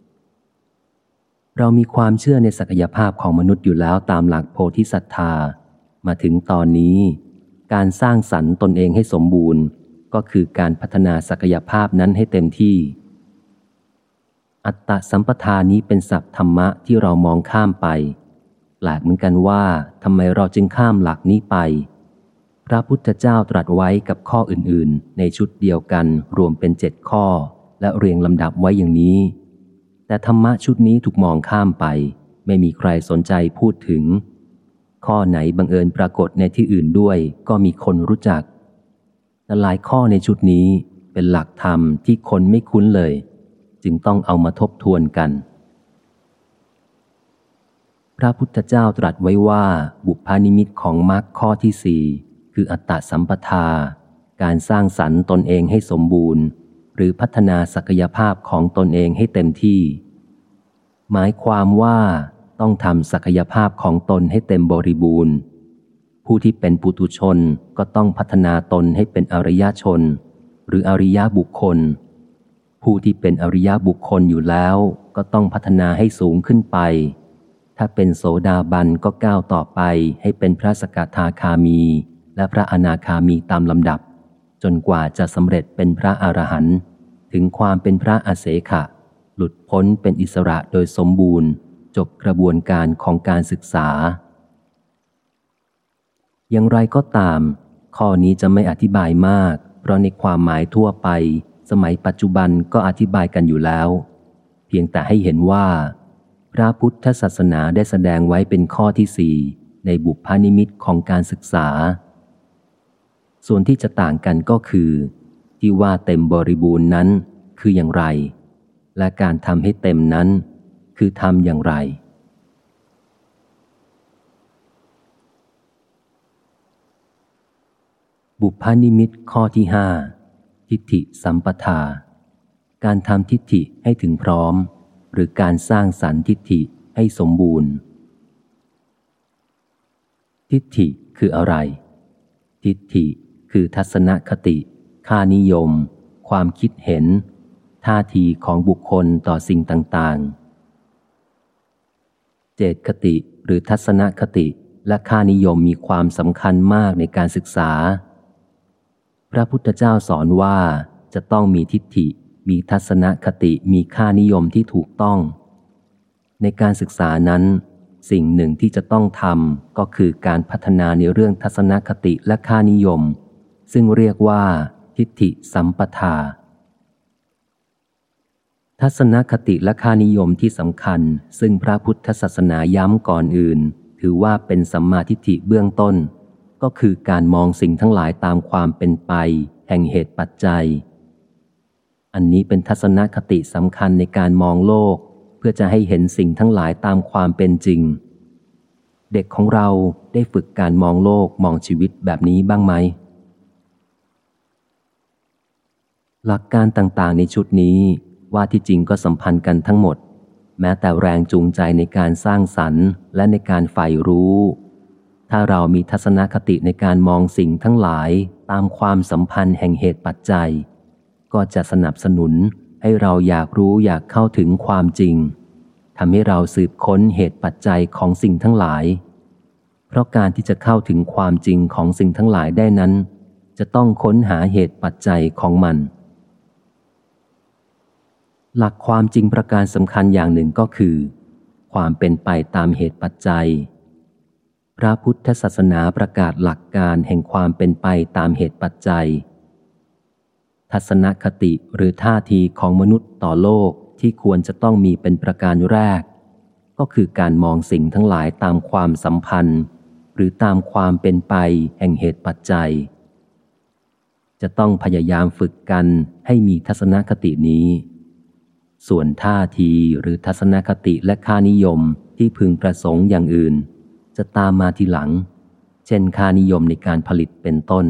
เรามีความเชื่อในศักยภาพของมนุษย์อยู่แล้วตามหลักโพธิศรัทธามาถึงตอนนี้การสร้างสรรค์ตนเองให้สมบูรณ์ก็คือการพัฒนาศักยภาพนั้นให้เต็มที่อัตตสัมปทานี้เป็นศัพท์ธรรมะที่เรามองข้ามไปแปลกเหมือนกันว่าทำไมเราจึงข้ามหลักนี้ไปพระพุทธเจ้าตรัสไว้กับข้ออื่นๆในชุดเดียวกันรวมเป็น7ข้อและเรียงลำดับไว้อย่างนี้แต่ธรรมะชุดนี้ถูกมองข้ามไปไม่มีใครสนใจพูดถึงข้อไหนบังเอิญปรากฏในที่อื่นด้วยก็มีคนรู้จักแต่หลายข้อในชุดนี้เป็นหลักธรรมที่คนไม่คุ้นเลยจึงต้องเอามาทบทวนกันพระพุทธเจ้าตรัสไว้ว่าบุพพานิมิตของมรรคข้อที่สี่คืออัตตสัมปทาการสร้างสรรค์ตนเองให้สมบูรณ์หรือพัฒนาศักยภาพของตนเองให้เต็มที่หมายความว่าต้องทำศักยภาพของตนให้เต็มบริบูรณ์ผู้ที่เป็นปุถุชนก็ต้องพัฒนาตนให้เป็นอริยชนหรืออริยบุคคลผู้ที่เป็นอริยบุคคลอยู่แล้วก็ต้องพัฒนาให้สูงขึ้นไปถ้าเป็นโสดาบันก็ก้าวต่อไปให้เป็นพระสกทาคามีและพระอนาคามีตามลำดับจนกว่าจะสำเร็จเป็นพระอรหันต์ถึงความเป็นพระอเสขะหลุดพ้นเป็นอิสระโดยสมบูรณ์จบกระบวนการของการศึกษาอย่างไรก็ตามข้อนี้จะไม่อธิบายมากเพราะในความหมายทั่วไปสมัยปัจจุบันก็อธิบายกันอยู่แล้วเพียงแต่ให้เห็นว่าพระพุทธศาสนาได้แสดงไว้เป็นข้อที่สี่ในบุพพานิมิตของการศึกษาส่วนที่จะต่างกันก็คือที่ว่าเต็มบริบูรณ์นั้นคืออย่างไรและการทำให้เต็มนั้นคือทำอย่างไรบุพพานิมิตข้อที่ห้าทิฏฐิสัมปทาการทำทิฏฐิให้ถึงพร้อมหรือการสร้างสรรค์ทิฏฐิให้สมบูรณ์ทิฏฐิคืออะไรทิฏฐิคือทัศนคติค่านิยมความคิดเห็นท่าทีของบุคคลต่อสิ่งต่างๆเจตคติหรือทัศนคติและค่านิยมมีความสำคัญมากในการศึกษาพระพุทธเจ้าสอนว่าจะต้องมีทิฏฐิมีทัศนคติมีค่านิยมที่ถูกต้องในการศึกษานั้นสิ่งหนึ่งที่จะต้องทำก็คือการพัฒนาในเรื่องทัศนคติและค่านิยมซึ่งเรียกว่าทิฏฐิสัมปทาทัศนคติและค่านิยมที่สำคัญซึ่งพระพุทธศาสนาย้ำก่อนอื่นถือว่าเป็นสัมมาทิฏฐิเบื้องต้นก็คือการมองสิ่งทั้งหลายตามความเป็นไปแห่งเหตุปัจจัยอันนี้เป็นทัศนคติสำคัญในการมองโลกเพื่อจะให้เห็นสิ่งทั้งหลายตามความเป็นจริงเด็กของเราได้ฝึกการมองโลกมองชีวิตแบบนี้บ้างไหมหลักการต่างๆในชุดนี้ว่าที่จริงก็สัมพันธ์กันทั้งหมดแม้แต่แรงจูงใจในการสร้างสรรค์และในการใฝ่รู้ถ้าเรามีทัศนคติในการมองสิ่งทั้งหลายตามความสัมพันธ์แห่งเหตุปัจจัยก็จะสนับสนุนให้เราอยากรู้อยากเข้าถึงความจริงทำให้เราสืบค้นเหตุปัจจัยของสิ่งทั้งหลายเพราะการที่จะเข้าถึงความจริงของสิ่งทั้งหลายได้นั้นจะต้องค้นหาเหตุปัจจัยของมันหลักความจริงประการสำคัญอย่างหนึ่งก็คือความเป็นไปตามเหตุปัจจัยพระพุทธศาสนาประกาศหลักการแห่งความเป็นไปตามเหตุปัจจัยทัศนคติหรือท่าทีของมนุษย์ต่อโลกที่ควรจะต้องมีเป็นประการแรกก็คือการมองสิ่งทั้งหลายตามความสัมพันธ์หรือตามความเป็นไปแห่งเหตุปัจจัยจะต้องพยายามฝึกกันให้มีทัศนคตินี้ส่วนท่าทีหรือทัศนคติและค่านิยมที่พึงประสงค์อย่างอื่นจะตามมาทีหลังเช่นค่านิยมในการผลิตเป็นต้น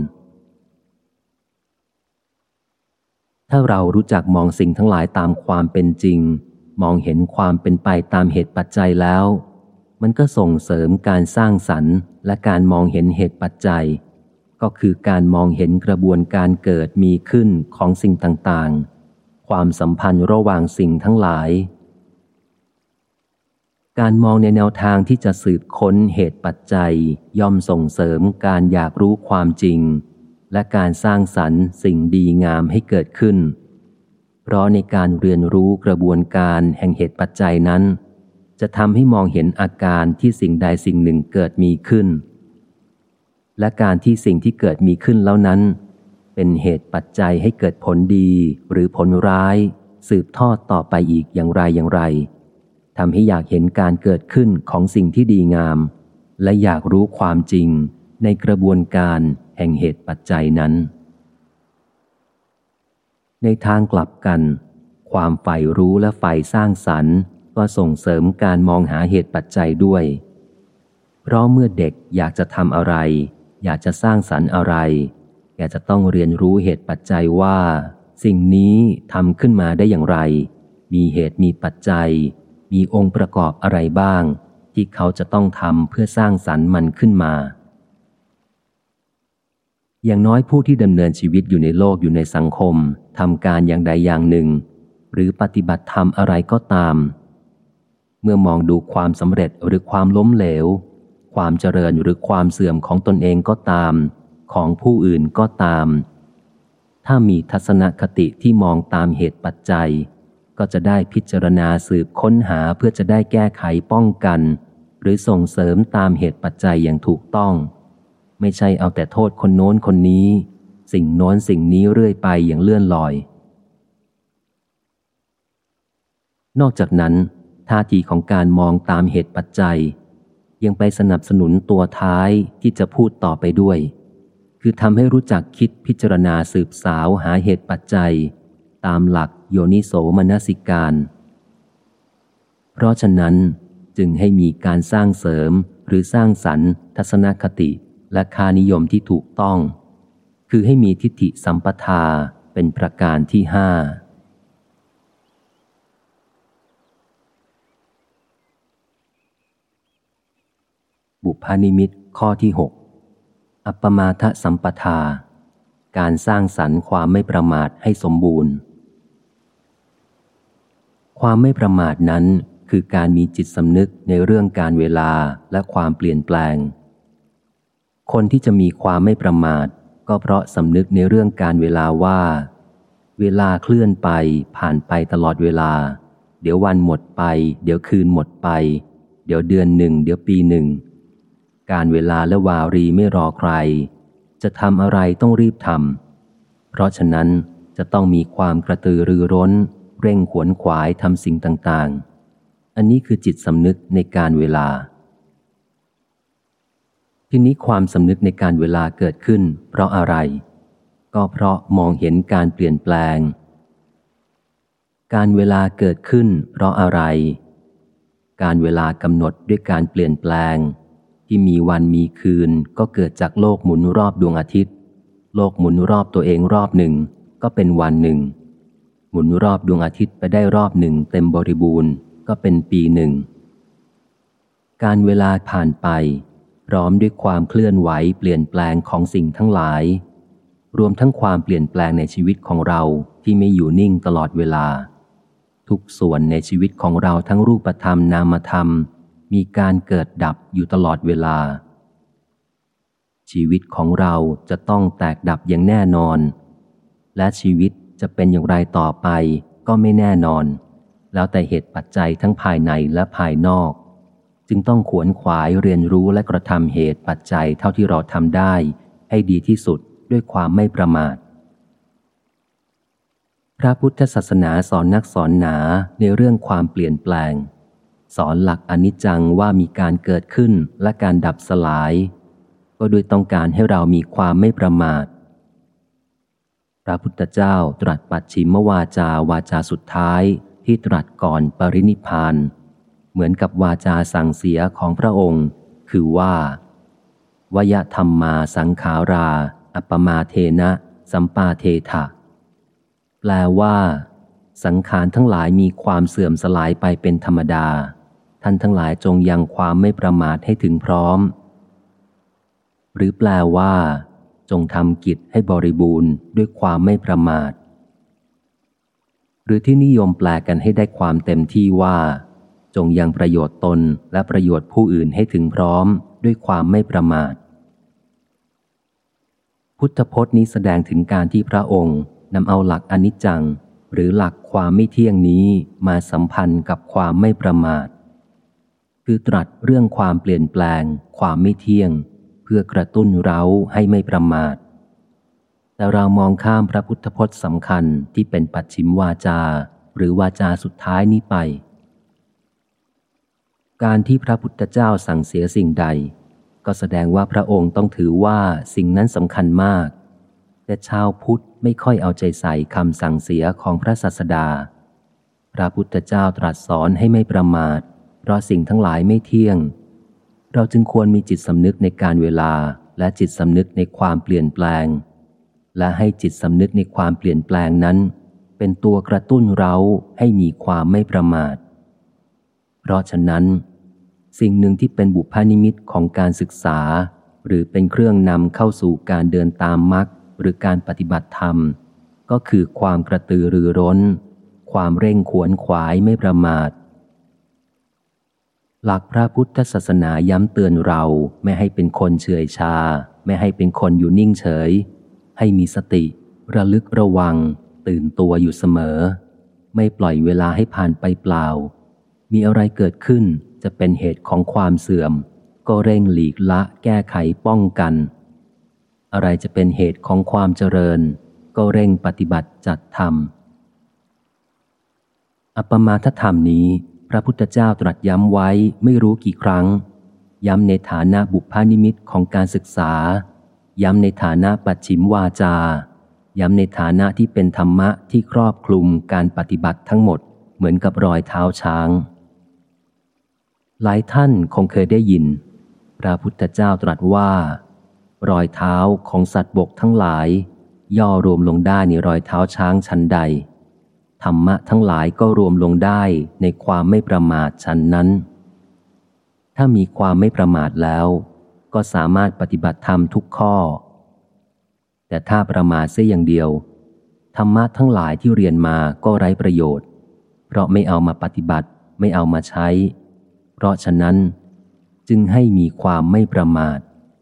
ถ้าเรารู้จักมองสิ่งทั้งหลายตามความเป็นจริงมองเห็นความเป็นไปตามเหตุปัจจัยแล้วมันก็ส่งเสริมการสร้างสรรค์และการมองเห็นเหตุปัจจัยก็คือการมองเห็นกระบวนการเกิดมีขึ้นของสิ่งต่างๆความสัมพันธ์ระหว่างสิ่งทั้งหลายการมองในแนวทางที่จะสืบค้นเหตุปัจจัยย่อมส่งเสริมการอยากรู้ความจริงและการสร้างสรรค์สิ่งดีงามให้เกิดขึ้นเพราะในการเรียนรู้กระบวนการแห่งเหตุปัจจัยนั้นจะทำให้มองเห็นอาการที่สิ่งใดสิ่งหนึ่งเกิดมีขึ้นและการที่สิ่งที่เกิดมีขึ้นแล้วนั้นเป็นเหตุปัจจัยให้เกิดผลดีหรือผลร้ายสืบทอดต่อไปอีกอย่างไรทำให้อยากเห็นการเกิดขึ้นของสิ่งที่ดีงามและอยากรู้ความจริงในกระบวนการแห่งเหตุปัจจัยนั้นในทางกลับกันความใฝ่รู้และใฝ่สร้างสรรค์ก็ส่งเสริมการมองหาเหตุปัจจัยด้วย เพราะเมื่อเด็กอยากจะทำอะไรอยากจะสร้างสรรค์อะไรแกจะต้องเรียนรู้เหตุปัจจัยว่าสิ่งนี้ทำขึ้นมาได้อย่างไรมีเหตุมีปัจจัยมีองค์ประกอบอะไรบ้างที่เขาจะต้องทำเพื่อสร้างสรรค์มันขึ้นมาอย่างน้อยผู้ที่ดำเนินชีวิตอยู่ในโลกอยู่ในสังคมทำการอย่างใดอย่างหนึ่งหรือปฏิบัติธรรมอะไรก็ตามเมื่อมองดูความสำเร็จหรือความล้มเหลวความเจริญหรือความเสื่อมของตนเองก็ตามของผู้อื่นก็ตามถ้ามีทัศนคติที่มองตามเหตุปัจจัยก็จะได้พิจารณาสืบค้นหาเพื่อจะได้แก้ไขป้องกันหรือส่งเสริมตามเหตุปัจจัยอย่างถูกต้องไม่ใช่เอาแต่โทษคนโน้นคนนี้สิ่งโน้นสิ่งนี้เรื่อยไปอย่างเลื่อนลอยนอกจากนั้นท่าทีของการมองตามเหตุปัจจัยยังไปสนับสนุนตัวท้ายที่จะพูดต่อไปด้วยคือทำให้รู้จักคิดพิจารณาสืบสาวหาเหตุปัจจัยตามหลักโยนิโสมนสิการเพราะฉะนั้นจึงให้มีการสร้างเสริมหรือสร้างสรรค์ทัศนคติและค่านิยมที่ถูกต้องคือให้มีทิฏฐิสัมปทาเป็นประการที่5บุพนิมิตข้อที่6อัปปมาทสัมปทาการสร้างสรรค์ความไม่ประมาทให้สมบูรณ์ความไม่ประมาทนั้นคือการมีจิตสำนึกในเรื่องการเวลาและความเปลี่ยนแปลงคนที่จะมีความไม่ประมาทก็เพราะสำนึกในเรื่องการเวลาว่าเวลาเคลื่อนไปผ่านไปตลอดเวลาเดี๋ยววันหมดไปเดี๋ยวคืนหมดไปเดี๋ยวเดือนหนึ่งเดี๋ยวปีหนึ่งการเวลาและวารีไม่รอใครจะทำอะไรต้องรีบทำเพราะฉะนั้นจะต้องมีความกระตือรือร้นเร่งขวนขวายทำสิ่งต่างๆอันนี้คือจิตสำนึกในการเวลาทีนี้ความสำนึกในการเวลาเกิดขึ้นเพราะอะไรก็เพราะมองเห็นการเปลี่ยนแปลงการเวลาเกิดขึ้นเพราะอะไรการเวลากำหนดด้วยการเปลี่ยนแปลงที่มีวันมีคืนก็เกิดจากโลกหมุนรอบดวงอาทิตย์โลกหมุนรอบตัวเองรอบหนึ่งก็เป็นวันหนึ่งหมุนรอบดวงอาทิตย์ไปได้รอบหนึ่งเต็มบริบูรณ์ก็เป็นปีหนึ่งการเวลาผ่านไปพร้อมด้วยความเคลื่อนไหวเปลี่ยนแปลงของสิ่งทั้งหลายรวมทั้งความเปลี่ยนแปลงในชีวิตของเราที่ไม่อยู่นิ่งตลอดเวลาทุกส่วนในชีวิตของเราทั้งรูปธรรมนามธรรมมีการเกิดดับอยู่ตลอดเวลาชีวิตของเราจะต้องแตกดับอย่างแน่นอนและชีวิตจะเป็นอย่างไรต่อไปก็ไม่แน่นอนแล้วแต่เหตุปัจจัยทั้งภายในและภายนอกจึงต้องขวนขวายเรียนรู้และกระทำเหตุปัจจัยเท่าที่เราทำได้ให้ดีที่สุดด้วยความไม่ประมาทพระพุทธศาสนาสอนนักสอนหนาในเรื่องความเปลี่ยนแปลงสอนหลักอนิจจังว่ามีการเกิดขึ้นและการดับสลายก็โดยต้องการให้เรามีความไม่ประมาทพระพุทธเจ้าตรัสปัจฉิมวาจาวาจาสุดท้ายที่ตรัสก่อนปรินิพพานเหมือนกับวาจาสั่งเสียของพระองค์คือว่าวยธรรมมาสังขาราอัปปมาเทนะสัมปาเทถะแปลว่าสังขารทั้งหลายมีความเสื่อมสลายไปเป็นธรรมดาท่านทั้งหลายจงยังความไม่ประมาทให้ถึงพร้อมหรือแปลว่าจงทำกิจให้บริบูรณ์ด้วยความไม่ประมาทหรือที่นิยมแปลกันให้ได้ความเต็มที่ว่าจงยังประโยชน์ตนและประโยชน์ผู้อื่นให้ถึงพร้อมด้วยความไม่ประมาทพุทธพจน์นี้แสดงถึงการที่พระองค์นำเอาหลักอนิจจังหรือหลักความไม่เที่ยงนี้มาสัมพันธ์กับความไม่ประมาทคือตรัสเรื่องความเปลี่ยนแปลงความไม่เที่ยงเพื่อกระตุ้นเราให้ไม่ประมาทแต่เรามองข้ามพระพุทธพจน์สำคัญที่เป็นปัจฉิมวาจาหรือวาจาสุดท้ายนี้ไปการที่พระพุทธเจ้าสั่งเสียสิ่งใดก็แสดงว่าพระองค์ต้องถือว่าสิ่งนั้นสำคัญมากแต่ชาวพุทธไม่ค่อยเอาใจใส่คำสั่งเสียของพระศาสดาพระพุทธเจ้าตรัสสอนให้ไม่ประมาทเพราะสิ่งทั้งหลายไม่เที่ยงเราจึงควรมีจิตสำนึกในการเวลาและจิตสำนึกในความเปลี่ยนแปลงและให้จิตสำนึกในความเปลี่ยนแปลงนั้นเป็นตัวกระตุ้นเราให้มีความไม่ประมาทเพราะฉะนั้นสิ่งหนึ่งที่เป็นบุพนิมิตของการศึกษาหรือเป็นเครื่องนำเข้าสู่การเดินตามมรรคหรือการปฏิบัติธรรมก็คือความกระตือรือร้นความเร่งขวนขวายไม่ประมาทหลักพระพุทธศาสนาย้ำเตือนเราไม่ให้เป็นคนเฉื่อยชาไม่ให้เป็นคนอยู่นิ่งเฉยให้มีสติระลึกระวังตื่นตัวอยู่เสมอไม่ปล่อยเวลาให้ผ่านไปเปล่ามีอะไรเกิดขึ้นจะเป็นเหตุของความเสื่อมก็เร่งหลีกละแก้ไขป้องกันอะไรจะเป็นเหตุของความเจริญก็เร่งปฏิบัติจัดทำอัปปมาทธรรมนี้พระพุทธเจ้าตรัสย้ำไว้ไม่รู้กี่ครั้งย้ำในฐานะบุพนิมิตของการศึกษาย้ำในฐานะปัจฉิมวาจาย้ำในฐานะที่เป็นธรรมะที่ครอบคลุมการปฏิบัติทั้งหมดเหมือนกับรอยเท้าช้างหลายท่านคงเคยได้ยินพระพุทธเจ้าตรัสว่ารอยเท้าของสัตว์บกทั้งหลายย่อรวมลงได้ในรอยเท้าช้างชั้นใดธรรมะทั้งหลายก็รวมลงได้ในความไม่ประมาทชั้นนั้นถ้ามีความไม่ประมาทแล้วก็สามารถปฏิบัติธรรมทุกข้อแต่ถ้าประมาทเสียอย่างเดียวธรรมะทั้งหลายที่เรียนมาก็ไร้ประโยชน์เพราะไม่เอามาปฏิบัติไม่เอามาใช้เพราะฉะนั้นจึงให้มีความไม่ประมาท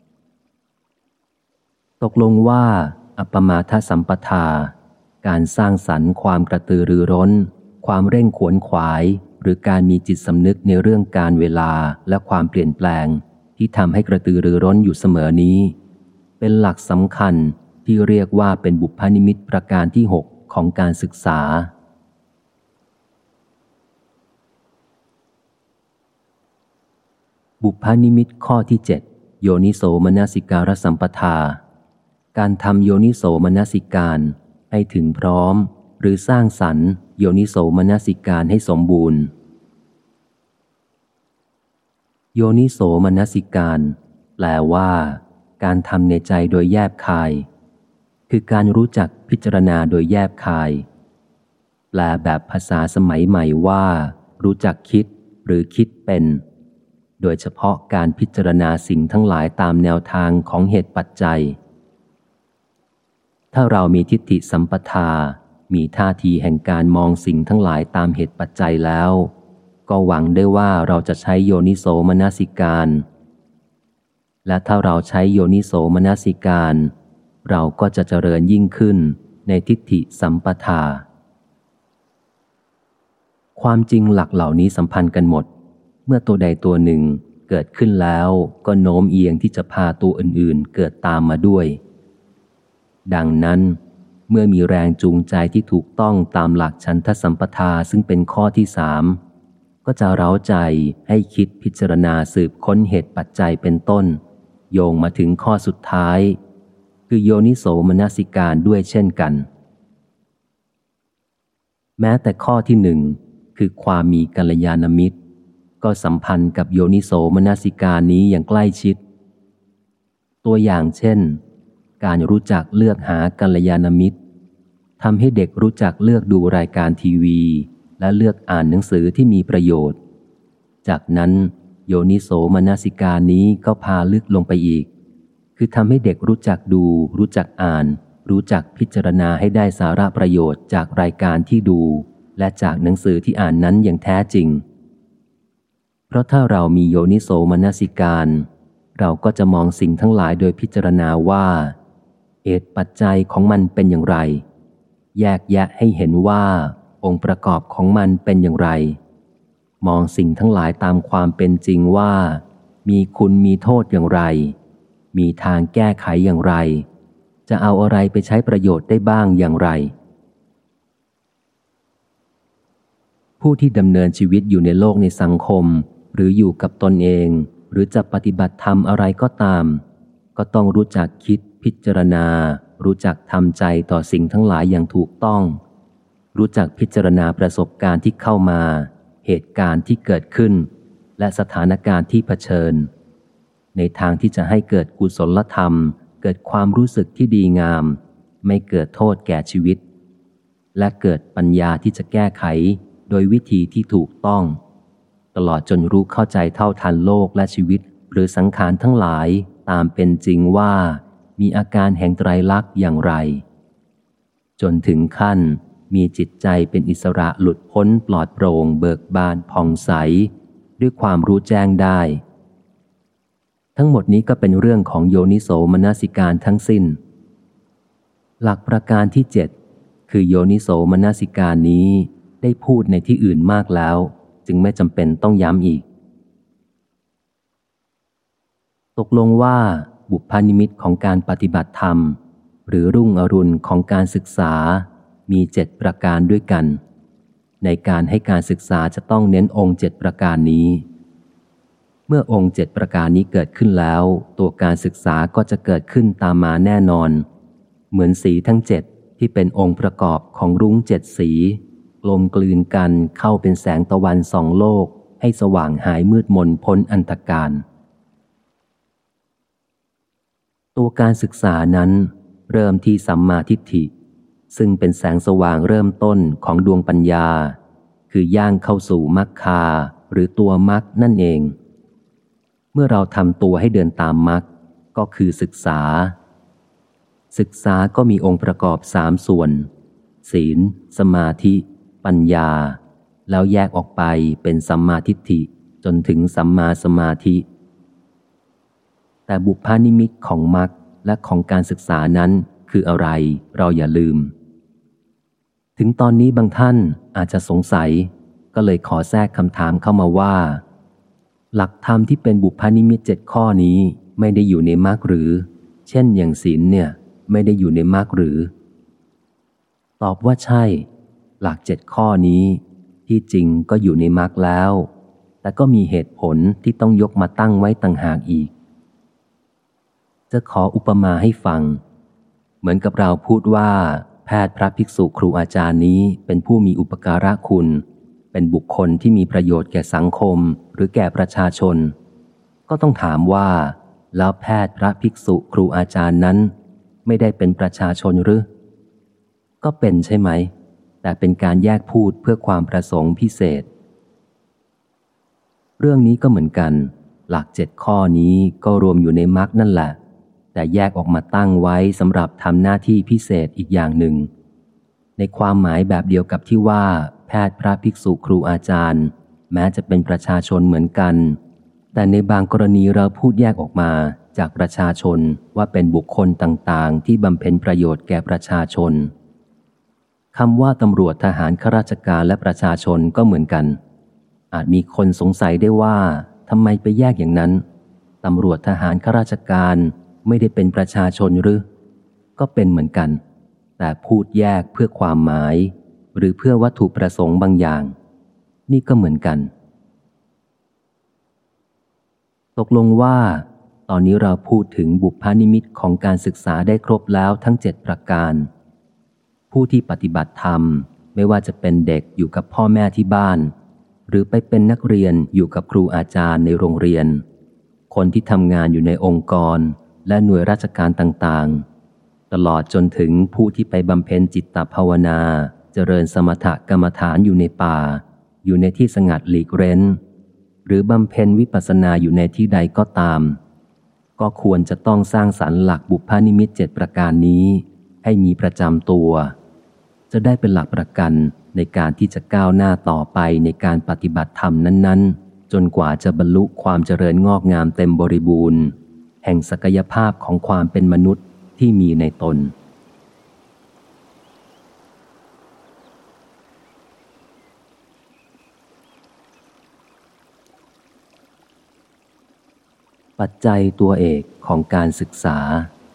ตกลงว่าอัปปมาทสัมปทาการสร้างสรรค์ความกระตือรือร้นความเร่งขวนขวายหรือการมีจิตสำนึกในเรื่องการเวลาและความเปลี่ยนแปลงที่ทำให้กระตือรือร้นอยู่เสมอนี้เป็นหลักสำคัญที่เรียกว่าเป็นบุพนิมิตประการที่ 6ของการศึกษาบุพนิมิตข้อที่ 7โยนิโสมนสิการสัมปทาการทำโยนิโสมนสิการให้ถึงพร้อมหรือสร้างสรรค์โยนิโสมนสิการให้สมบูรณ์โยนิโสมนสิการแปลว่าการทำในใจโดยแยบคายคือการรู้จักพิจารณาโดยแยบคายแปลแบบภาษาสมัยใหม่ว่ารู้จักคิดหรือคิดเป็นโดยเฉพาะการพิจารณาสิ่งทั้งหลายตามแนวทางของเหตุปัจจัยถ้าเรามีทิฏฐิสัมปทามีท่าทีแห่งการมองสิ่งทั้งหลายตามเหตุปัจจัยแล้วก็หวังได้ว่าเราจะใช้โยนิโสมนสิการและถ้าเราใช้โยนิโสมนสิการเราก็จะเจริญยิ่งขึ้นในทิฏฐิสัมปทาความจริงหลักเหล่านี้สัมพันธ์กันหมดเมื่อตัวใดตัวหนึ่งเกิดขึ้นแล้วก็โน้มเอียงที่จะพาตัวอื่นๆเกิดตามมาด้วยดังนั้นเมื่อมีแรงจูงใจที่ถูกต้องตามหลักฉันทสัมปทาซึ่งเป็นข้อที่ 3ก็จะเร้าใจให้คิดพิจารณาสืบค้นเหตุปัจจัยเป็นต้นโยงมาถึงข้อสุดท้ายคือโยนิโสมนสิการด้วยเช่นกันแม้แต่ข้อที่ 1คือความมีกัลยาณมิตรก็สัมพันธ์กับโยนิโสมนสิการนี้อย่างใกล้ชิดตัวอย่างเช่นการรู้จักเลือกหากัลยาณมิตรทำให้เด็กรู้จักเลือกดูรายการทีวีและเลือกอ่านหนังสือที่มีประโยชน์จากนั้นโยนิโสมนสิการนี้ก็พาลึกลงไปอีกคือทำให้เด็กรู้จักดูรู้จักอ่านรู้จักพิจารณาให้ได้สาระประโยชน์จากรายการที่ดูและจากหนังสือที่อ่านนั้นอย่างแท้จริงเพราะถ้าเรามีโยนิโสมนสิการเราก็จะมองสิ่งทั้งหลายโดยพิจารณาว่าเหตุปัจจัยของมันเป็นอย่างไรแยกแยะให้เห็นว่าองค์ประกอบของมันเป็นอย่างไรมองสิ่งทั้งหลายตามความเป็นจริงว่ามีคุณมีโทษอย่างไรมีทางแก้ไขอย่างไรจะเอาอะไรไปใช้ประโยชน์ได้บ้างอย่างไรผู้ที่ดำเนินชีวิตอยู่ในโลกในสังคมหรืออยู่กับตนเองหรือจะปฏิบัติธรรมอะไรก็ตามก็ต้องรู้จักคิดพิจารณารู้จักทำใจต่อสิ่งทั้งหลายอย่างถูกต้องรู้จักพิจารณาประสบการณ์ที่เข้ามาเหตุการณ์ที่เกิดขึ้นและสถานการณ์ที่เผชิญในทางที่จะให้เกิดกุศลธรรมเกิดความรู้สึกที่ดีงามไม่เกิดโทษแก่ชีวิตและเกิดปัญญาที่จะแก้ไขโดยวิธีที่ถูกต้องตลอดจนรู้เข้าใจเท่าทันโลกและชีวิตหรือสังขารทั้งหลายตามเป็นจริงว่ามีอาการแห่งไตรลักษณ์อย่างไรจนถึงขั้นมีจิตใจเป็นอิสระหลุดพ้นปลอดโปร่งเบิกบานผ่องใสด้วยความรู้แจ้งได้ทั้งหมดนี้ก็เป็นเรื่องของโยนิโสมนสิการทั้งสิ้นหลักประการที่7คือโยนิโสมนสิการนี้ได้พูดในที่อื่นมากแล้วจึงไม่จำเป็นต้องย้ำอีกตกลงว่าบุพนิมิตของการปฏิบัติธรรมหรือรุ่งอรุณของการศึกษามี7ประการด้วยกันในการให้การศึกษาจะต้องเน้นองค์7ประการนี้เมื่อองค์7ประการนี้เกิดขึ้นแล้วตัวการศึกษาก็จะเกิดขึ้นตามมาแน่นอนเหมือนสีทั้ง7ที่เป็นองค์ประกอบของรุ้ง7สีกลมกลืนกันเข้าเป็นแสงตะวันส่องโลกให้สว่างหายมืดมนพ้นอันธการตัวการศึกษานั้นเริ่มที่สัมมาทิฏฐิซึ่งเป็นแสงสว่างเริ่มต้นของดวงปัญญาคือย่างเข้าสู่มรรคาหรือตัวมรรคนั่นเองเมื่อเราทำตัวให้เดินตามมรรคก็คือศึกษาก็มีองค์ประกอบ3ส่วนศีลสมาธิปัญญาแล้วแยกออกไปเป็นสัมมาทิฏฐิจนถึงสัมมาสมาธิแต่บุพนิมิตของมรรคและของการศึกษานั้นคืออะไรเราอย่าลืมถึงตอนนี้บางท่านอาจจะสงสัยก็เลยขอแทรกคำถามเข้ามาว่าหลักธรรมที่เป็นบุพนิมิต7ข้อนี้ไม่ได้อยู่ในมรรคหรือเช่นอย่างศีลเนี่ยไม่ได้อยู่ในมรรคหรือตอบว่าใช่หลัก7ข้อนี้ที่จริงก็อยู่ในมรรคแล้วแต่ก็มีเหตุผลที่ต้องยกมาตั้งไว้ต่างหากอีกจะขออุปมาให้ฟังเหมือนกับเราพูดว่าแพทย์พระภิกษุครูอาจารย์นี้เป็นผู้มีอุปการะคุณเป็นบุคคลที่มีประโยชน์แก่สังคมหรือแก่ประชาชนก็ต้องถามว่าแล้วแพทย์พระภิกษุครูอาจารย์นั้นไม่ได้เป็นประชาชนหรือก็เป็นใช่ไหมแต่เป็นการแยกพูดเพื่อความประสงค์พิเศษเรื่องนี้ก็เหมือนกันหลัก7ข้อนี้ก็รวมอยู่ในมรรคนั่นแหละแต่แยกออกมาตั้งไว้สำหรับทำหน้าที่พิเศษอีกอย่างหนึ่งในความหมายแบบเดียวกับที่ว่าแพทย์พระภิกษุครูอาจารย์แม้จะเป็นประชาชนเหมือนกันแต่ในบางกรณีเราพูดแยกออกมาจากประชาชนว่าเป็นบุคคลต่างๆที่บำเพ็ญประโยชน์แก่ประชาชนคำว่าตำรวจทหารข้าราชการและประชาชนก็เหมือนกันอาจมีคนสงสัยได้ว่าทำไมไปแยกอย่างนั้นตำรวจทหารข้าราชการไม่ได้เป็นประชาชนหรือก็เป็นเหมือนกันแต่พูดแยกเพื่อความหมายหรือเพื่อวัตถุประสงค์บางอย่างนี่ก็เหมือนกันตกลงว่าตอนนี้เราพูดถึงบุพนิมิตของการศึกษาได้ครบแล้วทั้ง7ประการผู้ที่ปฏิบัติธรรมไม่ว่าจะเป็นเด็กอยู่กับพ่อแม่ที่บ้านหรือไปเป็นนักเรียนอยู่กับครูอาจารย์ในโรงเรียนคนที่ทำงานอยู่ในองค์กรและหน่วยราชการต่างๆตลอดจนถึงผู้ที่ไปบำเพ็ญจิตภาวนาเจริญสมถกรรมฐานอยู่ในป่าอยู่ในที่สงัดหลีกเร้นหรือบำเพ็ญวิปัสสนาอยู่ในที่ใดก็ตามก็ควรจะต้องสร้างสรรค์หลักบุพนิมิต7ประการนี้ให้มีประจำตัวจะได้เป็นหลักประกันในการที่จะก้าวหน้าต่อไปในการปฏิบัติธรรมนั้นๆจนกว่าจะบรรลุความเจริญงอกงามเต็มบริบูรณ์แห่งศักยภาพของความเป็นมนุษย์ที่มีในตนปัจจัยตัวเอกของการศึกษา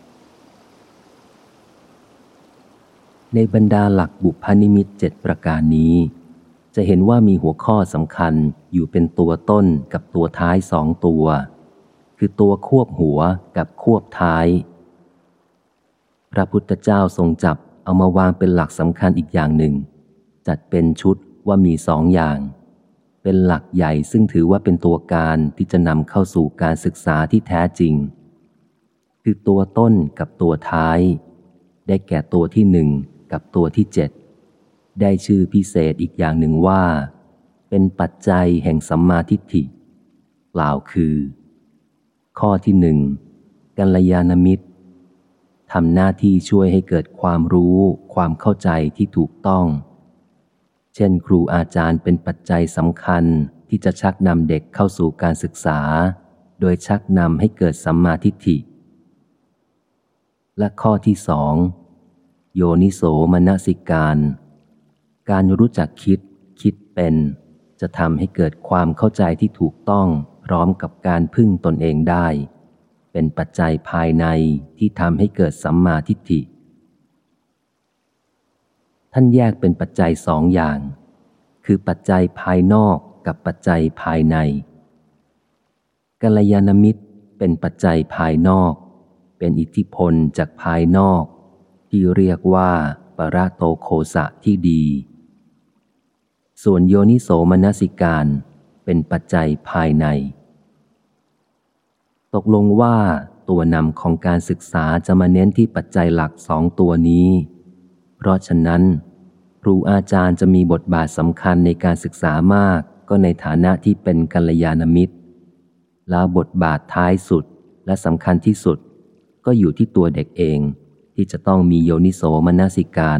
ในบรรดาหลักบุพนิมิต7ประการนี้จะเห็นว่ามีหัวข้อสำคัญอยู่เป็นตัวต้นกับตัวท้าย2ตัวคือตัวควบหัวกับควบท้ายพระพุทธเจ้าทรงจับเอามาวางเป็นหลักสำคัญอีกอย่างหนึ่งจัดเป็นชุดว่ามีสองอย่างเป็นหลักใหญ่ซึ่งถือว่าเป็นตัวการที่จะนำเข้าสู่การศึกษาที่แท้จริงคือตัวต้นกับตัวท้ายได้แก่ตัวที่หนึ่งกับตัวที่เจ็ดได้ชื่อพิเศษอีกอย่างหนึ่งว่าเป็นปัจจัยแห่งสัมมาทิฏฐิกล่าวคือข้อที่หนึ่งกัลยาณมิตรทำหน้าที่ช่วยให้เกิดความรู้ความเข้าใจที่ถูกต้องเช่นครูอาจารย์เป็นปัจจัยสำคัญที่จะชักนำเด็กเข้าสู่การศึกษาโดยชักนำให้เกิดสัมมาทิฏฐิและข้อที่สองโยนิโสมนสิการการรู้จักคิดเป็นจะทำให้เกิดความเข้าใจที่ถูกต้องพร้อมกับการพึ่งตนเองได้เป็นปัจจัยภายในที่ทำให้เกิดสัมมาทิฏฐิท่านแยกเป็นปัจจัยสองอย่างคือปัจจัยภายนอกกับปัจจัยภายในกัลยาณมิตรเป็นปัจจัยภายนอกเป็นอิทธิพลจากภายนอกที่เรียกว่าปรโตโคสะที่ดีส่วนโยนิโสมนสิการเป็นปัจจัยภายในตกลงว่าตัวนำของการศึกษาจะมาเน้นที่ปัจจัยหลักสองตัวนี้เพราะฉะนั้นครูอาจารย์จะมีบทบาทสำคัญในการศึกษามากก็ในฐานะที่เป็นกัลยาณมิตรแล้วบทบาทท้ายสุดและสำคัญที่สุดก็อยู่ที่ตัวเด็กเองที่จะต้องมีโยนิโสมนสิการ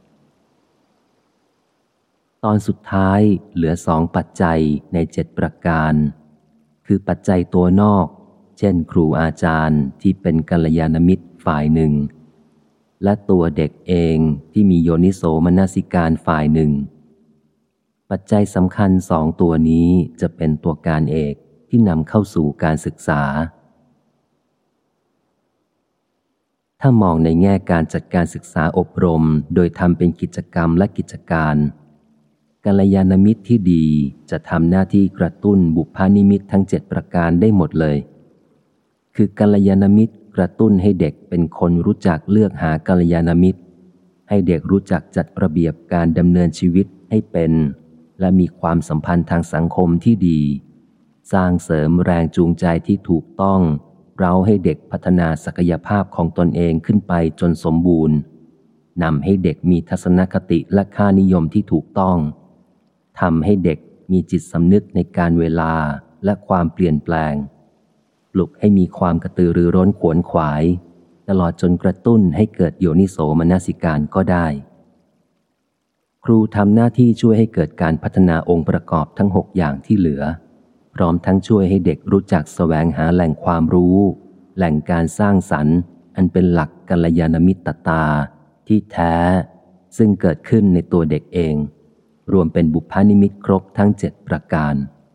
ตอนสุดท้ายเหลือสองปัจจัยใน7ประการคือปัจจัยตัวนอกเช่นครูอาจารย์ที่เป็นกัลยาณมิตรฝ่ายหนึ่งและตัวเด็กเองที่มีโยนิโสมนสิการฝ่ายหนึ่งปัจจัยสำคัญสองตัวนี้จะเป็นตัวการเอกที่นำเข้าสู่การศึกษาถ้ามองในแง่การจัดการศึกษาอบรมโดยทำเป็นกิจกรรมและกิจการกัลยาณมิตรที่ดีจะทำหน้าที่กระตุ้นบุพนิมิตทั้ง7ประการได้หมดเลยคือกัลยาณมิตรกระตุ้นให้เด็กเป็นคนรู้จักเลือกหากัลยาณมิตรให้เด็กรู้จักจัดระเบียบการดำเนินชีวิตให้เป็นและมีความสัมพันธ์ทางสังคมที่ดีสร้างเสริมแรงจูงใจที่ถูกต้องเร้าให้เด็กพัฒนาศักยภาพของตนเองขึ้นไปจนสมบูรณ์นำให้เด็กมีทัศนคติและค่านิยมที่ถูกต้องทำให้เด็กมีจิตสำนึกในการเวลาและความเปลี่ยนแปลงปลุกให้มีความกระตือรือร้นขวนขวายตลอดจนกระตุ้นให้เกิดโยนิโสมนสิการก็ได้ครูทำหน้าที่ช่วยให้เกิดการพัฒนาองค์ประกอบทั้ง6อย่างที่เหลือพร้อมทั้งช่วยให้เด็กรู้จักแสวงหาแหล่งความรู้แหล่งการสร้างสรรค์อันเป็นหลักกัลยาณมิตรตาที่แท้ซึ่งเกิดขึ้นในตัวเด็กเองรวมเป็นบุพนิมิตครบทั้ง7ประการ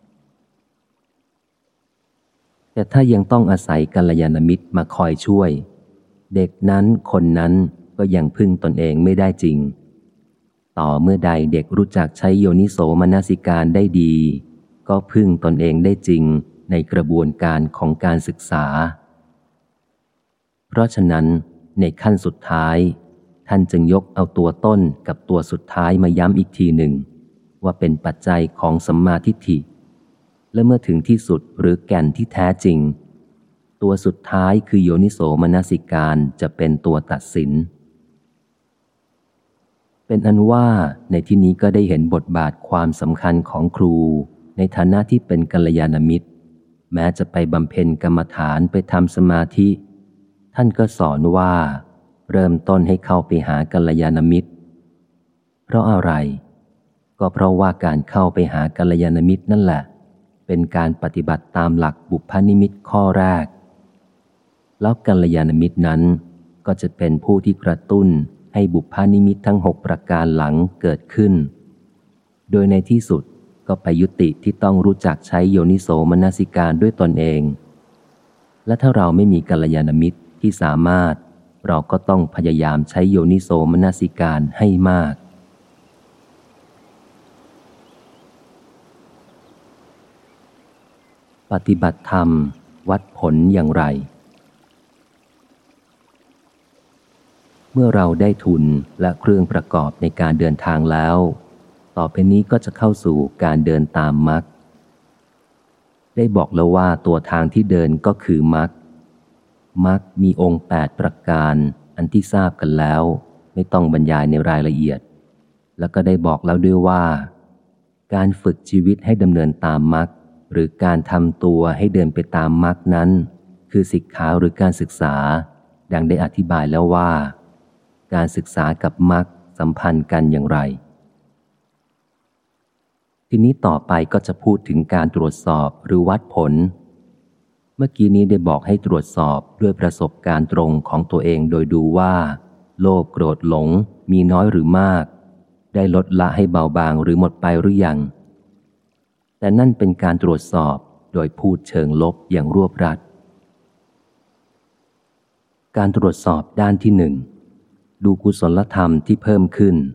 แต่ถ้ายังต้องอาศัยกัลยาณมิตรมาคอยช่วยเด็กนั้นคนนั้นก็ยังพึ่งตนเองไม่ได้จริงต่อเมื่อใดเด็กรู้จักใช้โยนิโสมนสิการได้ดีก็พึ่งตนเองได้จริงในกระบวนการของการศึกษาเพราะฉะนั้นในขั้นสุดท้ายท่านจึงยกเอาตัวต้นกับตัวสุดท้ายมาย้ำอีกทีหนึ่งว่าเป็นปัจจัยของสัมมาทิฏฐิและเมื่อถึงที่สุดหรือแก่นที่แท้จริงตัวสุดท้ายคือโยนิโสมนสิการจะเป็นตัวตัดสินเป็นอันว่าในที่นี้ก็ได้เห็นบทบาทความสำคัญของครูในฐานะที่เป็นกัลยาณมิตรแม้จะไปบำเพ็ญกรรมฐานไปทำสมาธิท่านก็สอนว่าเริ่มต้นให้เข้าไปหากัลยาณมิตรเพราะอะไรก็เพราะว่าการเข้าไปหากัลยาณมิตรนั่นแหละเป็นการปฏิบัติตามหลักบุพนิมิตข้อแรกแล้วกัลยาณมิตรนั้นก็จะเป็นผู้ที่กระตุ้นให้บุพนิมิตทั้ง6ประการหลังเกิดขึ้นโดยในที่สุดก็ไปยุติที่ต้องรู้จักใช้โยนิโสมนสิการด้วยตนเองและถ้าเราไม่มีกัลยาณมิตรที่สามารถเราก็ต้องพยายามใช้โยนิโสมนสิการให้มากปฏิบัติธรรมวัดผลอย่างไรเมื่อเราได้ทุนและเครื่องประกอบในการเดินทางแล้วต่อไปนี้ก็จะเข้าสู่การเดินตามมรรคได้บอกแล้วว่าตัวทางที่เดินก็คือมรรคมรรคมีองค์8ประการอันที่ทราบกันแล้วไม่ต้องบรรยายในรายละเอียดแล้วก็ได้บอกแล้วด้วยว่าการฝึกชีวิตให้ดำเนินตามมรรคหรือการทำตัวให้เดินไปตามมรรคนั้นคือสิกขาหรือการศึกษาดังได้อธิบายแล้วว่าการศึกษากับมรรคสัมพันธ์กันอย่างไรทีนี้ต่อไปก็จะพูดถึงการตรวจสอบหรือวัดผลเมื่อกี้นี้ได้บอกให้ตรวจสอบด้วยประสบการณ์ตรงของตัวเองโดยดูว่าโลภโกรธหลงมีน้อยหรือมากได้ลดละให้เบาบางหรือหมดไปหรือยังแต่นั่นเป็นการตรวจสอบโดยพูดเชิงลบอย่างรวบรัดการตรวจสอบด้านที่หนึ่งดูกุศลธรรมที่เพิ่มขึ้น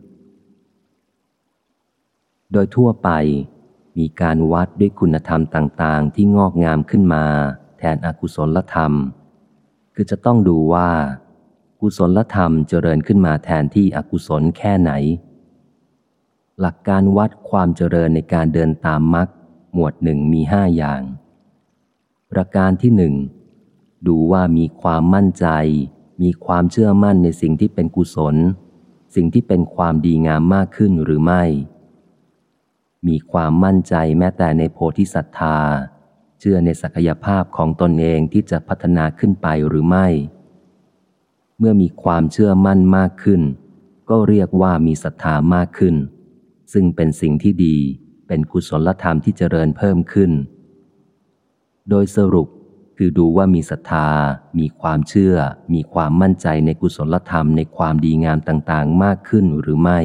โดยทั่วไปมีการวัดด้วยคุณธรรมต่างๆที่งอกงามขึ้นมาแทนอกุศลธรรมคือจะต้องดูว่ากุศลธรรมเจริญขึ้นมาแทนที่อกุศลแค่ไหนหลักการวัดความเจริญในการเดินตามมรรคหมวดหนึ่งมี5อย่างประการที่หนึ่งดูว่ามีความมั่นใจมีความเชื่อมั่นในสิ่งที่เป็นกุศลสิ่งที่เป็นความดีงามมากขึ้นหรือไม่มีความมั่นใจแม้แต่ในโพธิศรัทธาเชื่อในศักยภาพของตนเองที่จะพัฒนาขึ้นไปหรือไม่เมื่อมีความเชื่อมั่นมากขึ้นก็เรียกว่ามีศรัทธามากขึ้นซึ่งเป็นสิ่งที่ดีเป็นกุศลธรรมที่เจริญเพิ่มขึ้นโดยสรุปคือดูว่ามีศรัทธามีความเชื่อมีความมั่นใจในกุศลธรรมในความดีงามต่างๆมากขึ้นหรือไม่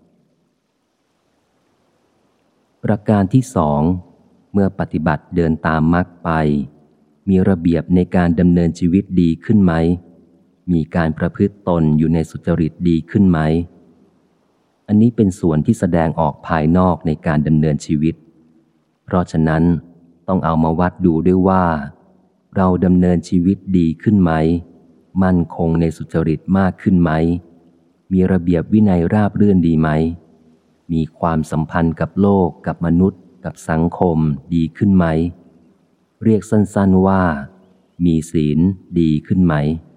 ประการที่สองเมื่อปฏิบัติเดินตามมรรคไปมีระเบียบในการดำเนินชีวิตดีขึ้นไหมมีการประพฤติตนอยู่ในสุจริตดีขึ้นไหมอันนี้เป็นส่วนที่แสดงออกภายนอกในการดำเนินชีวิตเพราะฉะนั้นต้องเอามาวัดดูด้วยว่าเราดำเนินชีวิตดีขึ้นไหมมั่นคงในสุจริตมากขึ้นไหมมีระเบียบวินัยราบรื่นดีไหมมีความสัมพันธ์กับโลกกับมนุษย์กับสังคมดีขึ้นไหมเรียกสั้นๆว่ามีศีลดีขึ้นไหม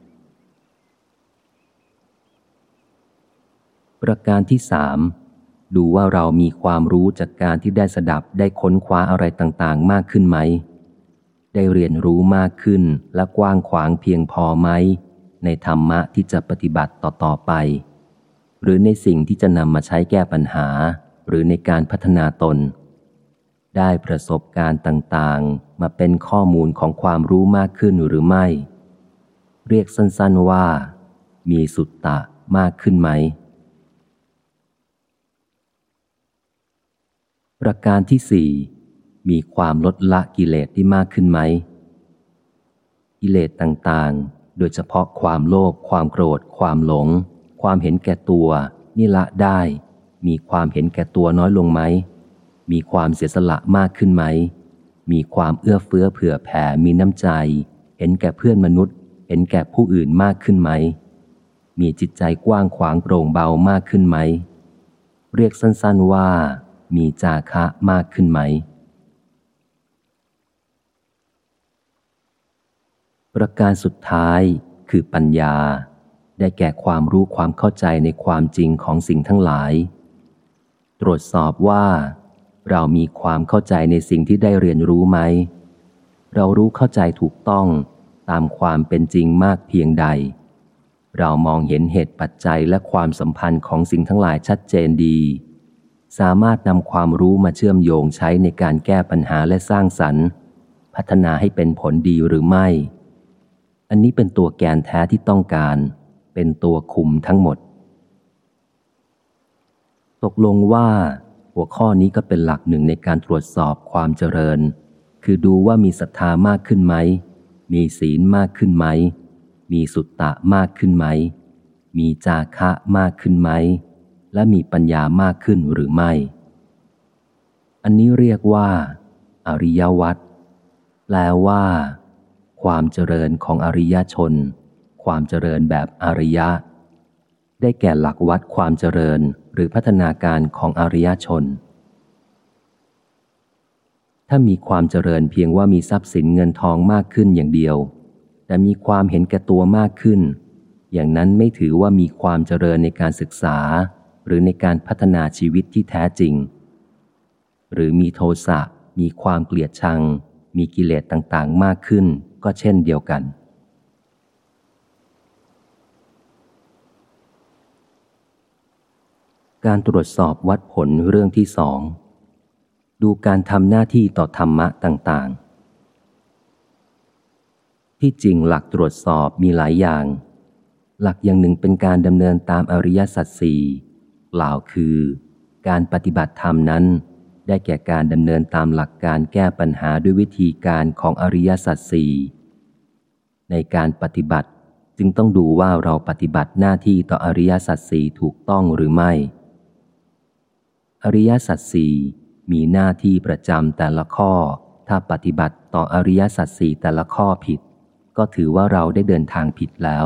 ประการที่สามดูว่าเรามีความรู้จากการที่ได้สดับได้ค้นคว้าอะไรต่างๆมากขึ้นไหมได้เรียนรู้มากขึ้นและกว้างขวางเพียงพอไหมในธรรมะที่จะปฏิบัติต่อไปหรือในสิ่งที่จะนำมาใช้แก้ปัญหาหรือในการพัฒนาตนได้ประสบการณ์ต่างๆมาเป็นข้อมูลของความรู้มากขึ้นหรือไม่เรียกสั้นๆว่ามีสุตตะมากขึ้นไหมประการที่สี่มีความลดละกิเลสที่มากขึ้นไหมกิเลสต่างๆโดยเฉพาะความโลภความโกรธความหลงความเห็นแก่ตัวนี่ละได้มีความเห็นแก่ตัวน้อยลงไหมมีความเสียสละมากขึ้นไหมมีความเอื้อเฟื้อเผื่อแผ่มีน้ำใจเห็นแก่เพื่อนมนุษย์เห็นแก่ผู้อื่นมากขึ้นไหมมีจิตใจกว้างขวางโปร่งเบามากขึ้นไหมเรียกสั้นๆว่ามีจาคะมากขึ้นไหมประการสุดท้ายคือปัญญาได้แก่ความรู้ความเข้าใจในความจริงของสิ่งทั้งหลายตรวจสอบว่าเรามีความเข้าใจในสิ่งที่ได้เรียนรู้ไหมเรารู้เข้าใจถูกต้องตามความเป็นจริงมากเพียงใดเรามองเห็นเหตุปัจจัยและความสัมพันธ์ของสิ่งทั้งหลายชัดเจนดีสามารถนำความรู้มาเชื่อมโยงใช้ในการแก้ปัญหาและสร้างสรรค์พัฒนาให้เป็นผลดีหรือไม่อันนี้เป็นตัวแกนแท้ที่ต้องการเป็นตัวคุมทั้งหมดตกลงว่าหัวข้อนี้ก็เป็นหลักหนึ่งในการตรวจสอบความเจริญคือดูว่ามีศรัทธามากขึ้นไหมมีศีลมากขึ้นไหมมีสุตตะมากขึ้นไหมมีจาคะมากขึ้นไหมและมีปัญญามากขึ้นหรือไม่อันนี้เรียกว่าอริยวัตรแปลว่าความเจริญของอริยชนความเจริญแบบอริยะได้แก่หลักวัดความเจริญหรือพัฒนาการของอริยชนถ้ามีความเจริญเพียงว่ามีทรัพย์สินเงินทองมากขึ้นอย่างเดียวแต่มีความเห็นแก่ตัวมากขึ้นอย่างนั้นไม่ถือว่ามีความเจริญในการศึกษาหรือในการพัฒนาชีวิตที่แท้จริงหรือมีโทสะมีความเกลียดชังมีกิเลสต่างๆมากขึ้นก็เช่นเดียวกันการตรวจสอบวัดผลเรื่องที่สองดูการทำหน้าที่ต่อธรรมะต่างๆที่จริงหลักตรวจสอบมีหลายอย่างหลักอย่างหนึ่งเป็นการดำเนินตามอริยสัจสี่กล่าวคือการปฏิบัติธรรมนั้นได้แก่การดำเนินตามหลักการแก้ปัญหาด้วยวิธีการของอริยสัจสี่ในการปฏิบัติจึงต้องดูว่าเราปฏิบัติหน้าที่ต่ออริยสัจสี่ถูกต้องหรือไม่อริยสัจสี่มีหน้าที่ประจำแต่ละข้อถ้าปฏิบัติต่ออริยสัจสี่แต่ละข้อผิดก็ถือว่าเราได้เดินทางผิดแล้ว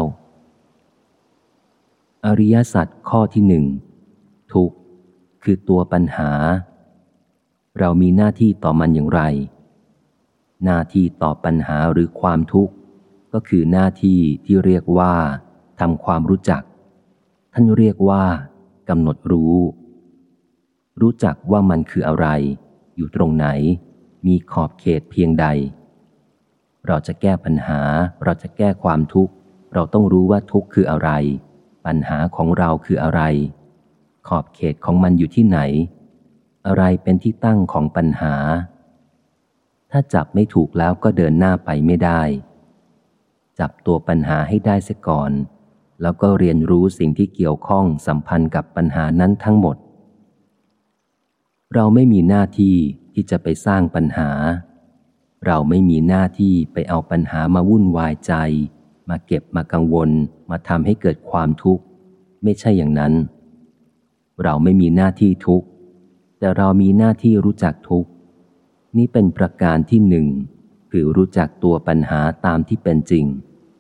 อริยสัจข้อที่หนึ่งทุกข์คือตัวปัญหาเรามีหน้าที่ต่อมันอย่างไรหน้าที่ต่อปัญหาหรือความทุกข์ก็คือหน้าที่ที่เรียกว่าทำความรู้จักท่านเรียกว่ากำหนดรู้จักว่ามันคืออะไรอยู่ตรงไหนมีขอบเขตเพียงใดเราจะแก้ปัญหาเราจะแก้ความทุกข์เราต้องรู้ว่าทุกข์คืออะไรปัญหาของเราคืออะไรขอบเขตของมันอยู่ที่ไหนอะไรเป็นที่ตั้งของปัญหาถ้าจับไม่ถูกแล้วก็เดินหน้าไปไม่ได้จับตัวปัญหาให้ได้เสียก่อนแล้วก็เรียนรู้สิ่งที่เกี่ยวข้องสัมพันธ์กับปัญหานั้นทั้งหมดเราไม่มีหน้าที่ที่จะไปสร้างปัญหาเราไม่มีหน้าที่ไปเอาปัญหามาวุ่นวายใจมาเก็บมากังวลมาทำให้เกิดความทุกข์ไม่ใช่อย่างนั้นเราไม่มีหน้าที่ทุกข์แต่เรามีหน้าที่รู้จักทุกข์นี่เป็นประการที่หนึ่งคือรู้จักตัวปัญหาตามที่เป็นจริง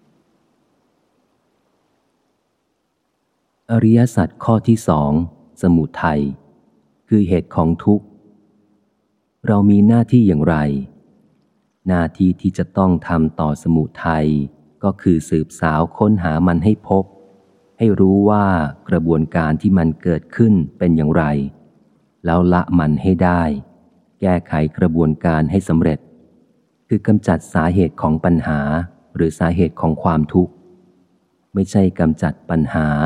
อริยสัจข้อที่สองสมุทัยคือเหตุของทุกข์เรามีหน้าที่อย่างไรหน้าที่ที่จะต้องทำต่อสมุทัยก็คือสืบสาวค้นหามันให้พบให้รู้ว่ากระบวนการที่มันเกิดขึ้นเป็นอย่างไรแล้วละมันให้ได้แก้ไขกระบวนการให้สำเร็จคือกำจัดสาเหตุของปัญหาหรือสาเหตุของความทุกข์ไม่ใช่กำจัดปัญหา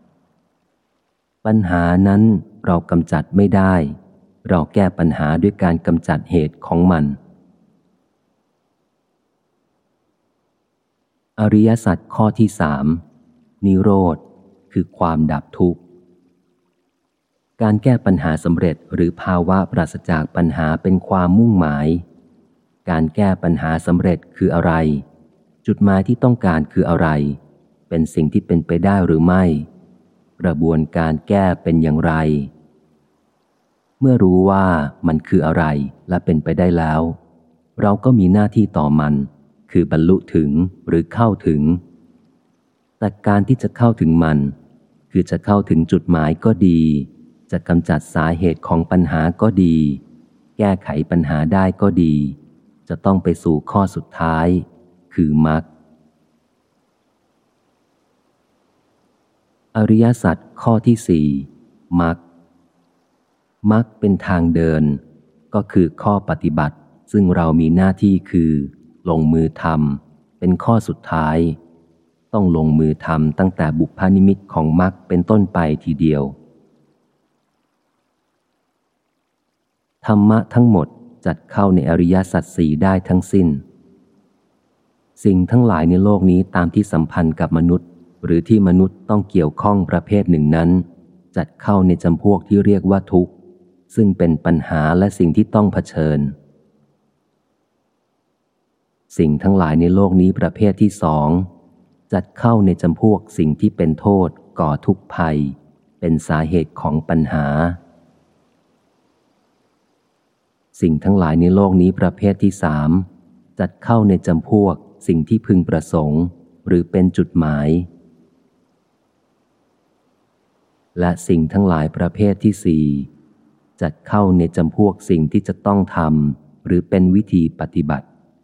นั้นเรากำจัดไม่ได้เราแก้ปัญหาด้วยการกำจัดเหตุของมันอริยสัจข้อที่สามนิโรธคือความดับทุกข์การแก้ปัญหาสำเร็จหรือภาวะปราศจากปัญหาเป็นความมุ่งหมายการแก้ปัญหาสำเร็จคืออะไรจุดหมายที่ต้องการคืออะไรเป็นสิ่งที่เป็นไปได้หรือไม่กระบวนการแก้เป็นอย่างไรเมื่อรู้ว่ามันคืออะไรและเป็นไปได้แล้วเราก็มีหน้าที่ต่อมันคือบรรลุถึงหรือเข้าถึงแต่การที่จะเข้าถึงมันคือจะเข้าถึงจุดหมายก็ดีจะกำจัดสาเหตุของปัญหาก็ดีแก้ไขปัญหาได้ก็ดีจะต้องไปสู่ข้อสุดท้ายคือมรรคอริยสัจข้อที่สี่มรรคเป็นทางเดินก็คือข้อปฏิบัติซึ่งเรามีหน้าที่คือลงมือทำเป็นข้อสุดท้ายต้องลงมือทำตั้งแต่บุพนิมิตของมรรคเป็นต้นไปทีเดียวธรรมะทั้งหมดจัดเข้าในอริยสัจสี่ได้ทั้งสิ้นสิ่งทั้งหลายในโลกนี้ตามที่สัมพันธ์กับมนุษย์หรือที่มนุษย์ต้องเกี่ยวข้องประเภทหนึ่งนั้นจัดเข้าในจำพวกที่เรียกว่าทุกข์ซึ่งเป็นปัญหาและสิ่งที่ต้องเผชิญสิ่งทั้งหลายในโลกนี้ประเภทที่สองจัดเข้าในจำพวกสิ่งที่เป็นโทษก่อทุกข์ภัยเป็นสาเหตุของปัญหาสิ่งทั้งหลายในโลกนี้ประเภทที่สามจัดเข้าในจำพวกสิ่งที่พึงประสงค์หรือเป็นจุดหมายและสิ่งทั้งหลายประเภทที่สี่จัดเข้าในจำพวกสิ่งที่จะต้องทำหรือเป็นวิธีปฏิบัติ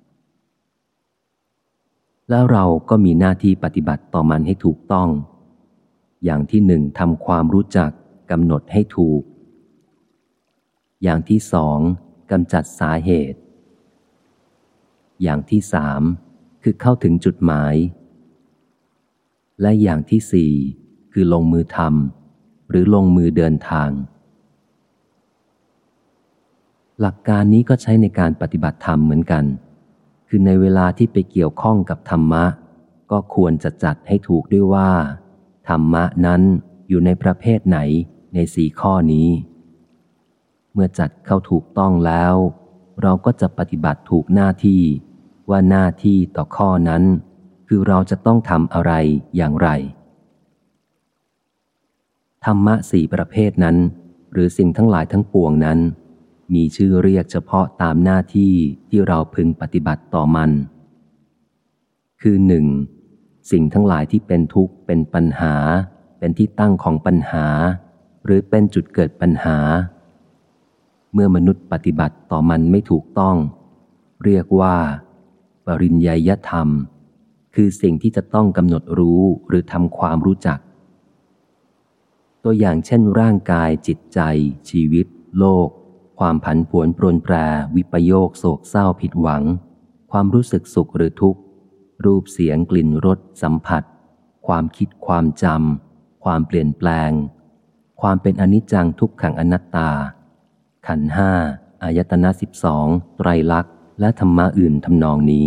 แล้วเราก็มีหน้าที่ปฏิบัติต่อมันให้ถูกต้องอย่างที่หนึ่งทำความรู้จักกำหนดให้ถูกอย่างที่สองกำจัดสาเหตุอย่างที่สามคือเข้าถึงจุดหมายและอย่างที่สี่คือลงมือทำหรือลงมือเดินทางหลักการนี้ก็ใช้ในการปฏิบัติธรรมเหมือนกันคือในเวลาที่ไปเกี่ยวข้องกับธรรมะก็ควรจะจัดให้ถูกด้วยว่าธรรมะนั้นอยู่ในประเภทไหนในสี่ข้อนี้เมื่อจัดเข้าถูกต้องแล้วเราก็จะปฏิบัติถูกหน้าที่ว่าหน้าที่ต่อข้อนั้นคือเราจะต้องทำอะไรอย่างไรธรรมะสี่ประเภทนั้นหรือสิ่งทั้งหลายทั้งปวงนั้นมีชื่อเรียกเฉพาะตามหน้าที่ที่เราพึงปฏิบัติต่อมันคือหนึ่งสิ่งทั้งหลายที่เป็นทุกข์เป็นปัญหาเป็นที่ตั้งของปัญหาหรือเป็นจุดเกิดปัญหาเมื่อมนุษย์ปฏิบัติต่อมันไม่ถูกต้องเรียกว่าปริญญาธรรมคือสิ่งที่จะต้องกำหนดรู้หรือทำความรู้จักตัวอย่างเช่นร่างกายจิตใจชีวิตโลกความผันผวนปรนแปรวิปโยคโศกเศร้าผิดหวังความรู้สึกสุขหรือทุกข์รูปเสียงกลิ่นรสสัมผัสความคิดความจำความเปลี่ยนแปลงความเป็นอนิจจังทุกขังอนัตตาขันธ์ห้าอายตนะ12ไตรลักษณ์และธรรมะอื่นทำนองนี้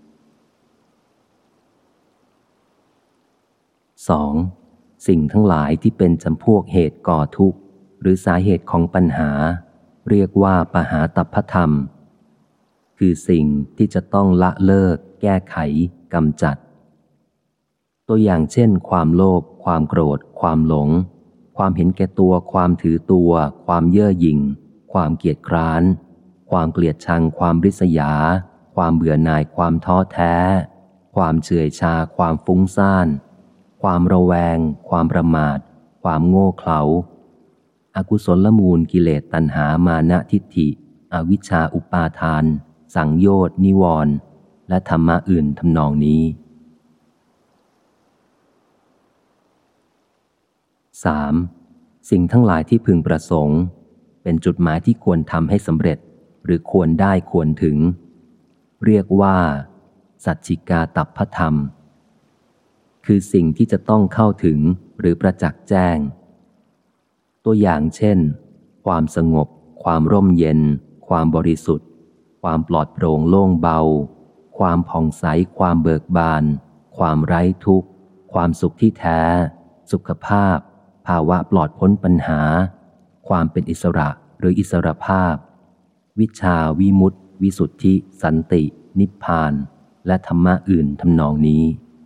2. สิ่งทั้งหลายที่เป็นจำพวกเหตุก่อทุกข์หรือสาเหตุของปัญหาเรียกว่าปหาตัพพธรรมคือสิ่งที่จะต้องละเลิกแก้ไขกำจัดตัวอย่างเช่นความโลภความโกรธความหลงความเห็นแก่ตัวความถือตัวความเย่อหยิ่งความเกียจคร้านความเกลียดชังความริษยาความเบื่อหน่ายความท้อแท้ความเฉื่อยชาความฟุ้งซ่านความระแวงความประมาทความโง่เขลาอกุศลมูลกิเลสตัณหามานะทิฏฐิอวิชชาอุปาทานสังโยชน์นิวรณ์และธรรมะอื่นทำนองนี้ 3. สิ่งทั้งหลายที่พึงประสงค์เป็นจุดหมายที่ควรทำให้สำเร็จหรือควรได้ควรถึงเรียกว่าสัจฉิกาตัพพธรรมคือสิ่งที่จะต้องเข้าถึงหรือประจักษ์แจ้งตัวอย่างเช่นความสงบความร่มเย็นความบริสุทธิ์ความปลอดโปร่งโล่งเบาความผ่องใสความเบิกบานความไร้ทุกข์ความสุขที่แท้สุขภาพภาวะปลอดพ้นปัญหาความเป็นอิสระหรืออิสรภาพวิชาวิมุตติวิสุทธิสันตินิพพานและธรรมะอื่นทำนองนี้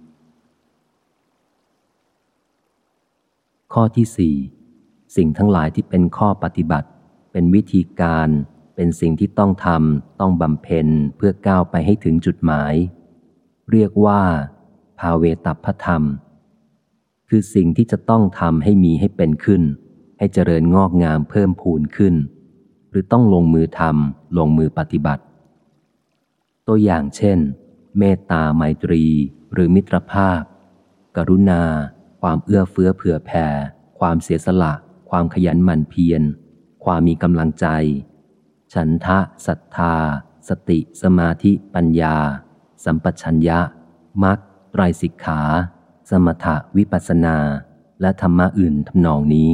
ข้อที่สี่สิ่งทั้งหลายที่เป็นข้อปฏิบัติเป็นวิธีการเป็นสิ่งที่ต้องทำต้องบำเพ็ญเพื่อก้าวไปให้ถึงจุดหมายเรียกว่าภาเวตัพพธรรมคือสิ่งที่จะต้องทำให้มีให้เป็นขึ้นให้เจริญงอกงามเพิ่มพูนขึ้นหรือต้องลงมือทำลงมือปฏิบัติตัวอย่างเช่นเมตตาไมตรีหรือมิตรภาพกรุณาความเอื้อเฟื้อเผื่อแผ่ความเสียสละความขยันหมั่นเพียรความมีกำลังใจฉันทะศรัทธาสติสมาธิปัญญาสัมปชัญญะมรรคไตรสิกขาสมถะวิปัสสนาและธรรมะอื่นทำนองนี้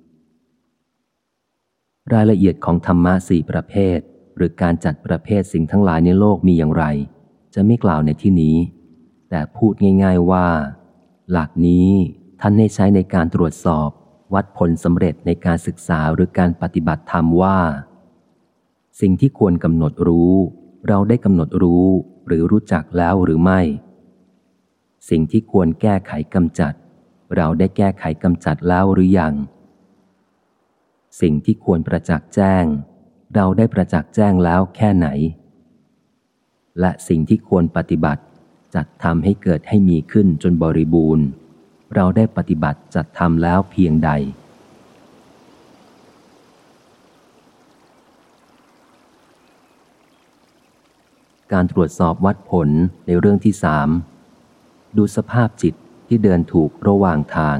รายละเอียดของธรรมะสี่ประเภทหรือการจัดประเภทสิ่งทั้งหลายในโลกมีอย่างไรจะไม่กล่าวในที่นี้แต่พูดง่ายๆว่าหลักนี้ท่านให้ใช้ในการตรวจสอบวัดผลสำเร็จในการศึกษาหรือการปฏิบัติธรรมว่าสิ่งที่ควรกำหนดรู้เราได้กำหนดรู้หรือรู้จักแล้วหรือไม่สิ่งที่ควรแก้ไขกำจัดเราได้แก้ไขกำจัดแล้วหรือยังสิ่งที่ควรประจักษ์แจ้งเราได้ประจักษ์แจ้งแล้วแค่ไหนและสิ่งที่ควรปฏิบัติจัดทำให้เกิดให้มีขึ้นจนบริบูรณ์เราได้ปฏิบัติจัดทำแล้วเพียงใดการตรวจสอบวัดผลในเรื่องที่สามดูสภาพจิตที่เดินถูกระหว่างทาง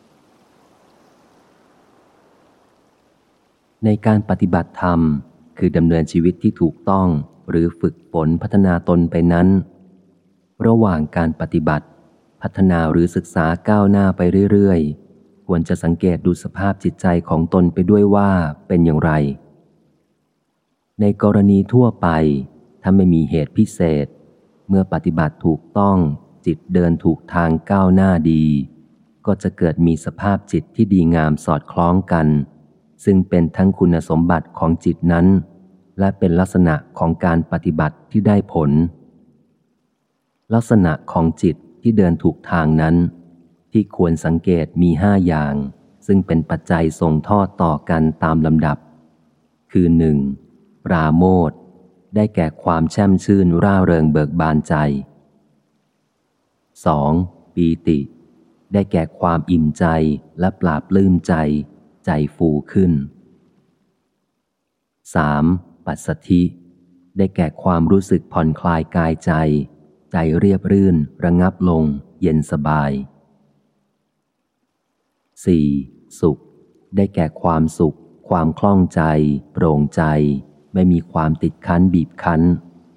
ในการปฏิบัติธรรมคือดำเนินชีวิตที่ถูกต้องหรือฝึกฝนพัฒนาตนไปนั้นระหว่างการปฏิบัติพัฒนาหรือศึกษาก้าวหน้าไปเรื่อยๆควรจะสังเกตดูสภาพจิตใจของตนไปด้วยว่าเป็นอย่างไรในกรณีทั่วไปถ้าไม่มีเหตุพิเศษเมื่อปฏิบัติถูกต้องจิตเดินถูกทางก้าวหน้าดีก็จะเกิดมีสภาพจิตที่ดีงามสอดคล้องกันซึ่งเป็นทั้งคุณสมบัติของจิตนั้นและเป็นลักษณะของการปฏิบัติที่ได้ผลลักษณะของจิตที่เดินถูกทางนั้นที่ควรสังเกตมี5อย่างซึ่งเป็นปัจจัยส่งทอดต่อกันตามลำดับคือ 1. ปราโมทย์ได้แก่ความแช่มชื่นร่าเริงเบิกบานใจ 2. ปีติได้แก่ความอิ่มใจและปลาบปลื้มใจใจฟูขึ้น 3. ปัสสัทธิได้แก่ความรู้สึกผ่อนคลายกายใจใจเรียบรื่นระงับลงเย็นสบาย 4. สุขได้แก่ความสุขความคล่องใจโปร่งใจไม่มีความติดคั้นบีบคั้น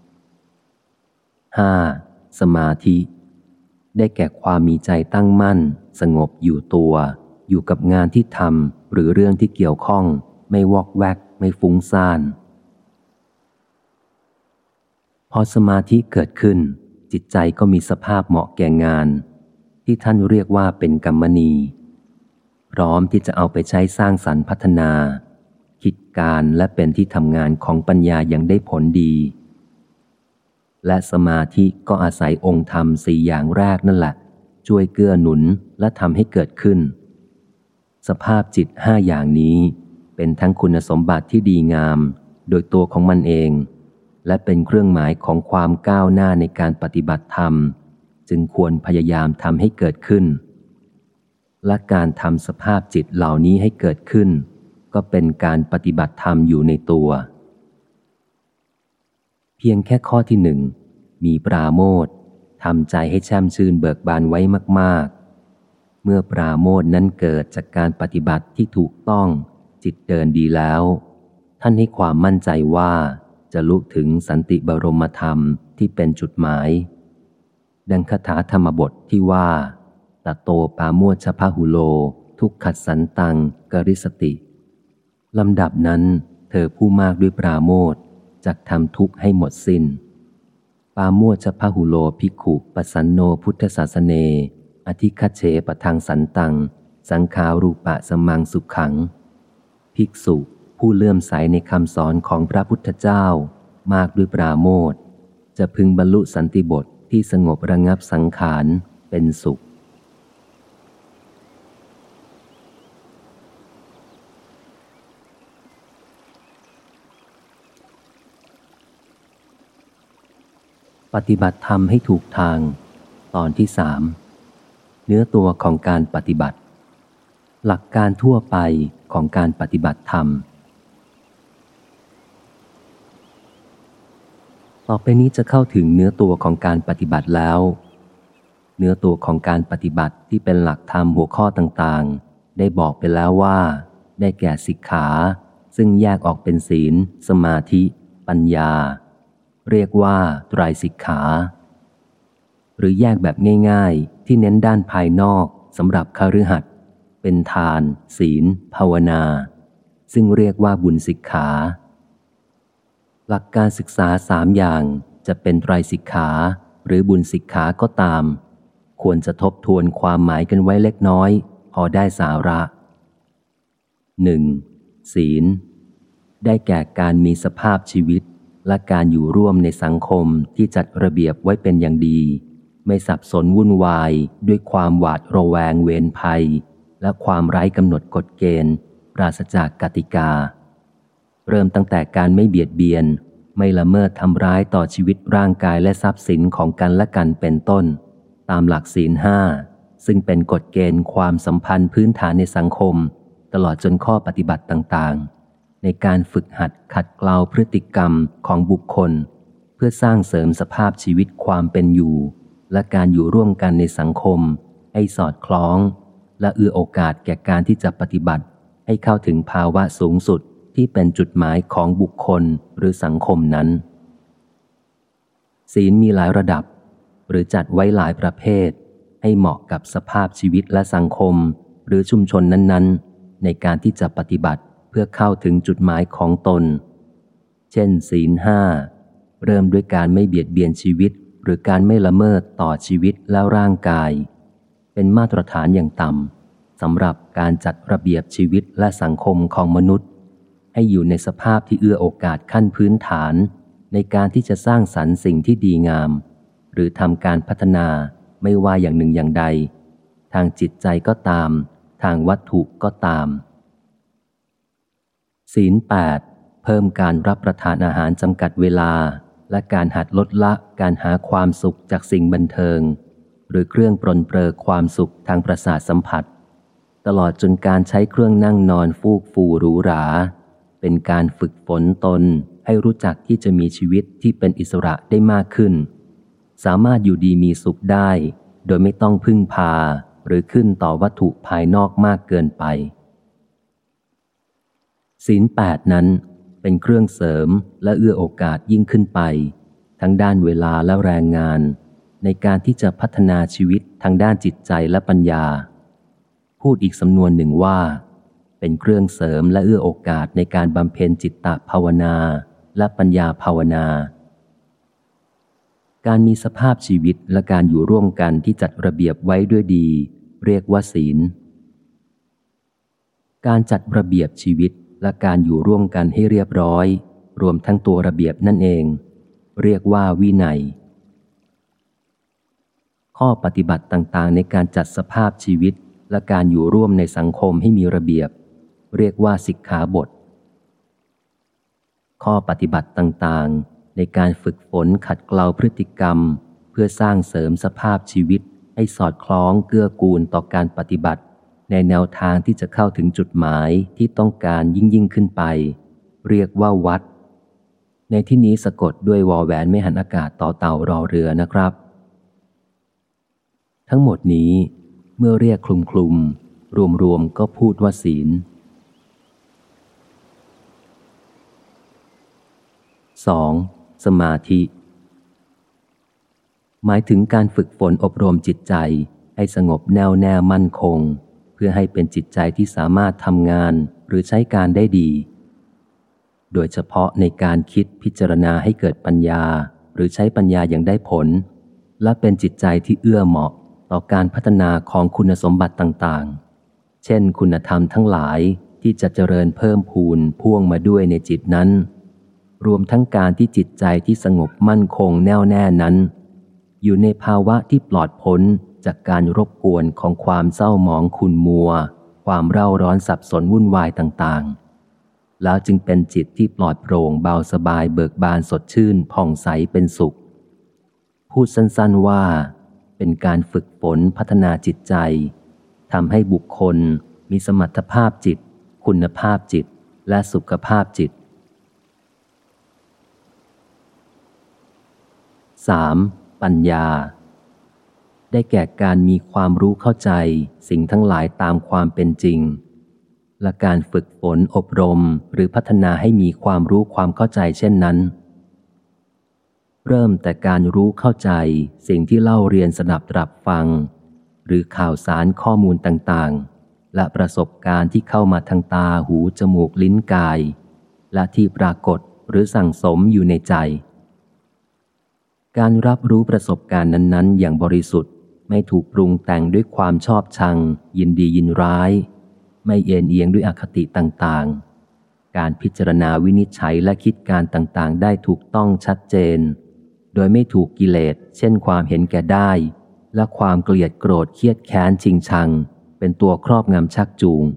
5. สมาธิได้แก่ความมีใจตั้งมั่นสงบอยู่ตัวอยู่กับงานที่ทำหรือเรื่องที่เกี่ยวข้องไม่วอกแวกไม่ฟุ้งซ่านพอสมาธิเกิดขึ้นจิตใจก็มีสภาพเหมาะแก่งานที่ท่านเรียกว่าเป็นกัมมณีพร้อมที่จะเอาไปใช้สร้างสรรค์พัฒนาคิดการและเป็นที่ทำงานของปัญญาอย่างได้ผลดีและสมาธิก็อาศัยองค์ธรรม4อย่างแรกนั่นแหละช่วยเกื้อหนุนและทำให้เกิดขึ้นสภาพจิต5อย่างนี้เป็นทั้งคุณสมบัติที่ดีงามโดยตัวของมันเองและเป็นเครื่องหมายของความก้าวหน้าในการปฏิบัติธรรมจึงควรพยายามทำให้เกิดขึ้นและการทำสภาพจิตเหล่านี้ให้เกิดขึ้นก็เป็นการปฏิบัติธรรมอยู่ในตัวเพียงแค่ข้อที่1มีปราโมทย์ทำใจให้แช่มชื่นเบิกบานไว้มากๆเมื่อปราโมทย์นั้นเกิดจากการปฏิบัติที่ถูกต้องจิตเดินดีแล้วท่านให้ความมั่นใจว่าจะลุถึงสันติบรมธรรมที่เป็นจุดหมายดังคาถาธรรมบทที่ว่าตโตปาโมชฌพหุโลทุกขัสสันตังกริสติลำดับนั้นเธอผู้มากด้วยปราโมทย์จักทำทุกข์ให้หมดสิ้นปาโมชฌพหุโลภิกขุปสันโนพุทธศาสเนอธิคัจเฉปทังสันตังสังขารูปะสมังสุขขังภิกษุผู้เลื่อมใสในคำสอนของพระพุทธเจ้ามากด้วยปราโมทย์จะพึงบรรลุสันติบทที่สงบระงับสังขารเป็นสุขปฏิบัติธรรมให้ถูกทางตอนที่3เนื้อตัวของการปฏิบัติหลักการทั่วไปของการปฏิบัติธรรมต่อไปนี้จะเข้าถึงเนื้อตัวของการปฏิบัติแล้วเนื้อตัวของการปฏิบัติที่เป็นหลักธรรมหัวข้อต่างๆได้บอกไปแล้วว่าได้แก่สิกขาซึ่งแยกออกเป็นศีลสมาธิปัญญาเรียกว่าไตรสิกขาหรือแยกแบบง่ายๆที่เน้นด้านภายนอกสำหรับคฤหัสถ์เป็นทานศีลภาวนาซึ่งเรียกว่าบุญสิกขาหลักการศึกษา3อย่างจะเป็นไตรสิกขาหรือบุญสิกขาก็ตามควรจะทบทวนความหมายกันไว้เล็กน้อยพอได้สาระ 1. ศีลได้แก่การมีสภาพชีวิตและการอยู่ร่วมในสังคมที่จัดระเบียบไว้เป็นอย่างดีไม่สับสนวุ่นวายด้วยความหวาดระแวงเวรภัยและความไร้กำหนดกฎเกณฑ์ปราศจากกติกาเริ่มตั้งแต่การไม่เบียดเบียนไม่ละเมิดทำร้ายต่อชีวิตร่างกายและทรัพย์สินของกันและกันเป็นต้นตามหลักศีล5ซึ่งเป็นกฎเกณฑ์ความสัมพันธ์พื้นฐานในสังคมตลอดจนข้อปฏิบัติต่างๆในการฝึกหัดขัดเกลาพฤติกรรมของบุคคลเพื่อสร้างเสริมสภาพชีวิตความเป็นอยู่และการอยู่ร่วมกันในสังคมให้สอดคล้องและเอื้อโอกาสแก่การที่จะปฏิบัติให้เข้าถึงภาวะสูงสุดที่เป็นจุดหมายของบุคคลหรือสังคมนั้นศีลมีหลายระดับหรือจัดไว้หลายประเภทให้เหมาะกับสภาพชีวิตและสังคมหรือชุมชนนั้นๆในการที่จะปฏิบัติเพื่อเข้าถึงจุดหมายของตนเช่นศีล 5เริ่มด้วยการไม่เบียดเบียนชีวิตหรือการไม่ละเมิดต่อชีวิตและร่างกายเป็นมาตรฐานอย่างต่ำสำหรับการจัดระเบียบชีวิตและสังคมของมนุษย์ให้อยู่ในสภาพที่เอื้อโอกาสขั้นพื้นฐานในการที่จะสร้างสรรค์สิ่งที่ดีงามหรือทำการพัฒนาไม่ว่าอย่างหนึ่งอย่างใดทางจิตใจก็ตามทางวัตถุก็ตามศีล 8เพิ่มการรับประทานอาหารจำกัดเวลาและการหัดลดละการหาความสุขจากสิ่งบันเทิงหรือเครื่องปรนเปรอความสุขทางประสาทสัมผัสตลอดจนการใช้เครื่องนั่งนอนฟูกฟูหรูหราเป็นการฝึกฝนตนให้รู้จักที่จะมีชีวิตที่เป็นอิสระได้มากขึ้นสามารถอยู่ดีมีสุขได้โดยไม่ต้องพึ่งพาหรือขึ้นต่อวัตถุภายนอกมากเกินไปศีล 8นั้นเป็นเครื่องเสริมและเอื้อโอกาสยิ่งขึ้นไปทั้งด้านเวลาและแรงงานในการที่จะพัฒนาชีวิตทางด้านจิตใจและปัญญาพูดอีกสำนวนหนึ่งว่าเป็นเครื่องเสริมและเอื้อโอกาสในการบำเพ็ญจิตตภาวนาและปัญญาภาวนาการมีสภาพชีวิตและการอยู่ร่วมกันที่จัดระเบียบไว้ด้วยดีเรียกว่าศีลการจัดระเบียบชีวิตและการอยู่ร่วมกันให้เรียบร้อยรวมทั้งตัวระเบียบนั่นเองเรียกว่าวินัยข้อปฏิบัติต่างๆในการจัดสภาพชีวิตและการอยู่ร่วมในสังคมให้มีระเบียบเรียกว่าสิกขาบทข้อปฏิบัติต่างๆในการฝึกฝนขัดเกลาพฤติกรรมเพื่อสร้างเสริมสภาพชีวิตให้สอดคล้องเกื้อกูลต่อการปฏิบัติในแนวทางที่จะเข้าถึงจุดหมายที่ต้องการยิ่งขึ้นไปเรียกว่าวัดในที่นี้สะกดด้วยวอแหวนไม่หันอากาศต่อเต่ารอเรือนะครับทั้งหมดนี้เมื่อเรียกคลุมรวมก็พูดว่าศีล 2. สมาธิหมายถึงการฝึกฝนอบรมจิตใจให้สงบแน่วแน่มั่นคงเพื่อให้เป็นจิตใจที่สามารถทำงานหรือใช้การได้ดีโดยเฉพาะในการคิดพิจารณาให้เกิดปัญญาหรือใช้ปัญญาอย่างได้ผลและเป็นจิตใจที่เอื้อเหมาะต่อการพัฒนาของคุณสมบัติต่างๆเช่นคุณธรรมทั้งหลายที่จะเจริญเพิ่มพูนพ่วงมาด้วยในจิตนั้นรวมทั้งการที่จิตใจที่สงบมั่นคงแน่วแน่นั้นอยู่ในภาวะที่ปลอดพ้นจากการรบกวนของความเศร้าหมองขุ่นมัวความเร่าร้อนสับสนวุ่นวายต่างๆแล้วจึงเป็นจิตที่ปลอดโปร่งเบาสบายเบิกบานสดชื่นผ่องใสเป็นสุขพูดสั้นๆว่าเป็นการฝึกฝนพัฒนาจิตใจทำให้บุคคลมีสมรรถภาพจิตคุณภาพจิตและสุขภาพจิต 3. ปัญญาได้แก่การมีความรู้เข้าใจสิ่งทั้งหลายตามความเป็นจริงและการฝึกฝนอบรมหรือพัฒนาให้มีความรู้ความเข้าใจเช่นนั้นเริ่มแต่การรู้เข้าใจสิ่งที่เล่าเรียนสดับตรับฟังหรือข่าวสารข้อมูลต่างๆและประสบการณ์ที่เข้ามาทางตาหูจมูกลิ้นกายและที่ปรากฏหรือสั่งสมอยู่ในใจการรับรู้ประสบการณ์นั้นๆอย่างบริสุทธิ์ไม่ถูกปรุงแต่งด้วยความชอบชังยินดียินร้ายไม่เอ็นเอียงด้วยอคติต่างๆการพิจารณาวินิจฉัยและคิดการต่างๆได้ถูกต้องชัดเจนโดยไม่ถูกกิเลสเช่นความเห็นแก่ได้และความเกลียดโกรธเครียดแค้นชิงชังเป็นตัวครอบงำชักจูง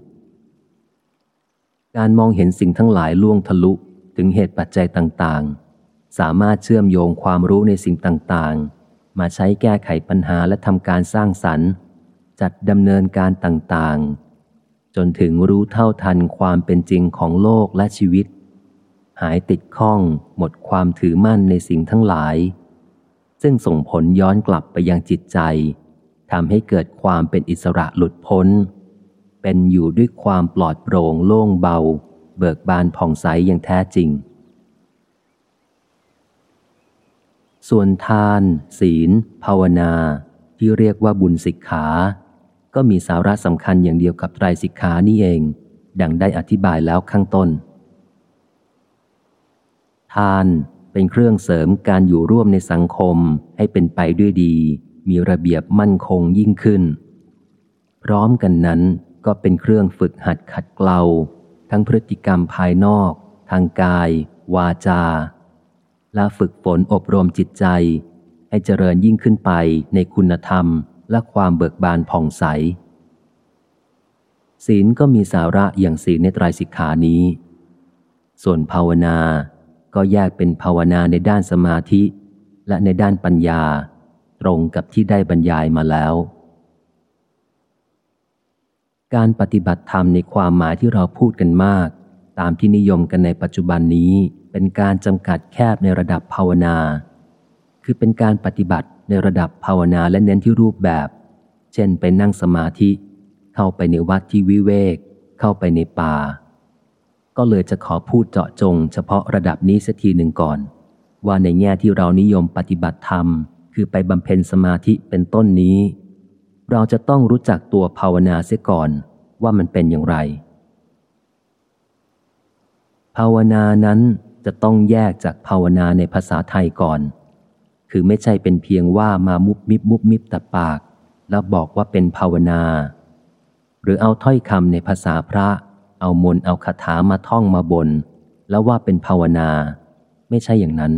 การมองเห็นสิ่งทั้งหลายล่วงทะลุถึงเหตุปัจจัยต่างๆสามารถเชื่อมโยงความรู้ในสิ่งต่างๆมาใช้แก้ไขปัญหาและทำการสร้างสรรค์จัดดำเนินการต่างๆจนถึงรู้เท่าทันความเป็นจริงของโลกและชีวิตหายติดข้องหมดความถือมั่นในสิ่งทั้งหลายซึ่งส่งผลย้อนกลับไปยังจิตใจทำให้เกิดความเป็นอิสระหลุดพ้นเป็นอยู่ด้วยความปลอดโปร่งโล่งเบาเบิกบานผ่องใสอย่างแท้จริงส่วนทานศีลภาวนาที่เรียกว่าบุญสิกขาก็มีสาระสำคัญอย่างเดียวกับไตรสิกขานี่เองดังได้อธิบายแล้วข้างต้นทานเป็นเครื่องเสริมการอยู่ร่วมในสังคมให้เป็นไปด้วยดีมีระเบียบมั่นคงยิ่งขึ้นพร้อมกันนั้นก็เป็นเครื่องฝึกหัดขัดเกลาทั้งพฤติกรรมภายนอกทางกายวาจาและฝึกฝนอบรมจิตใจให้เจริญยิ่งขึ้นไปในคุณธรรมและความเบิกบานผ่องใสศีลก็มีสาระอย่างศีลในไตรสิกขานี้ส่วนภาวนาก็แยกเป็นภาวนาในด้านสมาธิและในด้านปัญญาตรงกับที่ได้บรรยายมาแล้วการปฏิบัติธรรมในความหมายที่เราพูดกันมากตามที่นิยมกันในปัจจุบันนี้เป็นการจำกัดแคบในระดับภาวนาคือเป็นการปฏิบัติในระดับภาวนาและเน้นที่รูปแบบเช่นไปนั่งสมาธิเข้าไปในวัดที่วิเวกเข้าไปในป่าก็เลยจะขอพูดเจาะจงเฉพาะระดับนี้สักทีหนึ่งก่อนว่าในแง่ที่เรานิยมปฏิบัติธรรมคือไปบำเพ็ญสมาธิเป็นต้นนี้เราจะต้องรู้จักตัวภาวนาเสียก่อนว่ามันเป็นอย่างไรภาวนานั้นจะต้องแยกจากภาวนาในภาษาไทยก่อนคือไม่ใช่เป็นเพียงว่ามามุบมิบแต่ปากแล้วบอกว่าเป็นภาวนาหรือเอาถ้อยคำในภาษาพระเอามนต์เอาคาถามาท่องมาบนแล้วว่าเป็นภาวนาไม่ใช่อย่างนั้น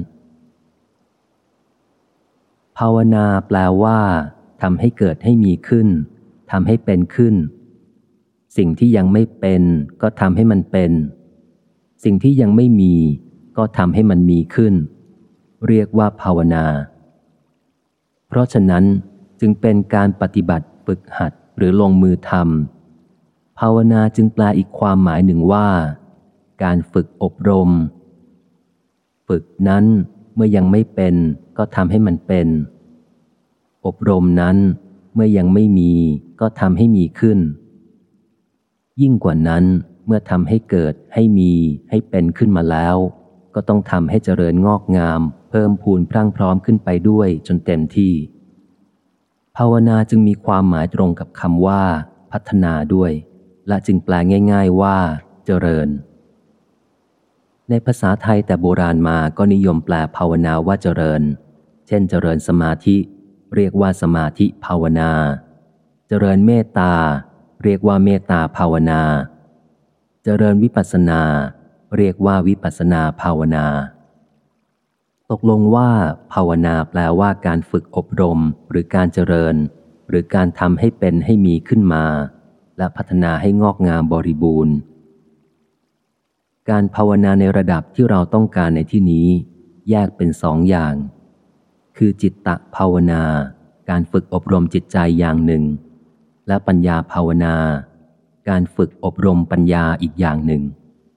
ภาวนาแปลว่าทำให้เกิดให้มีขึ้นทำให้เป็นขึ้นสิ่งที่ยังไม่เป็นก็ทำให้มันเป็นสิ่งที่ยังไม่มีก็ทำให้มันมีขึ้นเรียกว่าภาวนาเพราะฉะนั้นจึงเป็นการปฏิบัติฝึกหัดหรือลงมือทำภาวนาจึงแปลอีกความหมายหนึ่งว่าการฝึกอบรมฝึกนั้นเมื่อยังไม่เป็นก็ทำให้มันเป็นอบรมนั้นเมื่อยังไม่มีก็ทำให้มีขึ้นยิ่งกว่านั้นเมื่อทำให้เกิดให้มีให้เป็นขึ้นมาแล้วก็ต้องทำให้เจริญงอกงามเพิ่มพูนพรั่งพร้อมขึ้นไปด้วยจนเต็มที่ภาวนาจึงมีความหมายตรงกับคำว่าพัฒนาด้วยและจึงแปลง่ายๆว่าเจริญในภาษาไทยแต่โบราณมาก็นิยมแปลภาวนาว่าเจริญเช่นเจริญสมาธิเรียกว่าสมาธิภาวนาเจริญเมตตาเรียกว่าเมตตาภาวนาเจริญวิปัสสนาเรียกว่าวิปัสสนาภาวนาตกลงว่าภาวนาแปลว่าการฝึกอบรมหรือการเจริญหรือการทำให้เป็นให้มีขึ้นมาและพัฒนาให้งอกงามบริบูรณ์การภาวนาในระดับที่เราต้องการในที่นี้แยกเป็นสองอย่างคือจิตตภาวนาการฝึกอบรมจิตใจอย่างหนึ่งและปัญญาภาวนาการฝึกอบรมปัญญาอีกอย่างหนึ่ง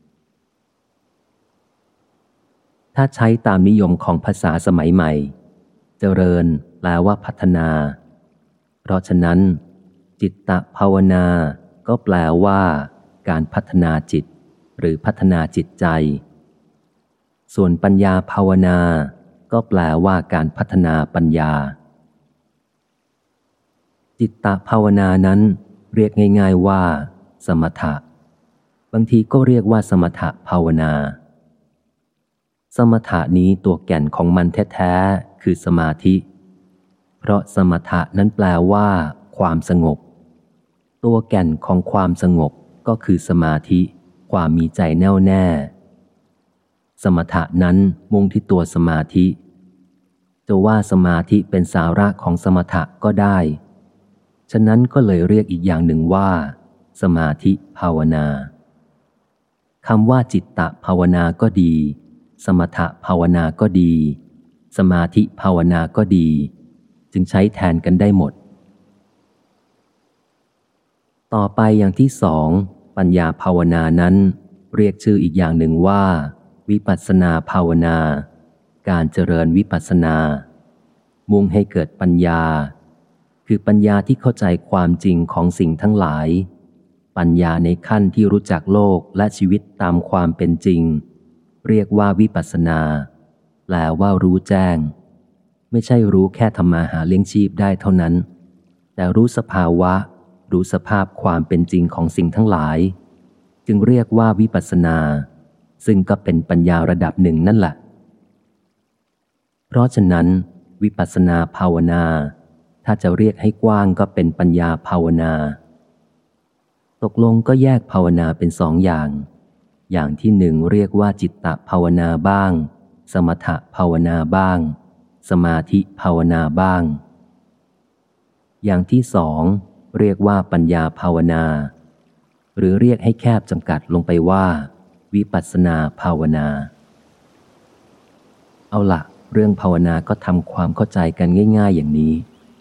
ถ้าใช้ตามนิยมของภาษาสมัยใหม่เจริญแปลว่าพัฒนาเพราะฉะนั้นจิตตภาวนาก็แปลว่าการพัฒนาจิตหรือพัฒนาจิตใจส่วนปัญญาภาวนาก็แปลว่าการพัฒนาปัญญาจิตตภาวนานั้นเรียกง่ายๆว่าสมถะบางทีก็เรียกว่าสมถะภาวนาสมถะนี้ตัวแก่นของมันแท้ๆคือสมาธิเพราะสมถะนั้นแปลว่าความสงบตัวแก่นของความสงบก็คือสมาธิความมีใจแน่วแน่สมถะนั้นมุ่งที่ตัวสมาธิจะว่าสมาธิเป็นสาระของสมถะก็ได้ฉะนั้นก็เลยเรียกอีกอย่างหนึ่งว่าสมาธิภาวนาคำว่าจิตตภาวนาก็ดีสมถภาวนาก็ดีสมาธิภาวนาก็ดีจึงใช้แทนกันได้หมดต่อไปอย่างที่สองปัญญาภาวนานั้นเรียกชื่ออีกอย่างหนึ่งว่าวิปัสสนาภาวนาการเจริญวิปัสสนามุ่งให้เกิดปัญญาคือปัญญาที่เข้าใจความจริงของสิ่งทั้งหลายปัญญาในขั้นที่รู้จักโลกและชีวิตตามความเป็นจริงเรียกว่าวิปัสสนาแปลว่ารู้แจ้งไม่ใช่รู้แค่ทำมาหาเลี้ยงชีพได้เท่านั้นแต่รู้สภาวะรู้สภาพความเป็นจริงของสิ่งทั้งหลายจึงเรียกว่าวิปัสสนาซึ่งก็เป็นปัญญาระดับหนึ่งนั่นแหละเพราะฉะนั้นวิปัสสนาภาวนาถ้าจะเรียกให้กว้างก็เป็นปัญญาภาวนาตกลงก็แยกภาวนาเป็นสองอย่างอย่างที่หนึ่งเรียกว่าจิตตภาวนาบ้างสมถภาวนาบ้างสมาธิภาวนาบ้างอย่างที่สองเรียกว่าปัญญาภาวนาหรือเรียกให้แคบจำกัดลงไปว่าวิปัสสนาภาวนาเอาล่ะเรื่องภาวนาก็ทำความเข้าใจกันง่ายๆอย่างนี้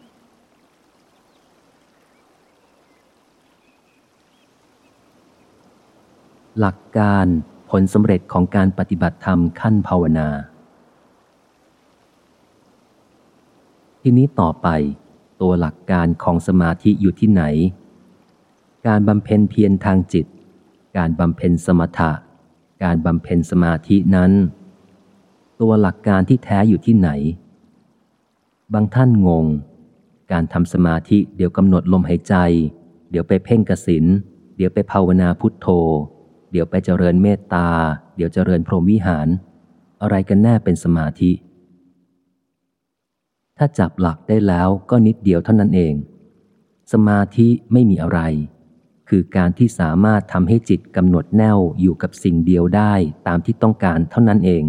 หลักการผลสำเร็จของการปฏิบัติธรรมขั้นภาวนาทีนี้ต่อไปตัวหลักการของสมาธิอยู่ที่ไหนการบำเพ็ญเพียรทางจิตการบำเพ็ญสมถะการบำเพ็ญสมาธินั้นตัวหลักการที่แท้อยู่ที่ไหนบางท่านงงการทำสมาธิเดี๋ยวกำหนดลมหายใจเดี๋ยวไปเพ่งกสิณเดี๋ยวไปภาวนาพุทโธเดี๋ยวไปเจริญเมตตาเดี๋ยวเจริญพรหมวิหารอะไรกันแน่เป็นสมาธิถ้าจับหลักได้แล้วก็นิดเดียวเท่านั้นเองสมาธิไม่มีอะไรคือการที่สามารถทำให้จิตกำหนดแน่วอยู่กับสิ่งเดียวได้ตามที่ต้องการเท่านั้นเอง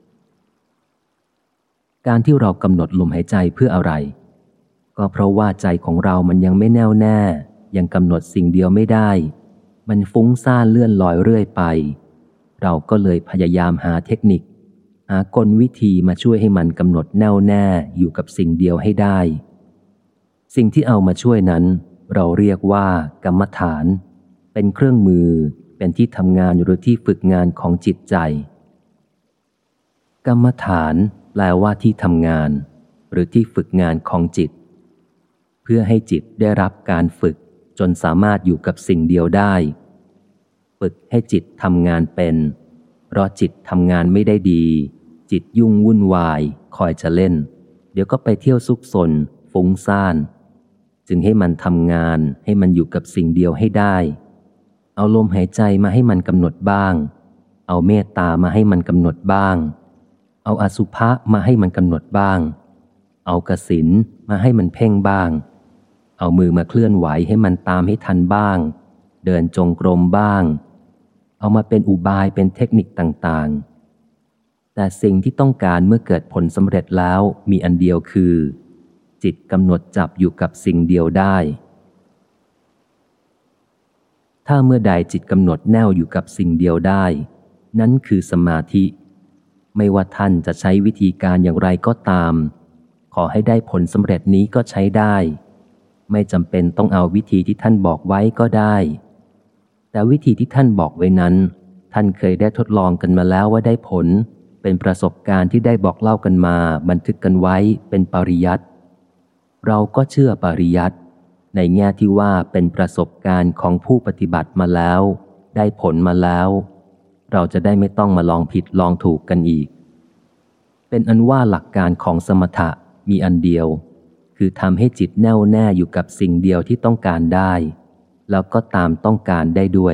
การที่เรากำหนดลมหายใจเพื่ออะไรก็เพราะว่าใจของเรามันยังไม่แน่วแน่ยังกำหนดสิ่งเดียวไม่ได้มันฟุ้งซ่านเลื่อนลอยเรื่อยไปเราก็เลยพยายามหาเทคนิคหากลวิธีมาช่วยให้มันกำหนดแน่วแน่อยู่กับสิ่งเดียวให้ได้สิ่งที่เอามาช่วยนั้นเราเรียกว่ากรรมฐานเป็นเครื่องมือเป็นที่ทำงานหรือที่ฝึกงานของจิตใจกรรมฐานแปลว่าที่ทำงานหรือที่ฝึกงานของจิตเพื่อให้จิตได้รับการฝึกจนสามารถอยู่กับสิ่งเดียวได้ฝึกให้จิตทำงานเป็นเพราะจิตทำงานไม่ได้ดีจิตยุ่งวุ่นวายคอยจะเล่นเดี๋ยวก็ไปเที่ยวซุกซนฟุ้งซ่านจึงให้มันทำงานให้มันอยู่กับสิ่งเดียวให้ได้เอาลมหายใจมาให้มันกำหนดบ้างเอาเมตตามาให้มันกำหนดบ้างเอาอสุภะมาให้มันกำหนดบ้างเอากสิณมาให้มันเพ่งบ้างเอามือมาเคลื่อนไหวให้มันตามให้ทันบ้างเดินจงกรมบ้างเอามาเป็นอุบายเป็นเทคนิคต่างๆแต่สิ่งที่ต้องการเมื่อเกิดผลสำเร็จแล้วมีอันเดียวคือจิตกำหนดจับอยู่กับสิ่งเดียวได้ถ้าเมื่อใดจิตกำหนดแน่วอยู่กับสิ่งเดียวได้นั้นคือสมาธิไม่ว่าท่านจะใช้วิธีการอย่างไรก็ตามขอให้ได้ผลสำเร็จนี้ก็ใช้ได้ไม่จำเป็นต้องเอาวิธีที่ท่านบอกไว้ก็ได้แต่วิธีที่ท่านบอกไว้นั้นท่านเคยได้ทดลองกันมาแล้วว่าได้ผลเป็นประสบการณ์ที่ได้บอกเล่ากันมาบันทึกกันไว้เป็นปริยัติเราก็เชื่อปริยัติในแง่ที่ว่าเป็นประสบการณ์ของผู้ปฏิบัติมาแล้วได้ผลมาแล้วเราจะได้ไม่ต้องมาลองผิดลองถูกกันอีกเป็นอันว่าหลักการของสมถะมีอันเดียวคือทำให้จิตแน่วแน่อยู่กับสิ่งเดียวที่ต้องการได้แล้วก็ตามต้องการได้ด้วย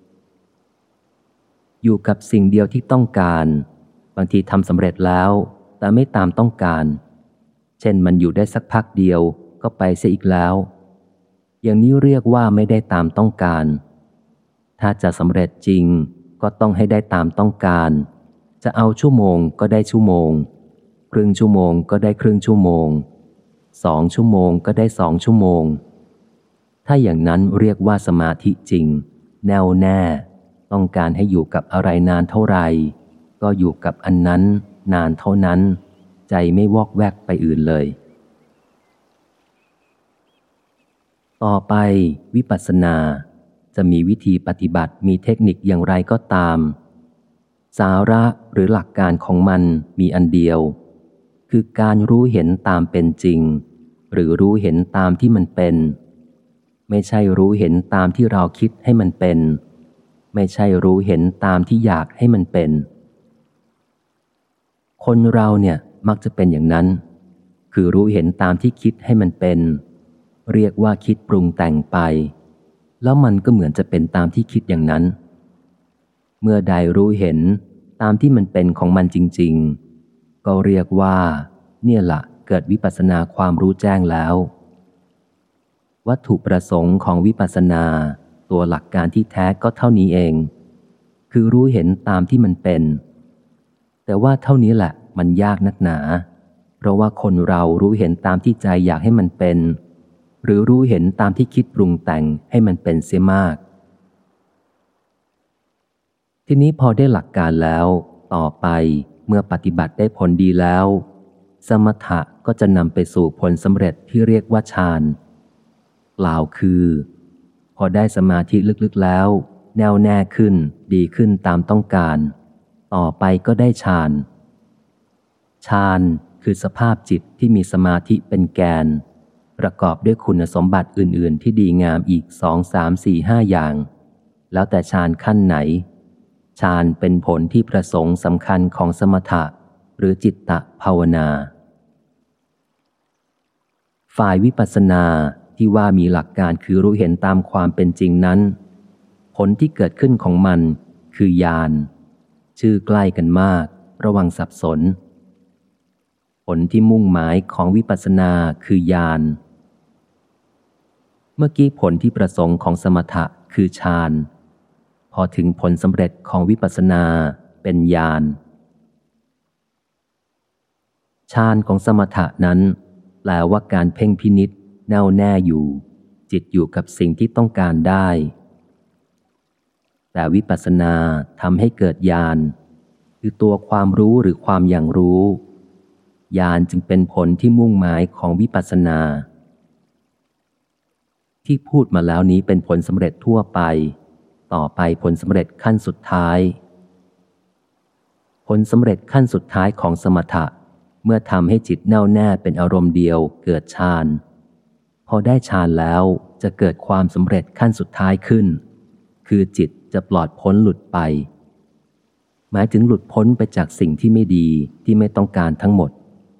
อยู่กับสิ่งเดียวที่ต้องการบางทีทำสำเร็จแล้วแต่ไม่ตามต้องการเช่นมันอยู่ได้สักพักเดียวก็ไปเสียอีกแล้วอย่างนี้เรียกว่าไม่ได้ตามต้องการถ้าจะสำเร็จจริงก็ต้องให้ได้ตามต้องการจะเอาชั่วโมงก็ได้ชั่วโมงครึ่งชั่วโมงก็ได้ครึ่งชั่วโมง2 ชั่วโมงก็ได้2 ชั่วโมงถ้าอย่างนั้นเรียกว่าสมาธิจริงแน่วแน่ต้องการให้อยู่กับอะไรนานเท่าไหร่ก็อยู่กับอันนั้นนานเท่านั้นใจไม่วอกแวกไปอื่นเลยต่อไปวิปัสสนาจะมีวิธีปฏิบัติมีเทคนิคอย่างไรก็ตามสาระหรือหลักการของมันมีอันเดียวคือการรู้เห็นตามเป็นจริงหรือรู้เห็นตามที่มันเป็นไม่ใช่รู้เห็นตามที่เราคิดให้มันเป็นไม่ใช่รู้เห็นตามที่อยากให้มันเป็นคนเราเนี่ยมักจะเป็นอย่างนั้นคือรู้เห็นตามที่คิดให้มันเป็นเรียกว่าคิดปรุงแต่งไปแล้วมันก็เหมือนจะเป็นตามที่คิดอย่างนั้นเมื่อใดรู้เห็นตามที่มันเป็นของมันจริงๆก็เรียกว่าเนี่ยล่ะเกิดวิปัสสนาความรู้แจ้งแล้ววัตถุประสงค์ของวิปัสสนาตัวหลักการที่แท้ก็เท่านี้เองคือรู้เห็นตามที่มันเป็นแต่ว่าเท่านี้แหละมันยากนักหนาเพราะว่าคนเรารู้เห็นตามที่ใจอยากให้มันเป็นหรือรู้เห็นตามที่คิดปรุงแต่งให้มันเป็นเสียมากทีนี้พอได้หลักการแล้วต่อไปเมื่อปฏิบัติได้ผลดีแล้วสมถะก็จะนำไปสู่ผลสำเร็จที่เรียกว่าฌานกล่าวคือพอได้สมาธิลึกๆแล้วแน่วแน่ขึ้นดีขึ้นตามต้องการต่อไปก็ได้ฌานฌานคือสภาพจิตที่มีสมาธิเป็นแกนประกอบด้วยคุณสมบัติอื่นๆที่ดีงามอีก2 3 4 5อย่างแล้วแต่ฌานขั้นไหนฌานเป็นผลที่ประสงค์สำคัญของสมถะหรือจิตตภาวนาฝ่ายวิปัสสนาที่ว่ามีหลักการคือรู้เห็นตามความเป็นจริงนั้นผลที่เกิดขึ้นของมันคือญาณชื่อใกล้กันมากระวังสับสนผลที่มุ่งหมายของวิปัสสนาคือญาณเมื่อกี้ผลที่ประสงค์ของสมถะคือฌานพอถึงผลสำเร็จของวิปัสสนาเป็นญาณฌานของสมถะนั้นแปลว่าการเพ่งพินิจแน่วแน่อยู่จิตอยู่กับสิ่งที่ต้องการได้แต่วิปัสสนาทำให้เกิดญาณคือตัวความรู้หรือความอย่างรู้ญาณจึงเป็นผลที่มุ่งหมายของวิปัสสนาที่พูดมาแล้วนี้เป็นผลสำเร็จทั่วไปต่อไปผลสำเร็จขั้นสุดท้ายผลสำเร็จขั้นสุดท้ายของสมถะเมื่อทำให้จิตแน่วแน่เป็นอารมณ์เดียวเกิดฌานพอได้ฌานแล้วจะเกิดความสำเร็จขั้นสุดท้ายขึ้นคือจิตจะปลอดพ้นหลุดไปหมายถึงหลุดพ้นไปจากสิ่งที่ไม่ดีที่ไม่ต้องการทั้งหมด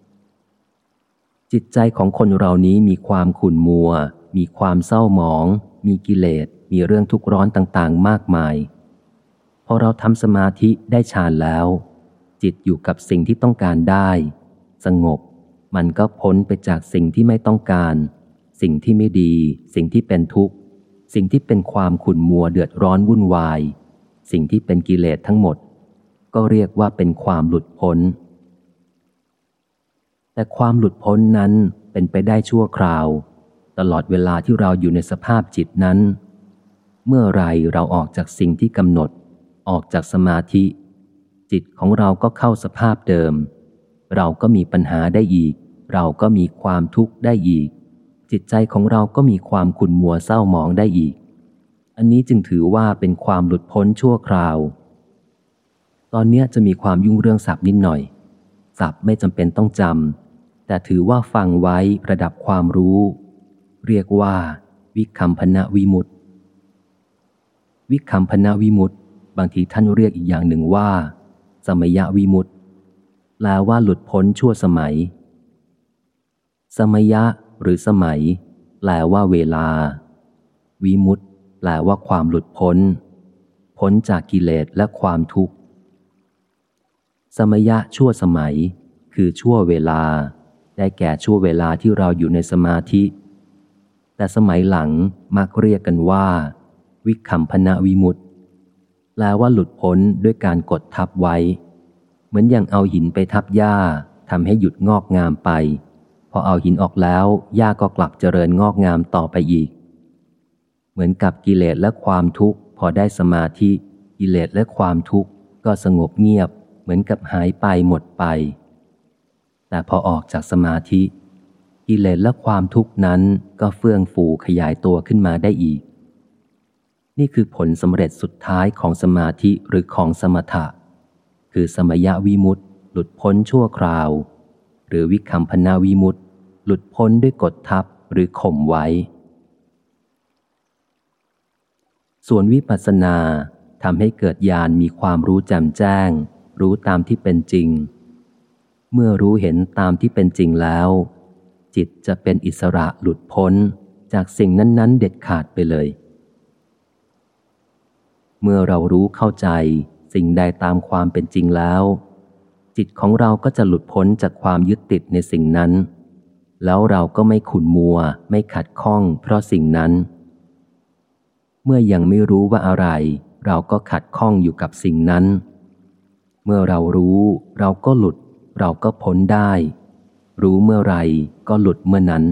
จิตใจของคนเรานี้มีความขุ่นมัวมีความเศร้าหมองมีกิเลสมีเรื่องทุกข์ร้อนต่างๆมากมายพอเราทำสมาธิได้ฌานแล้วจิตอยู่กับสิ่งที่ต้องการได้สงบมันก็พ้นไปจากสิ่งที่ไม่ต้องการสิ่งที่ไม่ดีสิ่งที่เป็นทุกข์สิ่งที่เป็นความขุ่นมัวเดือดร้อนวุ่นวายสิ่งที่เป็นกิเลสทั้งหมดก็เรียกว่าเป็นความหลุดพ้นแต่ความหลุดพ้นนั้นเป็นไปได้ชั่วคราวตลอดเวลาที่เราอยู่ในสภาพจิตนั้นเมื่อไรเราออกจากสิ่งที่กำหนดออกจากสมาธิจิตของเราก็เข้าสภาพเดิมเราก็มีปัญหาได้อีกเราก็มีความทุกข์ได้อีกจิตใจของเราก็มีความขุ่นมัวเศร้าหมองได้อีกอันนี้จึงถือว่าเป็นความหลุดพ้นชั่วคราวตอนนี้จะมีความยุ่งเรื่องศัพท์นิดหน่อยศัพท์ไม่จำเป็นต้องจำแต่ถือว่าฟังไว้ระดับความรู้เรียกว่าวิคัมภนวิมุตติวิคัมภนวิมุตติบางทีท่านเรียกอีกอย่างหนึ่งว่าสมยวิมุตติแปลว่าหลุดพ้นชั่วสมัยสมยะหรือสมัยแปลว่าเวลาวิมุตติแปลว่าความหลุดพ้นพ้นจากกิเลสและความทุกข์สมยะชั่วสมัยคือชั่วเวลาได้แก่ชั่วเวลาที่เราอยู่ในสมาธิแต่สมัยหลังมักเรียกกันว่าวิคัมภนวิมุตติแปลว่าหลุดพ้นด้วยการกดทับไว้เหมือนอย่างเอาหินไปทับหญ้าทำให้หยุดงอกงามไปพอเอาหินออกแล้วหญ้าก็กลับเจริญงอกงามต่อไปอีกเหมือนกับกิเลสและความทุกข์พอได้สมาธิกิเลสและความทุกข์ก็สงบเงียบเหมือนกับหายไปหมดไปแต่พอออกจากสมาธิกิเลสและความทุกข์นั้นก็เฟื่องฟูขยายตัวขึ้นมาได้อีกนี่คือผลสำเร็จสุดท้ายของสมาธิหรือของสมถะคือสมยวิมุตติหลุดพ้นชั่วคราวหรือวิคัมพนาวิมุตติหลุดพ้นด้วยกดทับหรือข่มไว้ส่วนวิปัสสนาทำให้เกิดญาณมีความรู้แจ่มแจ้งรู้ตามที่เป็นจริงเมื่อรู้เห็นตามที่เป็นจริงแล้วจิตจะเป็นอิสระหลุดพ้นจากสิ่งนั้นๆเด็ดขาดไปเลยเมื่อเรารู้เข้าใจสิ่งใดตามความเป็นจริงแล้วจิตของเราก็จะหลุดพ้นจากความยึดติดในสิ่งนั้นแล้วเราก็ไม่ขุ่นมัวไม่ขัดข้องเพราะสิ่งนั้นเมื่อยังไม่รู้ว่าอะไรเราก็ขัดข้องอยู่กับสิ่งนั้นเมื่อเรารู้เราก็หลุดเราก็พ้นได้รู้เมื่อไรก็หลุดเมื่อนั้น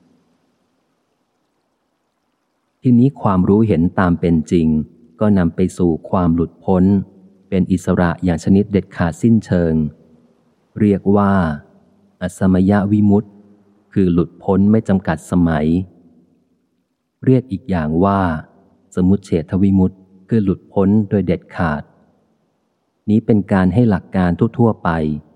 ทีนี้ความรู้เห็นตามเป็นจริงก็นำไปสู่ความหลุดพ้นเป็นอิสระอย่างชนิดเด็ดขาดสิ้นเชิงเรียกว่าอสมยวิมุตติคือหลุดพ้นไม่จำกัดสมัยเรียกอีกอย่างว่าสมุจเฉทวิมุตติคือหลุดพ้นโดยเด็ดขาดนี้เป็นการให้หลักการทั่วๆไป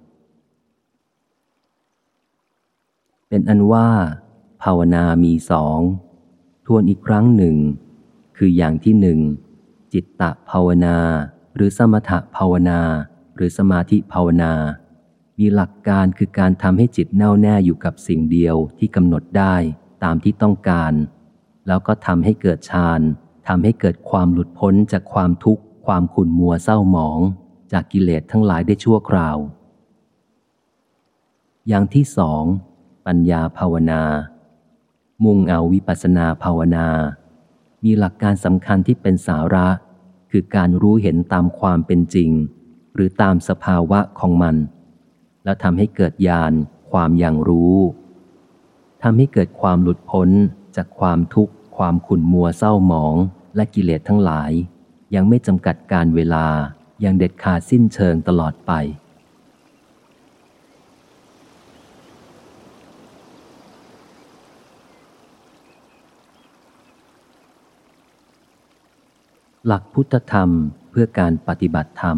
เป็นอันว่าภาวนามีสองทวนอีกครั้งหนึ่งคืออย่างที่หนึ่งจิตตภาวนาหรือสมถภาวนาหรือสมาธิภาวนามีหลักการคือการทำให้จิตแน่วแน่อยู่กับสิ่งเดียวที่กำหนดได้ตามที่ต้องการแล้วก็ทำให้เกิดฌานทำให้เกิดความหลุดพ้นจากความทุกข์ความขุ่นมัวเศร้าหมองจากกิเลสทั้งหลายได้ชั่วคราวอย่างที่สองปัญญาภาวนามุ่งเอาวิปัสสนาภาวนามีหลักการสำคัญที่เป็นสาระคือการรู้เห็นตามความเป็นจริงหรือตามสภาวะของมันแล้วทำให้เกิดญาณความอย่างรู้ทำให้เกิดความหลุดพ้นจากความทุกข์ความขุ่นมัวเศร้าหมองและกิเลสทั้งหลายยังไม่จำกัดการเวลายังเด็ดขาดสิ้นเชิงตลอดไปหลักพุทธธรรมเพื่อการปฏิบัติธรรม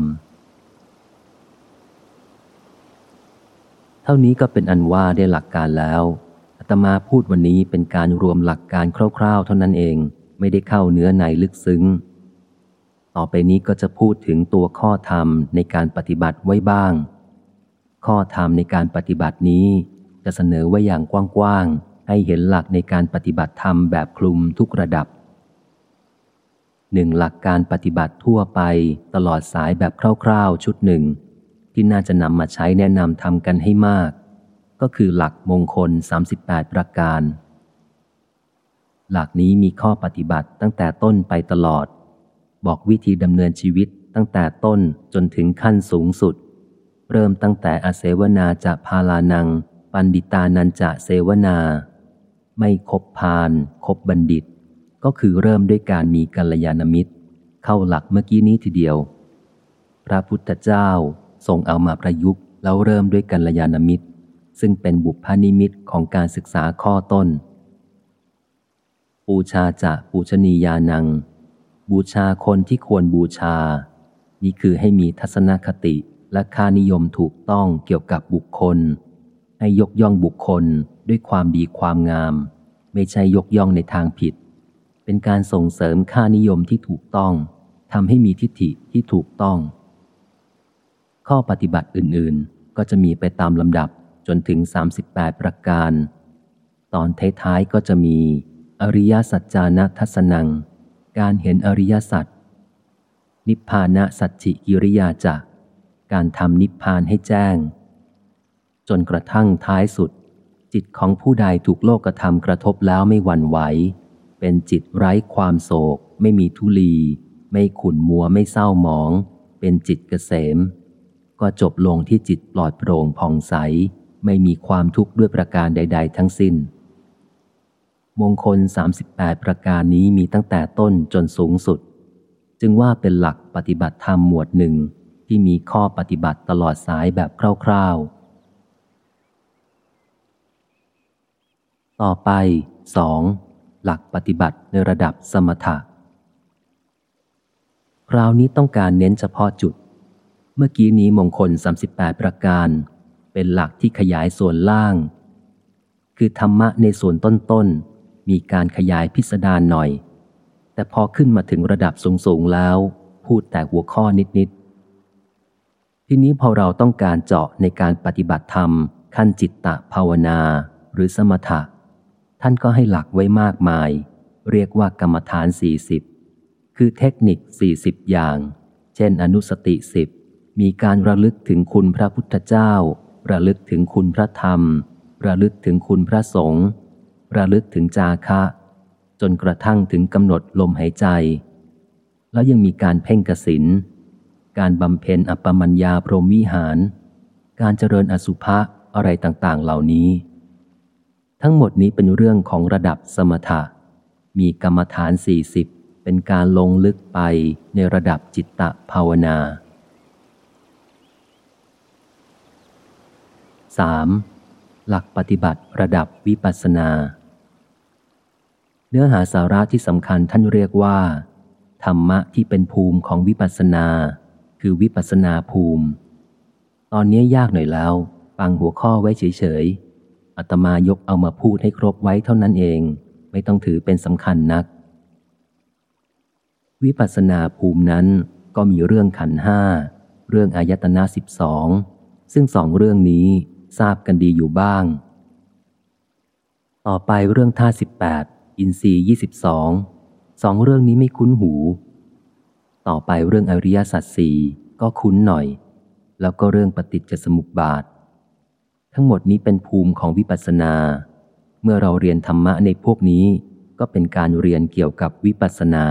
เท่านี้ก็เป็นอันว่าได้หลักการแล้วอาตมาพูดวันนี้เป็นการรวมหลักการคร่าวๆเท่านั้นเองไม่ได้เข้าเนื้อในลึกซึ้งต่อไปนี้ก็จะพูดถึงตัวข้อธรรมในการปฏิบัติไว้บ้างข้อธรรมในการปฏิบัตินี้จะเสนอไว้อย่างกว้างๆให้เห็นหลักในการปฏิบัติธรรมแบบคลุมทุกระดับหนึ่งหลักการปฏิบัติทั่วไปตลอดสายแบบคร่าวๆชุดหนึ่งที่น่าจะนำมาใช้แนะนำทำกันให้มากก็คือหลักมงคล38ประการหลักนี้มีข้อปฏิบัติตั้งแต่ต้นไปตลอดบอกวิธีดำเนินชีวิตตั้งแต่ต้นจนถึงขั้นสูงสุดเริ่มตั้งแต่อเสวนาจะพาลานังปันดิตานันจะเสวนาไม่คบพาลคบบัณฑิตก็คือเริ่มด้วยการมีกัลยาณมิตรเข้าหลักเมื่อกี้นี้ทีเดียวพระพุทธเจ้าทรงเอามาประยุกต์แล้วเริ่มด้วยกัลยาณมิตรซึ่งเป็นบุพนิมิตของการศึกษาข้อต้นบูชาจะปูชนียานังบูชาคนที่ควรบูชานี่คือให้มีทัศนคติและค่านิยมถูกต้องเกี่ยวกับบุคคลให้ยกย่องบุคคลด้วยความดีความงามไม่ใช่ยกย่องในทางผิดเป็นการส่งเสริมค่านิยมที่ถูกต้องทำให้มีทิฏฐิที่ถูกต้องข้อปฏิบัติอื่นๆก็จะมีไปตามลำดับจนถึง38ประการตอนท้ายๆก็จะมีอริยสัจจานทัสนังการเห็นอริยสัจนิพพานะสัจฉิกิริยาจะการทำนิพพานให้แจ้งจนกระทั่งท้ายสุดจิตของผู้ใดถูกโลกธรรมกระทบแล้วไม่หวั่นไหวเป็นจิตไร้ความโศกไม่มีทุลีไม่ขุ่นมัวไม่เศร้าหมองเป็นจิตเกษมก็จบลงที่จิตปลอดโปร่งผ่องใสไม่มีความทุกข์ด้วยประการใดๆทั้งสิ้นมงคล38ประการนี้มีตั้งแต่ต้นจนสูงสุดจึงว่าเป็นหลักปฏิบัติธรรมหมวดหนึ่งที่มีข้อปฏิบัติตลอดสายแบบคร่าวๆต่อไป 2. หลักปฏิบัติในระดับสมถะคราวนี้ต้องการเน้นเฉพาะจุดเมื่อกี้นี้มงคล38ประการเป็นหลักที่ขยายส่วนล่างคือธรรมะในส่วนต้นๆมีการขยายพิสดารหน่อยแต่พอขึ้นมาถึงระดับสูงๆแล้วพูดแต่หัวข้อนิดๆทีนี้พอเราต้องการเจาะในการปฏิบัติธรรมขั้นจิตตภาวนาหรือสมถะท่านก็ให้หลักไว้มากมายเรียกว่ากรรมฐาน40คือเทคนิค40อย่างเช่นอนุสติ10มีการระลึกถึงคุณพระพุทธเจ้าระลึกถึงคุณพระธรรมระลึกถึงคุณพระสงฆ์ระลึกถึงจาคะจนกระทั่งถึงกำหนดลมหายใจแล้วยังมีการเพ่งกสิณการบำเพ็ญอัปปมัญญาพรหมวิหารการเจริญอสุภะอะไรต่างๆเหล่านี้ทั้งหมดนี้เป็นเรื่องของระดับสมถะมีกรรมฐาน40เป็นการลงลึกไปในระดับจิตตภาวนา 3. หลักปฏิบัติระดับวิปัสสนา เนื้อหาสาระที่สำคัญท่านเรียกว่าธรรมะที่เป็นภูมิของวิปัสสนาคือวิปัสสนาภูมิตอนนี้ยากหน่อยแล้วฟังหัวข้อไว้เฉยๆอาตมายกเอามาพูดให้ครบไว้เท่านั้นเองไม่ต้องถือเป็นสำคัญนักวิปัสสนาภูมินั้นก็มีเรื่องขันธ์ห้าเรื่องอายตนะ12ซึ่งสองเรื่องนี้ทราบกันดีอยู่บ้างต่อไปเรื่องธาตุ18อินทรีย์22สองเรื่องนี้ไม่คุ้นหูต่อไปเรื่องอริยสัจ4ก็คุ้นหน่อยแล้วก็เรื่องปฏิจจสมุปบาททั้งหมดนี้เป็นภูมิของวิปัสสนาเมื่อเราเรียนธรรมะในพวกนี้ก็เป็นการเรียนเกี่ยวกับวิปัสสนา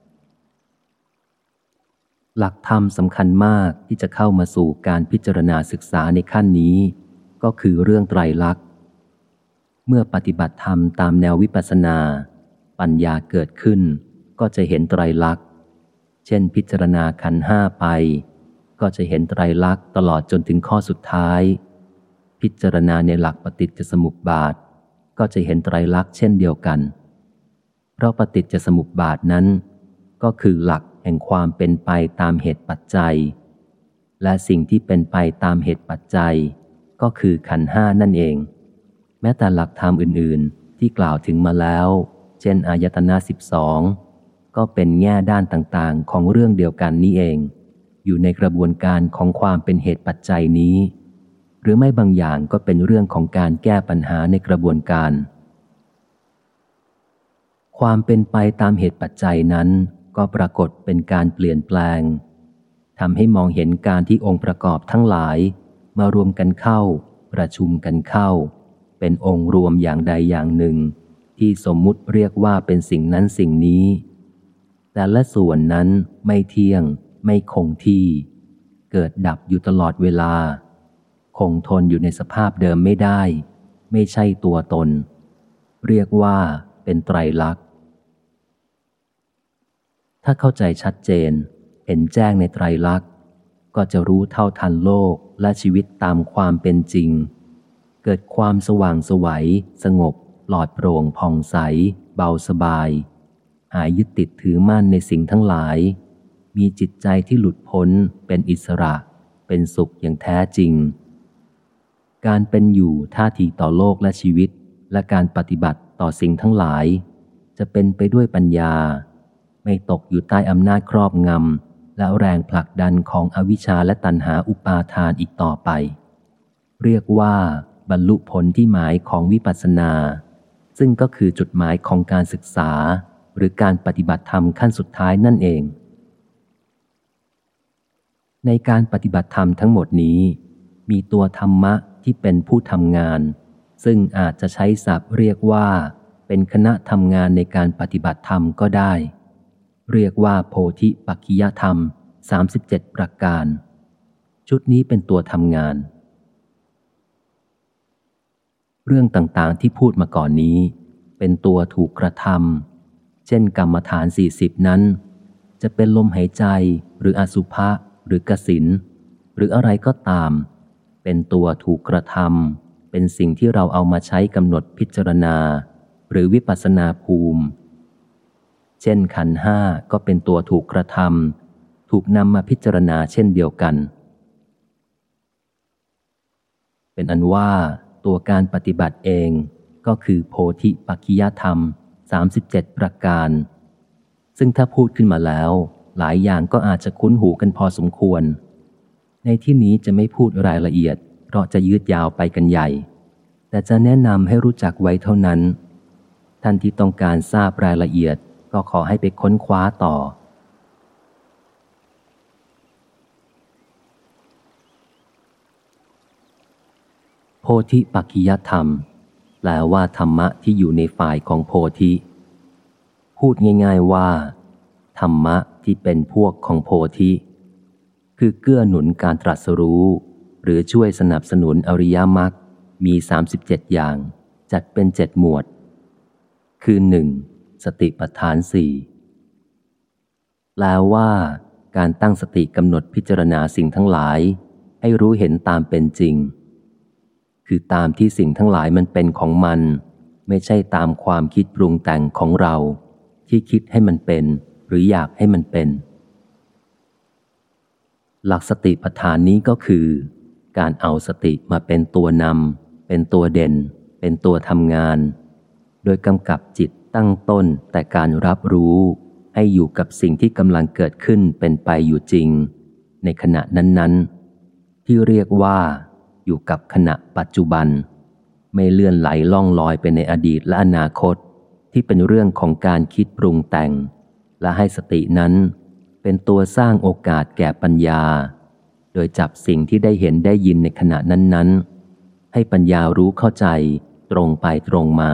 หลักธรรมสำคัญมากที่จะเข้ามาสู่การพิจารณาศึกษาในขั้นนี้ก็คือเรื่องไตรลักษณ์เมื่อปฏิบัติธรรมตามแนววิปัสสนาปัญญาเกิดขึ้นก็จะเห็นไตรลักษณ์เช่นพิจารณาขันธ์ห้าไปก็จะเห็นไตรลักษณ์ตลอดจนถึงข้อสุดท้ายพิจารณาในหลักปฏิจจสมุปบาทก็จะเห็นไตรลักษณ์เช่นเดียวกันเพราะปฏิจจสมุปบาทนั้นก็คือหลักแห่งความเป็นไปตามเหตุปัจจัยและสิ่งที่เป็นไปตามเหตุปัจจัยก็คือขันธ์ห้านั่นเองแม้แต่หลักธรรมอื่นๆที่กล่าวถึงมาแล้วเช่นอายตนะ12ก็เป็นแง่ด้านต่างๆของเรื่องเดียวกันนี้เองอยู่ในกระบวนการของความเป็นเหตุปัจจัยนี้หรือไม่บางอย่างก็เป็นเรื่องของการแก้ปัญหาในกระบวนการความเป็นไปตามเหตุปัจจัยนั้นก็ปรากฏเป็นการเปลี่ยนแปลงทำให้มองเห็นการที่องค์ประกอบทั้งหลายมารวมกันเข้าประชุมกันเข้าเป็นองค์รวมอย่างใดอย่างหนึ่งที่สมมุติเรียกว่าเป็นสิ่งนั้นสิ่งนี้แต่ละส่วนนั้นไม่เที่ยงไม่คงที่เกิดดับอยู่ตลอดเวลาคงทนอยู่ในสภาพเดิมไม่ได้ไม่ใช่ตัวตนเรียกว่าเป็นไตรลักษณ์ถ้าเข้าใจชัดเจนเห็นแจ้งในไตรลักษณ์ก็จะรู้เท่าทันโลกและชีวิตตามความเป็นจริงเกิดความสว่างไสวสงบปลอดโปร่งผ่องใสเบาสบายหายยึดติดถือมั่นในสิ่งทั้งหลายมีจิตใจที่หลุดพ้นเป็นอิสระเป็นสุขอย่างแท้จริงการเป็นอยู่ท่าทีต่อโลกและชีวิตและการปฏิบัติต่อสิ่งทั้งหลายจะเป็นไปด้วยปัญญาไม่ตกอยู่ใต้อำนาจครอบงำและแรงผลักดันของอวิชชาและตัณหาอุปาทานอีกต่อไปเรียกว่าบรรลุผลที่หมายของวิปัสสนาซึ่งก็คือจุดหมายของการศึกษาหรือการปฏิบัติธรรมขั้นสุดท้ายนั่นเองในการปฏิบัติธรรมทั้งหมดนี้มีตัวธรรมะที่เป็นผู้ทำงานซึ่งอาจจะใช้ศัพท์เรียกว่าเป็นคณะทำงานในการปฏิบัติธรรมก็ได้เรียกว่าโพธิปักขิยธรรม37ประการชุดนี้เป็นตัวทำงานเรื่องต่างๆที่พูดมาก่อนนี้เป็นตัวถูกกระทำเช่นกรรมฐาน40นั้นจะเป็นลมหายใจหรืออสุภะหรือกสิณหรืออะไรก็ตามเป็นตัวถูกกระทำเป็นสิ่งที่เราเอามาใช้กำหนดพิจารณาหรือวิปัสสนาภูมิเช่นขันธ์ห้าก็เป็นตัวถูกกระทำถูกนำมาพิจารณาเช่นเดียวกันเป็นอันว่าตัวการปฏิบัติเองก็คือโพธิปักขิยธรรม37ประการซึ่งถ้าพูดขึ้นมาแล้วหลายอย่างก็อาจจะคุ้นหูกันพอสมควรในที่นี้จะไม่พูดรายละเอียดเพราะจะยืดยาวไปกันใหญ่แต่จะแนะนำให้รู้จักไว้เท่านั้นท่านที่ต้องการทราบรายละเอียดก็ขอให้ไปค้นคว้าต่อโพธิปักขิยธรรมแปลว่าธรรมะที่อยู่ในฝ่ายของโพธิพูดง่ายๆว่าธรรมะที่เป็นพวกของโพธิคือเกื้อหนุนการตรัสรู้หรือช่วยสนับสนุนอริยมรรคมี37อย่างจัดเป็น7หมวดคือ 1. สติปัฏฐาน4แปลว่าการตั้งสติกำหนดพิจารณาสิ่งทั้งหลายให้รู้เห็นตามเป็นจริงคือตามที่สิ่งทั้งหลายมันเป็นของมันไม่ใช่ตามความคิดปรุงแต่งของเราที่คิดให้มันเป็นหรืออยากให้มันเป็นหลักสติปัฏฐานนี้ก็คือการเอาสติมาเป็นตัวนำเป็นตัวเด่นเป็นตัวทำงานโดยกำกับจิตตั้งต้นแต่การรับรู้ให้อยู่กับสิ่งที่กำลังเกิดขึ้นเป็นไปอยู่จริงในขณะนั้นๆที่เรียกว่าอยู่กับขณะปัจจุบันไม่เลื่อนไหลล่องลอยไปในอดีตและอนาคตที่เป็นเรื่องของการคิดปรุงแต่งและให้สตินั้นเป็นตัวสร้างโอกาสแก่ปัญญาโดยจับสิ่งที่ได้เห็นได้ยินในขณะนั้นๆให้ปัญญารู้เข้าใจตรงไปตรงมา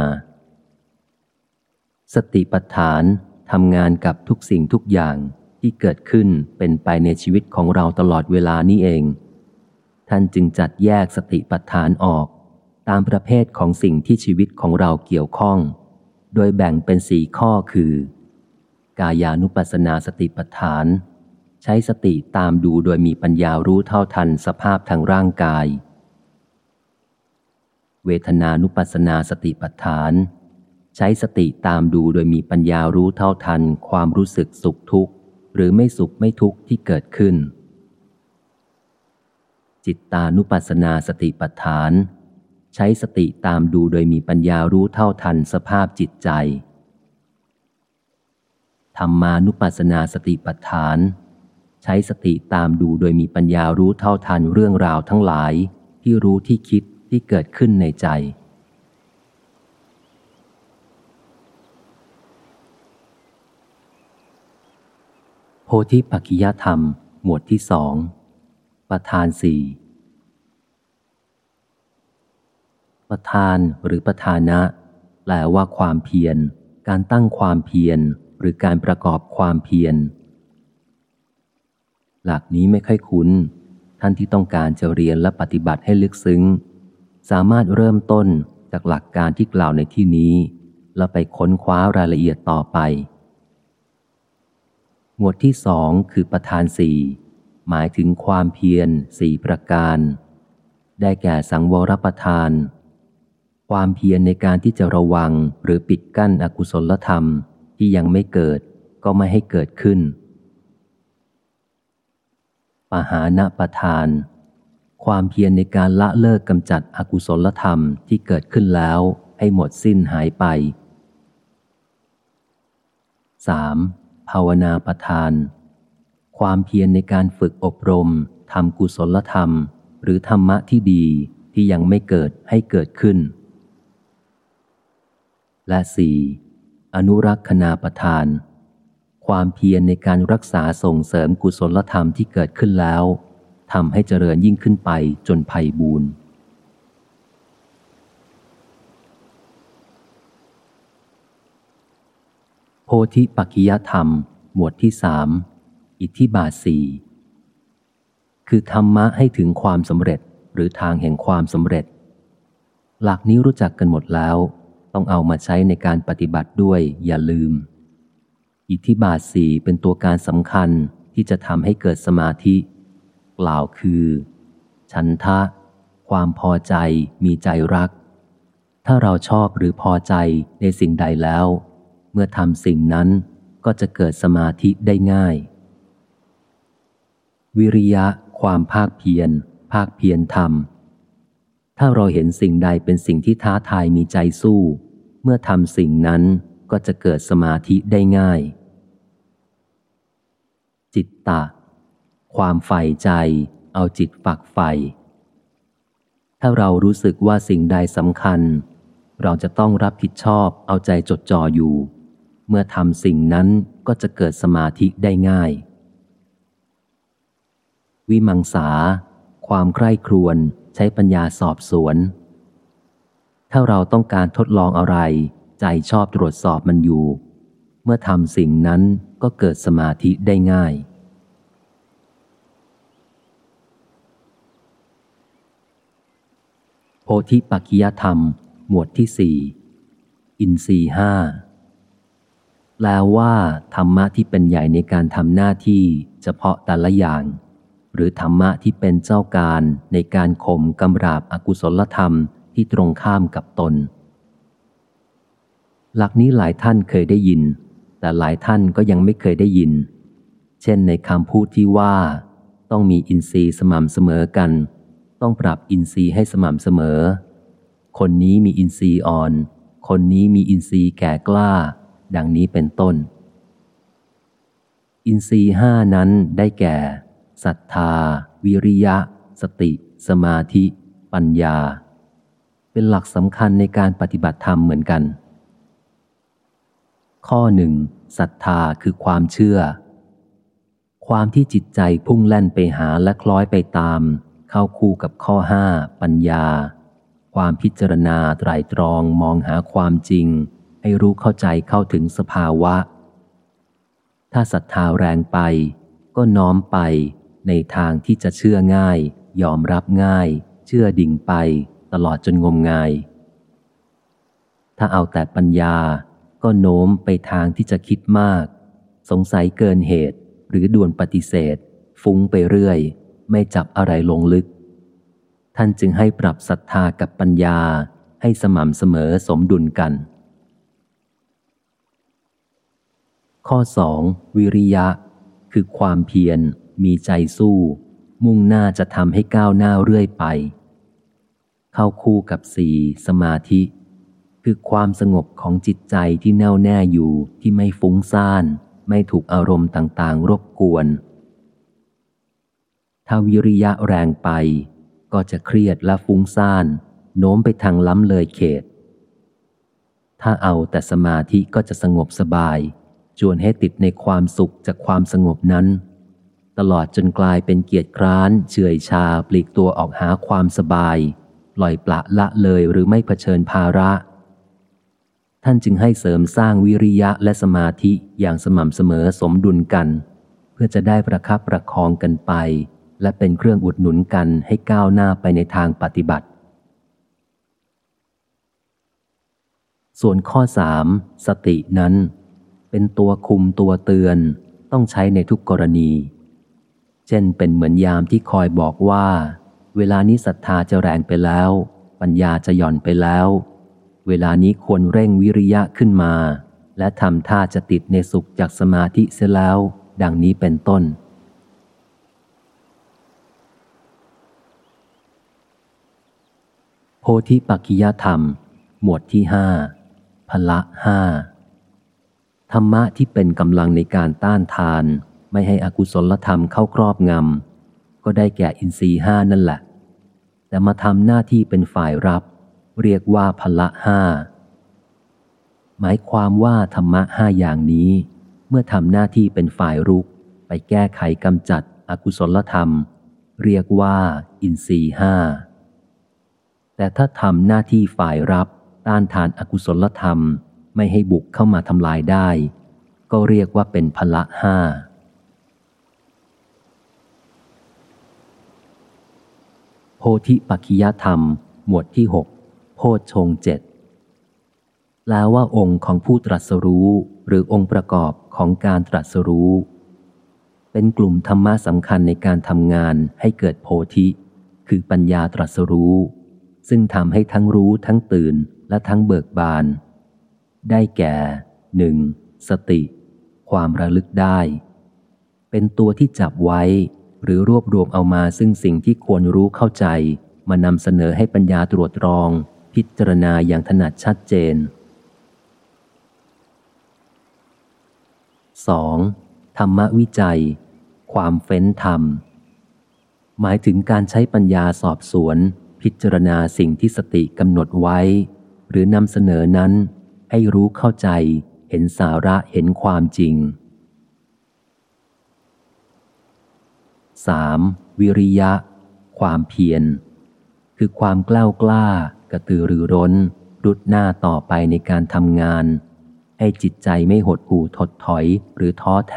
สติปัฏฐานทำงานกับทุกสิ่งทุกอย่างที่เกิดขึ้นเป็นไปในชีวิตของเราตลอดเวลานี้เองท่านจึงจัดแยกสติปัฏฐานออกตามประเภทของสิ่งที่ชีวิตของเราเกี่ยวข้องโดยแบ่งเป็น4ข้อคือกายานุปัสสนาสติปัฏฐานใช้สติตามดูโดยมีปัญญารู้เท่าทันสภาพทางร่างกายเวทนานุปัสสนาสติปัฏฐานใช้สติตามดูโดยมีปัญญารู้เท่าทันความรู้สึกสุขทุกข์หรือไม่สุขไม่ทุกข์ที่เกิดขึ้นจิตตานุปัสสนาสติปัฏฐานใช้สติตามดูโดยมีปัญญารู้เท่าทันสภาพจิตใจธรรมานุปัสสนาสติปัฏฐานใช้สติตามดูโดยมีปัญญารู้เท่าทันเรื่องราวทั้งหลายที่รู้ที่คิดที่เกิดขึ้นในใจโพธิปักขิยธรรมหมวดที่2ประธาน4ประธานหรือประธานะแปลว่าความเพียรการตั้งความเพียรหรือการประกอบความเพียรหลักนี้ไม่ค่อยคุ้นท่านที่ต้องการจะเรียนและปฏิบัติให้ลึกซึ้งสามารถเริ่มต้นจากหลักการที่กล่าวในที่นี้แล้วไปค้นคว้ารายละเอียดต่อไปหมวดที่2คือประธาน4หมายถึงความเพียร4ประการได้แก่สังวรประทานความเพียรในการที่จะระวังหรือปิดกั้นอกุศลธรรมที่ยังไม่เกิดก็ไม่ให้เกิดขึ้นปหานประทานความเพียรในการละเลิกกำจัดอกุศลธรรมที่เกิดขึ้นแล้วให้หมดสิ้นหายไป 3. ภาวนาประทานความเพียรในการฝึกอบรมทำกุศลธรรมหรือธรรมะที่ดีที่ยังไม่เกิดให้เกิดขึ้นและ 4. อนุรักษณาประทานความเพียรในการรักษาส่งเสริมกุศลธรรมที่เกิดขึ้นแล้วทำให้เจริญยิ่งขึ้นไปจนไพบูรณ์โพธิปักขิยธรรมหมวดที่3อิทธิบาท4คือธรรมะให้ถึงความสำเร็จหรือทางแห่งความสำเร็จหลักนี้รู้จักกันหมดแล้วต้องเอามาใช้ในการปฏิบัติด้วยอย่าลืมอิทธิบาท4เป็นตัวการสำคัญที่จะทำให้เกิดสมาธิกล่าวคือฉันทะความพอใจมีใจรักถ้าเราชอบหรือพอใจในสิ่งใดแล้วเมื่อทำสิ่งนั้นก็จะเกิดสมาธิได้ง่ายวิริยะความภาคเพียรทำถ้าเราเห็นสิ่งใดเป็นสิ่งที่ท้าทายมีใจสู้เมื่อทำสิ่งนั้นก็จะเกิดสมาธิได้ง่ายจิตตะความใฝ่ใจเอาจิตฝักใฝ่ถ้าเรารู้สึกว่าสิ่งใดสำคัญเราจะต้องรับผิดชอบเอาใจจดจ่ออยู่เมื่อทำสิ่งนั้นก็จะเกิดสมาธิได้ง่ายวิมังสาความใคร่ครวญใช้ปัญญาสอบสวนถ้าเราต้องการทดลองอะไรใจชอบตรวจสอบมันอยู่เมื่อทำสิ่งนั้นก็เกิดสมาธิได้ง่ายโพธิปักขิยธรรมหมวดที่สี่อินทรีย์ห้าแปลว่าธรรมะที่เป็นใหญ่ในการทำหน้าที่เฉพาะแต่ละอย่างหรือธรรมะที่เป็นเจ้าการในการข่มกำราบอกุศลธรรมที่ตรงข้ามกับตนหลักนี้หลายท่านเคยได้ยินแต่หลายท่านก็ยังไม่เคยได้ยินเช่นในคำพูดที่ว่าต้องมีอินทรีย์สม่ำเสมอกันต้องปรับอินทรีย์ให้สม่ำเสมอคนนี้มีอินทรีย์อ่อนคนนี้มีอินทรีย์แก่กล้าดังนี้เป็นต้นอินทรีย์ห้านั้นได้แก่ศรัทธาวิริยะสติสมาธิปัญญาเป็นหลักสำคัญในการปฏิบัติธรรมเหมือนกันข้อหนึ่งศรัทธาคือความเชื่อความที่จิตใจพุ่งแล่นไปหาและคล้อยไปตามเข้าคู่กับข้อห้าปัญญาความพิจารณาไตร่ตรองมองหาความจริงให้รู้เข้าใจเข้าถึงสภาวะถ้าศรัทธาแรงไปก็น้อมไปในทางที่จะเชื่อง่ายยอมรับง่ายเชื่อดิ่งไปตลอดจนงมงายถ้าเอาแต่ปัญญาก็โน้มไปทางที่จะคิดมากสงสัยเกินเหตุหรือด่วนปฏิเสธฟุ้งไปเรื่อยไม่จับอะไรลงลึกท่านจึงให้ปรับศรัทธากับปัญญาให้สม่ำเสมอสมดุลกันข้อสองวิริยะคือความเพียรมีใจสู้มุ่งหน้าจะทำให้ก้าวหน้าเรื่อยไปเข้าคู่กับสี่สมาธิคือความสงบของจิตใจที่แน่วแน่อยู่ที่ไม่ฟุ้งซ่านไม่ถูกอารมณ์ต่างๆรบกวนถ้าวิริยะแรงไปก็จะเครียดและฟุ้งซ่านโน้มไปทางล้ำเลยเขตถ้าเอาแต่สมาธิก็จะสงบสบายชวนให้ติดในความสุขจากความสงบนั้นตลอดจนกลายเป็นเกียจคร้านเฉื่อยชาปลีกตัวออกหาความสบายปล่อยปละละเลยหรือไม่เผชิญภาระท่านจึงให้เสริมสร้างวิริยะและสมาธิอย่างสม่ำเสมอสมดุลกันเพื่อจะได้ประคับประคองกันไปและเป็นเครื่องอุดหนุนกันให้ก้าวหน้าไปในทางปฏิบัติส่วนข้อสามสตินั้นเป็นตัวคุมตัวเตือนต้องใช้ในทุกกรณีเช่นเป็นเหมือนยามที่คอยบอกว่าเวลานี้ศรัทธาจะแรงไปแล้วปัญญาจะหย่อนไปแล้วเวลานี้ควรเร่งวิริยะขึ้นมาและทำท่าจะติดในสุขจากสมาธิเสียแล้วดังนี้เป็นต้นโพธิปักขิยธรรมหมวดที่ห้าพละห้าธรรมะที่เป็นกำลังในการต้านทานไม่ให้อกุศลธรรมเข้าครอบงำก็ได้แก่อินทรีย์ห้านั่นแหละแต่มาทำหน้าที่เป็นฝ่ายรับเรียกว่าพละห้าหมายความว่าธรรมะห้าอย่างนี้เมื่อทำหน้าที่เป็นฝ่ายรุกไปแก้ไขกำจัดอกุศลธรรมเรียกว่าอินทรีย์ห้าแต่ถ้าทำหน้าที่ฝ่ายรับต้านทานอกุศลธรรมไม่ให้บุกเข้ามาทำลายได้ก็เรียกว่าเป็นพละห้าโพธิปักขิยธรรมหมวดที่หกโพชฌงค์เจ็ดแปลว่าองค์ของผู้ตรัสรู้หรือองค์ประกอบของการตรัสรู้เป็นกลุ่มธรรมะสำคัญในการทำงานให้เกิดโพธิคือปัญญาตรัสรู้ซึ่งทำให้ทั้งรู้ทั้งตื่นและทั้งเบิกบานได้แก่ 1. สติความระลึกได้เป็นตัวที่จับไว้หรือรวบรวมเอามาซึ่งสิ่งที่ควรรู้เข้าใจมานำเสนอให้ปัญญาตรวจตรองพิจารณาอย่างถนัดชัดเจน 2. ธรรมวิจัยความเฟ้นธรรมหมายถึงการใช้ปัญญาสอบสวนพิจารณาสิ่งที่สติกำหนดไว้หรือนำเสนอนั้นให้รู้เข้าใจเห็นสาระเห็นความจริง 3. วิริยะความเพียรคือความกล้ากล้ากระตือรือร้นรุดหน้าต่อไปในการทำงานให้จิตใจไม่หดหู่ถดถอยหรือท้อแท้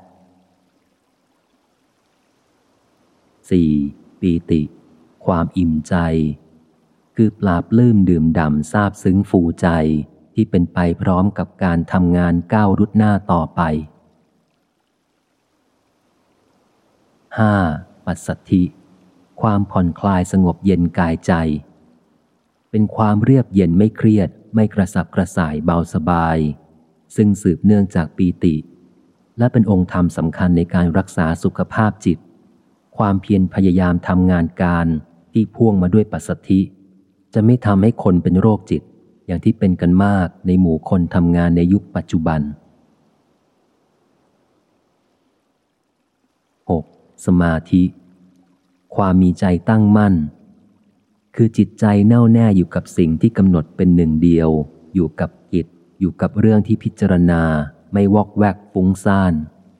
4. ปีติความอิ่มใจคือปราบปลื้มดื่มด่ำซาบซึ้งฟูใจที่เป็นไปพร้อมกับการทำงานก้าวรุดหน้าต่อไป 5. ปัสสัทธิความผ่อนคลายสงบเย็นกายใจเป็นความเรียบเย็นไม่เครียดไม่กระสับกระส่ายเบาสบายซึ่งสืบเนื่องจากปีติและเป็นองค์ธรรมสำคัญในการรักษาสุขภาพจิตความเพียรพยายามทำงานการที่พ่วงมาด้วยปัสสัทธิจะไม่ทำให้คนเป็นโรคจิตอย่างที่เป็นกันมากในหมู่คนทำงานในยุคปัจจุบัน 6. สมาธิความมีใจตั้งมั่นคือจิตใจแน่วแน่อยู่กับสิ่งที่กำหนดเป็นหนึ่งเดียวอยู่กับกิจอยู่กับเรื่องที่พิจารณาไม่วอกแวกฟุ้งซ่าน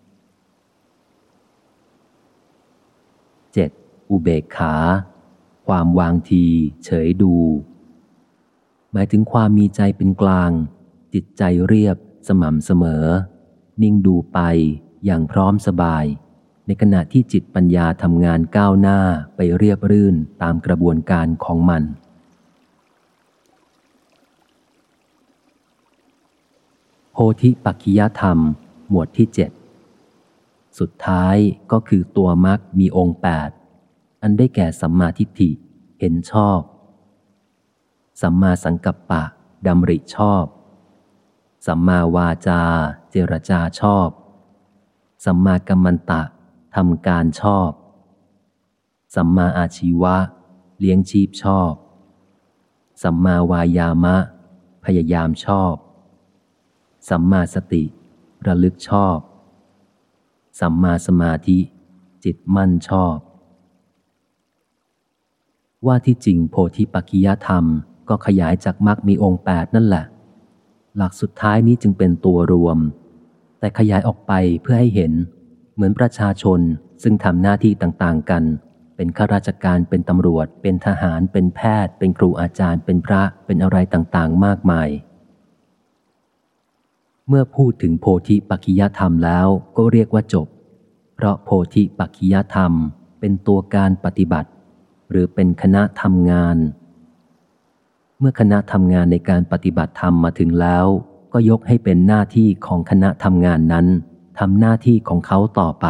7. อุเบกขาความวางทีเฉยดูหมายถึงความมีใจเป็นกลางจิตใจเรียบสม่ำเสมอนิ่งดูไปอย่างพร้อมสบายในขณะที่จิตปัญญาทำงานก้าวหน้าไปเรียบรื่นตามกระบวนการของมันโพธิปักขิยธรรมหมวดที่ 7สุดท้ายก็คือตัวมรรคมีองค์ 8อันได้แก่สัมมาทิฏฐิเห็นชอบสัมมาสังกัปปะดำริชอบสัมมาวาจาเจรจาชอบสัมมากัมมันตะทำการชอบสัมมาอาชีวะเลี้ยงชีพชอบสัมมาวายามะพยายามชอบสัมมาสติระลึกชอบสัมมาสมาธิจิตมั่นชอบว่าที่จริงโพธิปักขิยธรรมก็ขยายจากมรรคมีองค์ 8นั่นแหละหลักสุดท้ายนี้จึงเป็นตัวรวมแต่ขยายออกไปเพื่อให้เห็นเหมือนประชาชนซึ่งทำหน้าที่ต่างๆกันเป็นข้าราชการเป็นตำรวจเป็นทหารเป็นแพทย์เป็นครูอาจารย์เป็นพระเป็นอะไรต่างๆมากมายเมื่อพูดถึงโพธิปักขิยธรรมแล้วก็เรียกว่าจบเพราะโพธิปักขิยธรรมเป็นตัวการปฏิบัติหรือเป็นคณะทำงานเมื่อคณะทำงานในการปฏิบัติธรรมมาถึงแล้วก็ยกให้เป็นหน้าที่ของคณะทำงานนั้นทำหน้าที่ของเขาต่อไป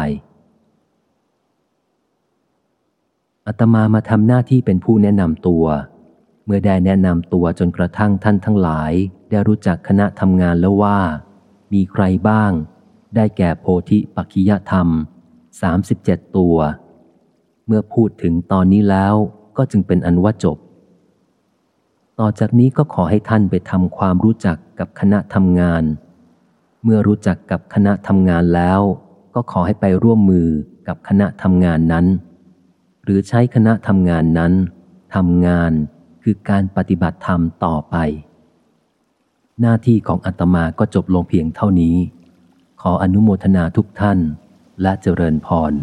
อาตมามาทำหน้าที่เป็นผู้แนะนำตัวเมื่อได้แนะนำตัวจนกระทั่งท่านทั้งหลายได้รู้จักคณะทำงานแล้วว่ามีใครบ้างได้แก่โพธิปักขิยธรรม37ตัวเมื่อพูดถึงตอนนี้แล้วก็จึงเป็นอันว่าจบต่อจากนี้ก็ขอให้ท่านไปทำความรู้จักกับคณะทำงานเมื่อรู้จักกับคณะทำงานแล้วก็ขอให้ไปร่วมมือกับคณะทำงานนั้นหรือใช้คณะทำงานนั้นทำงานคือการปฏิบัติธรรมต่อไปหน้าที่ของอาตมาก็จบลงเพียงเท่านี้ขออนุโมทนาทุกท่านและเจริญพร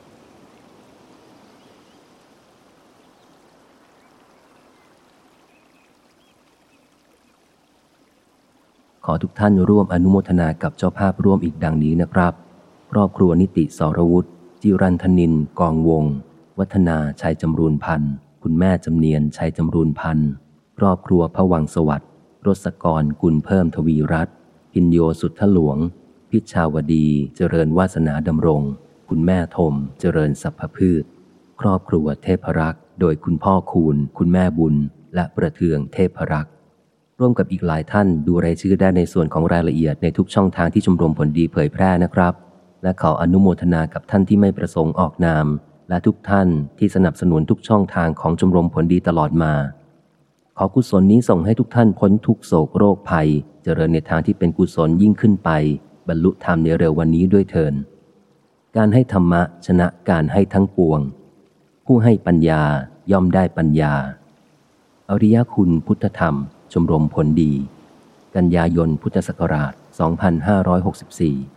ขอทุกท่านร่วมอนุโมทนากับเจ้าภาพร่วมอีกดังนี้นะครับครอบครัวนิติสรวุฒิจิรันธนินท์กองวงวัฒนาชัยจำรูนพันธ์คุณแม่จำเนียนชัยจำรูนพันธ์ครอบครัวพวังสวัสดิ์รสกรกุลเพิ่มทวีรัตน์พินโยสุทธหลวงพิชาวดีเจริญวาสนาดำรงคุณแม่ธมเจริญสรรพพืชครอบครัวเทพรักษ์โดยคุณพ่อคูณคุณแม่บุญและประเทืองเทพรักษ์ร่วมกับอีกหลายท่านดูรายชื่อได้ในส่วนของรายละเอียดในทุกช่องทางที่ชมรมผลดีเผยแพร่นะครับและขออนุโมทนากับท่านที่ไม่ประสงค์ออกนามและทุกท่านที่สนับสนุนทุกช่องทางของชมรมผลดีตลอดมาขอกุศลนี้ส่งให้ทุกท่านพ้นทุกโศกโรคภัยเจริญในทางที่เป็นกุศลยิ่งขึ้นไปบรรลุธรรมในเร็ววันนี้ด้วยเถิดการให้ธรรมะชนะการให้ทั้งปวงผู้ให้ปัญญาย่อมได้ปัญญาอริยคุณพุทธธรรมชมรมผลดีกันยายนพุทธศักราช 2564